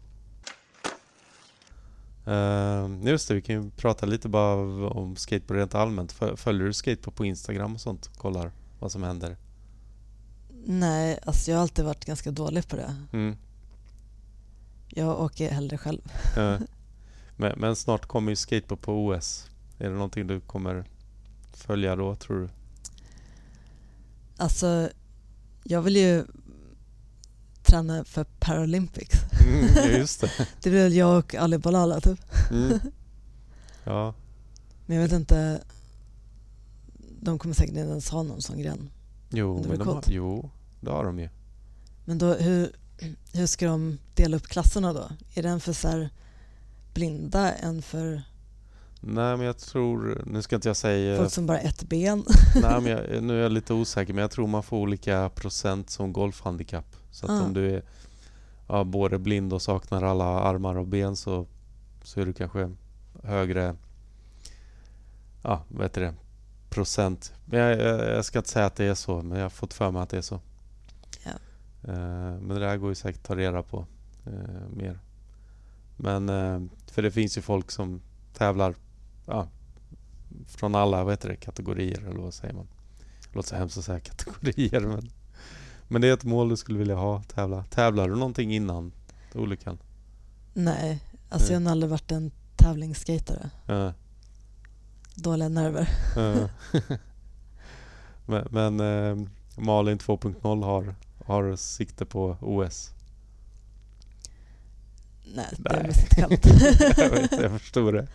Uh, just det, vi kan ju prata lite bara om skateboard rent allmänt. Föl- Följer du skateboard på Instagram och sånt? Kollar vad som händer? Nej, alltså jag har alltid varit ganska dålig på det. Mm. Jag åker hellre själv. Uh, men, men snart kommer ju skateboard på O S. Är det någonting du kommer följa då, tror du? Alltså, jag vill ju träna för Paralympics. Mm, ja, just det. Det blir väl jag och Ali Balala typ. Mm. Ja. Men jag vet inte, de kommer säkert inte ens ha någon sån gren. Jo, Det men var de har, coolt. jo, det har de ju. Men då, hur, hur ska de dela upp klasserna då? Är den för så här blinda, en för Nej, men jag tror, nu ska inte jag säga... folk som bara har ett ben? Nej, men jag, nu är jag lite osäker, men jag tror man får olika procent som golfhandikapp. Så att Ah. om du är ja, både blind och saknar alla armar och ben så, så är du kanske högre, ja, vad heter det, procent. Men jag, jag, jag ska inte säga att det är så, men jag har fått för mig att det är så. Ja. Eh, men det där går ju säkert att ta reda på eh, mer. Men, eh, för det finns ju folk som tävlar ja, från alla, vad heter det, kategorier, eller vad säger man? Det låter så hemskt att säga kategorier, men, men det är ett mål du skulle vilja ha, tävla. Tävlar du någonting innan olyckan? Nej, alltså Nej. jag har aldrig varit en tävlingsskatare. Uh, Dåliga nerver. uh. men men eh, Malin två punkt noll har, har sikte på O S. Nej, det Nej. är mest ett skämt. jag, vet, jag förstår det.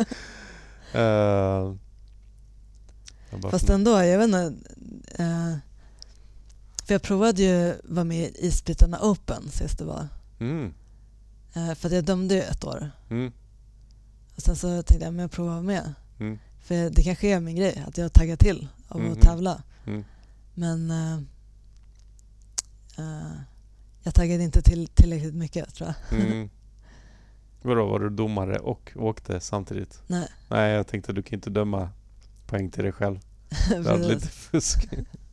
uh, jag bara- Fast ändå, jag vet inte. Eh, för jag provade ju vara med i Isbrytarna Open sist det var. Mm, Eh, för att jag dömde ju ett år. mm, Och sen så tänkte jag, men jag provar med. mm, För det kanske är min grej, att jag taggar till av Mhm. att tävla. mm. Men eh, eh, jag taggade inte till tillräckligt mycket, tror jag. Mm. Vadå, var du domare och åkte samtidigt? Nej. Nej, jag tänkte du kan inte döma poäng till dig själv. Det hade lite fusk.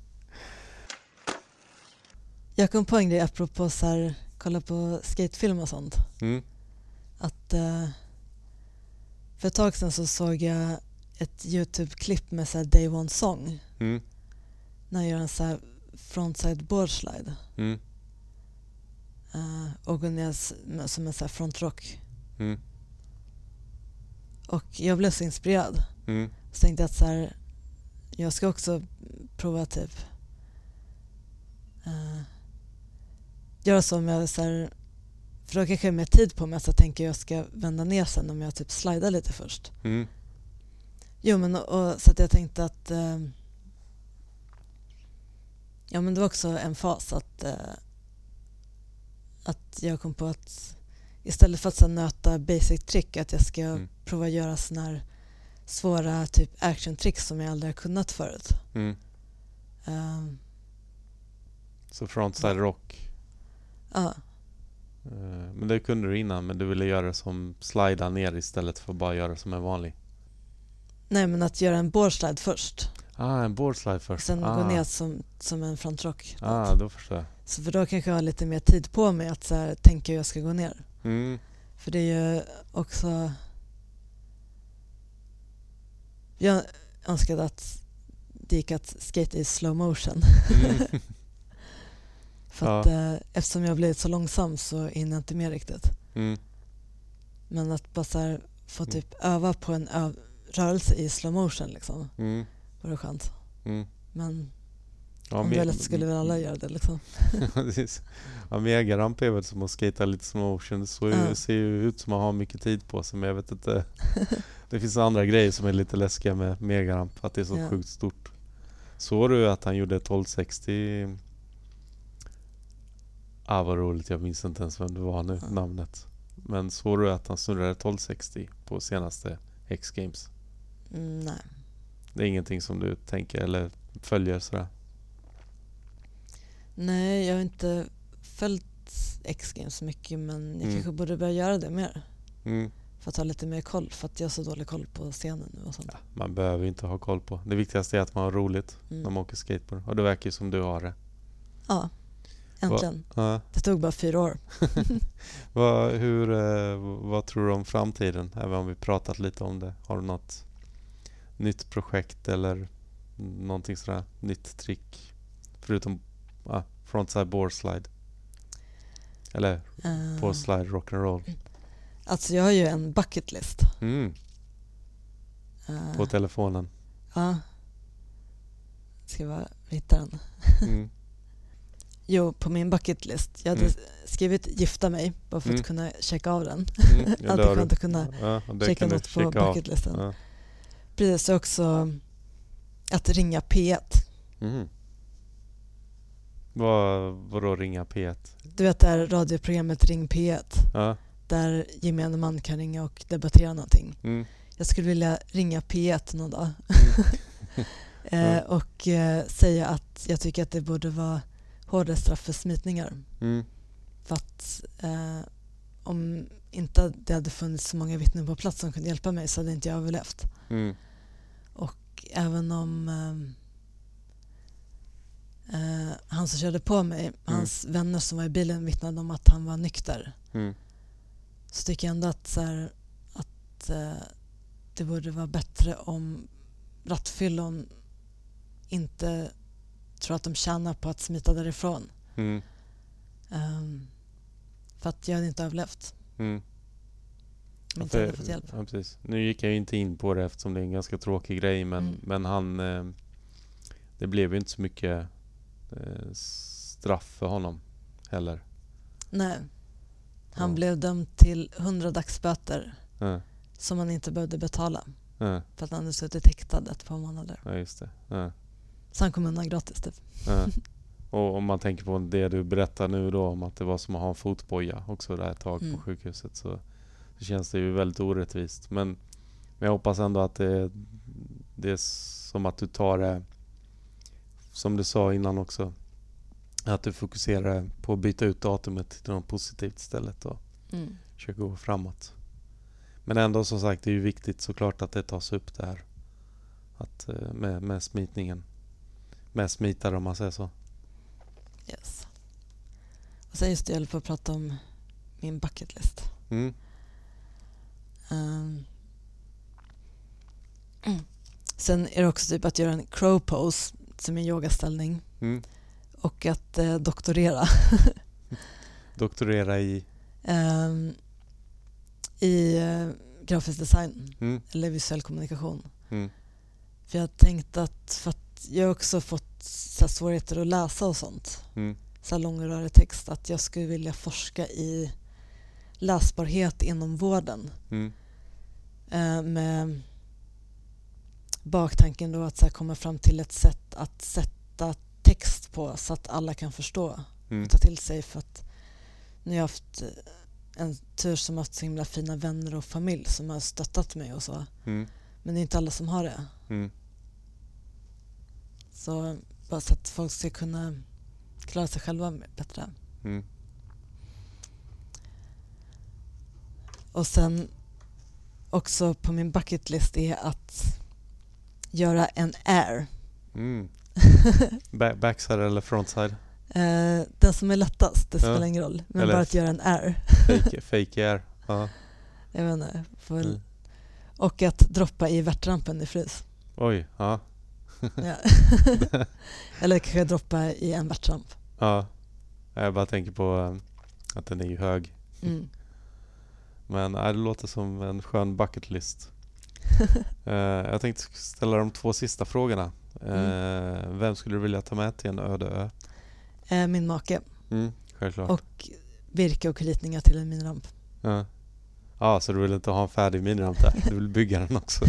Jag kom på en grej apropå så här, kolla på skatefilm och sånt. Mm. Att eh, för ett tag sedan så såg jag ett YouTube-klipp med så här Day One Song. Mm. När jag gör en så här frontside board slide. Mm. Uh, och går ner s- med- som en så här frontrock. Mm. Och jag blev så inspirerad. Mm. Så tänkte jag att så här, jag ska också prova typ uh, göra så om jag så här, för då kanske jag har mer tid på mig, så jag tänker jag ska vända ner sen om jag typ slidar lite först. Mm. Jo, men och, och, så att jag tänkte att uh, ja, men det var också en fas att uh, att jag kom på att istället för att så nöta basic trick, att jag ska mm. prova att göra såna här svåra typ action tricks som jag aldrig har kunnat förut. Mm. Uh, Så frontside rock. Ja. Uh, men det kunde du innan, men du ville göra det som slida ner istället för att bara göra det som en vanlig. Nej, men att göra en boardslide först. Ah, en boardslide först. Sen ah. gå ner som, som en frontrock. Ah, då förstår jag. Så för då kanske jag har lite mer tid på mig att så här, tänka hur jag ska gå ner. Mm. För det är ju också... Jag önskade att det gick att skate i slow motion. Mm. För ja. att eh, eftersom jag blivit så långsam så hinner jag inte med riktigt. Mm. Men att bara så här, få typ mm. öva på en ö- rörelse i slow motion liksom. Mm. Vore skönt. Mm. Men ja, om me- det är lätt skulle väl alla göra det liksom. Ja, megaramp är väl som att skata lite slow motion. Det så ja. ser ju ut som att man har mycket tid på sig, men jag vet inte. Det finns andra grejer som är lite läskiga med megaramp, att det är så ja. sjukt stort. Såg du att han gjorde tolv sextio? Ah, vad roligt, jag minns inte ens vem det var nu, ja. namnet. Men såg du att han snurrade tolv sextio på senaste X-Games? Mm, nej. Det är ingenting som du tänker eller följer sådär? Nej, jag har inte följt X-Games så mycket, men jag mm. kanske borde börja göra det mer. Mm. För att ha lite mer koll, för att jag har så dålig koll på scenen nu och sånt. Ja, man behöver inte ha koll på. Det viktigaste är att man har roligt mm. när man åker skateboard. Och det verkar ju som du har det. Ja, äntligen. Va? Ja. Det tog bara fyra år. Va, hur, eh, vad tror du om framtiden? Även om vi pratat lite om det. Har du något nytt projekt eller någonting sådär nytt trick? Förutom ah, frontside board slide. Eller uh, board slide rock'n'roll. Alltså jag har ju en bucket list. Mm. Uh, på telefonen. Ja. Ska bara hitta den. Mm. Jo, på min bucket list. Jag hade mm. skrivit gifta mig bara för mm. att kunna checka av den. Mm. Ja, alltid skönt att kunna ja, checka något på bucketlisten. Ja. Precis, också att ringa P ett. Mm. Vad, vadå ringa P ett? Du vet det här radioprogrammet Ring P ett. Ja. Där gemene man kan ringa och debattera någonting. Mm. Jag skulle vilja ringa P ett någon dag. Mm. eh, ja. och eh, säga att jag tycker att det borde vara hårdare straff för smitningar. Mm. För att eh, om inte det hade funnits så många vittnen på plats som kunde hjälpa mig så hade inte jag överlevt. Mm. Och även om eh, eh, han som körde på mig, mm. hans vänner som var i bilen vittnade om att han var nykter. Mm. Så tycker jag ändå att, så här, att eh, det borde vara bättre om rattfyllon inte tror att de tjänar på att smita därifrån. Mm. Um, för att jag hade inte överlevt. Mm. Om inte hade fått hjälp. Ja, precis. Nu gick jag ju inte in på det eftersom det är en ganska tråkig grej, men, mm. men han eh, det blev ju inte så mycket eh, straff för honom heller. Nej. Han ja. blev dömd till hundra dagsböter ja. som han inte behövde betala. Ja. För att han hade suttit häktad ett par månader. Ja, just det. Ja. Så han kom undan gratis typ. Ja. Och om man tänker på det du berättar nu då om att det var som att ha en fotboja också där ett tag mm. på sjukhuset, så, så känns det ju väldigt orättvist. Men, men jag hoppas ändå att det, det är som att du tar det, som du sa innan också, att du fokuserar på att byta ut datumet till något positivt istället och mm. försöka gå framåt. Men ändå som sagt, det är ju viktigt såklart att det tas upp det här att, med, med smitningen. Med smitare om man säger så. Yes. Och sen just det, jag höll på att prata om min bucket list. Mm. Um, mm. Sen är det också typ att göra en crow pose som en yogaställning. Mm. Och att eh, doktorera. Doktorera i? Um, I eh, grafisk design. Mm. Eller visuell kommunikation. Mm. För jag tänkte att, för att jag har också fått så här, svårigheter att läsa och sånt. Mm. Så här långrörig text. Att jag skulle vilja forska i läsbarhet inom vården. Mm. Eh, med baktanken då att så här, komma fram till ett sätt att sätta text på så att alla kan förstå Mm. och ta till sig. För att nu har jag haft en tur som haft så himla fina vänner och familj som har stöttat mig och så. Mm. Men det är inte alla som har det. Mm. Så bara så att folk ska kunna klara sig själva bättre. Mm. Och sen också på min bucket list är att göra en air. Mm. Ba- backside eller frontside? Eh, den som är lättast, det spelar Ja. ingen roll. Men Eller bara att göra en air. Fake, fake air. Ja. Jag vet inte. Får väl- Mm. Och att droppa i värtrampen i frys. Oj, ja. Ja. Eller kanske droppa i en värtramp. Ja. Jag bara tänker på um, att den är ju hög. Mm. Men äh, det låter som en skön bucket list. uh, jag tänkte ställa de två sista frågorna. Uh, Mm. Vem skulle du vilja ta med till en öde ö? Eh, min make. Mm, självklart. Och virke och ritningar till en miniramp. Ja. Ja, så du vill inte ha en färdig miniramp där? Du vill bygga den också?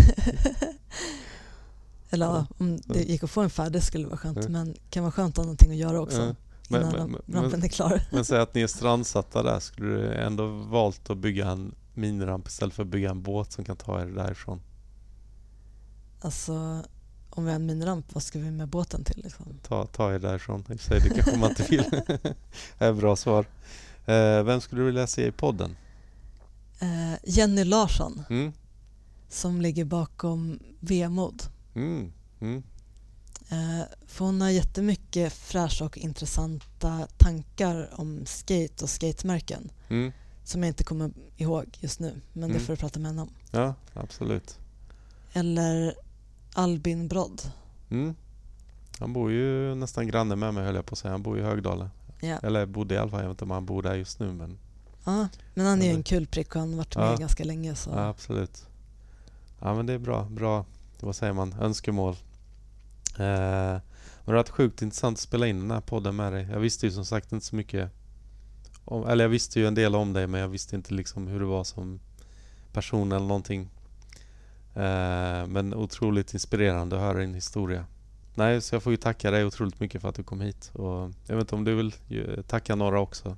Eller ja, om det gick att få en färdig skulle det vara skönt. Mm. Men det kan vara skönt att ha någonting att göra också. Ja. Men, Innan men, men, rampen är klar. men säg att ni är strandsatta där. Skulle du ändå valt att bygga en miniramp istället för att bygga en båt som kan ta er därifrån? Alltså, om vi har en miniramp, vad ska vi med båten till liksom? Ta, ta er därifrån. I och för sig, det kanske man inte vill. Det är ett bra svar. Eh, vem skulle du vilja se i podden? Eh, Jenny Larsson, Mm. som ligger bakom Vemod. Mm. Mm. Eh, för hon har jättemycket fräscha och intressanta tankar om skate och skatemärken. Mm. Som jag inte kommer ihåg just nu, men Mm. det får du prata med henne om. Ja, absolut. Eller Albin Brodd. Mm. Han bor ju nästan granne med mig, höll jag på att säga. Han bor i Högdalen. Ja. Eller bodde i alla fall. Jag vet inte om han bor där just nu. Men Ja, men han är ju Eller- en kul prick och han har varit med Ja. ganska länge. Så. ja, absolut. Ja, men det är bra. Bra, vad säger man? Önskemål. Eh, men det har varit sjukt intressant att spela in den här podden med dig. Jag visste ju som sagt inte så mycket om, eller jag visste ju en del om dig, men jag visste inte liksom hur du var som person eller någonting. Eh, men otroligt inspirerande att höra din historia. Nej, så jag får ju tacka dig otroligt mycket för att du kom hit. Och jag vet inte om du vill ju tacka några också.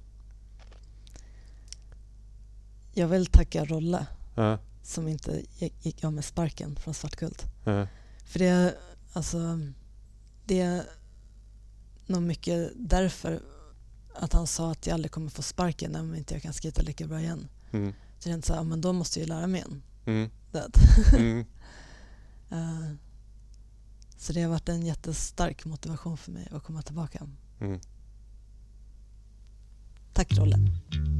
Jag vill tacka Rolle Ja, som inte gick gick av med sparken från Svartkult. ja, För det, alltså, det är nog mycket därför att han sa att jag aldrig kommer få sparken om inte jag kan skita lika bra igen. mm, Så jag tänkte så här, men då måste jag ju lära mig igen. mm, Det. mm. Eh, så det har varit en jättestark motivation för mig att komma tillbaka. Mm. Tack Rolle.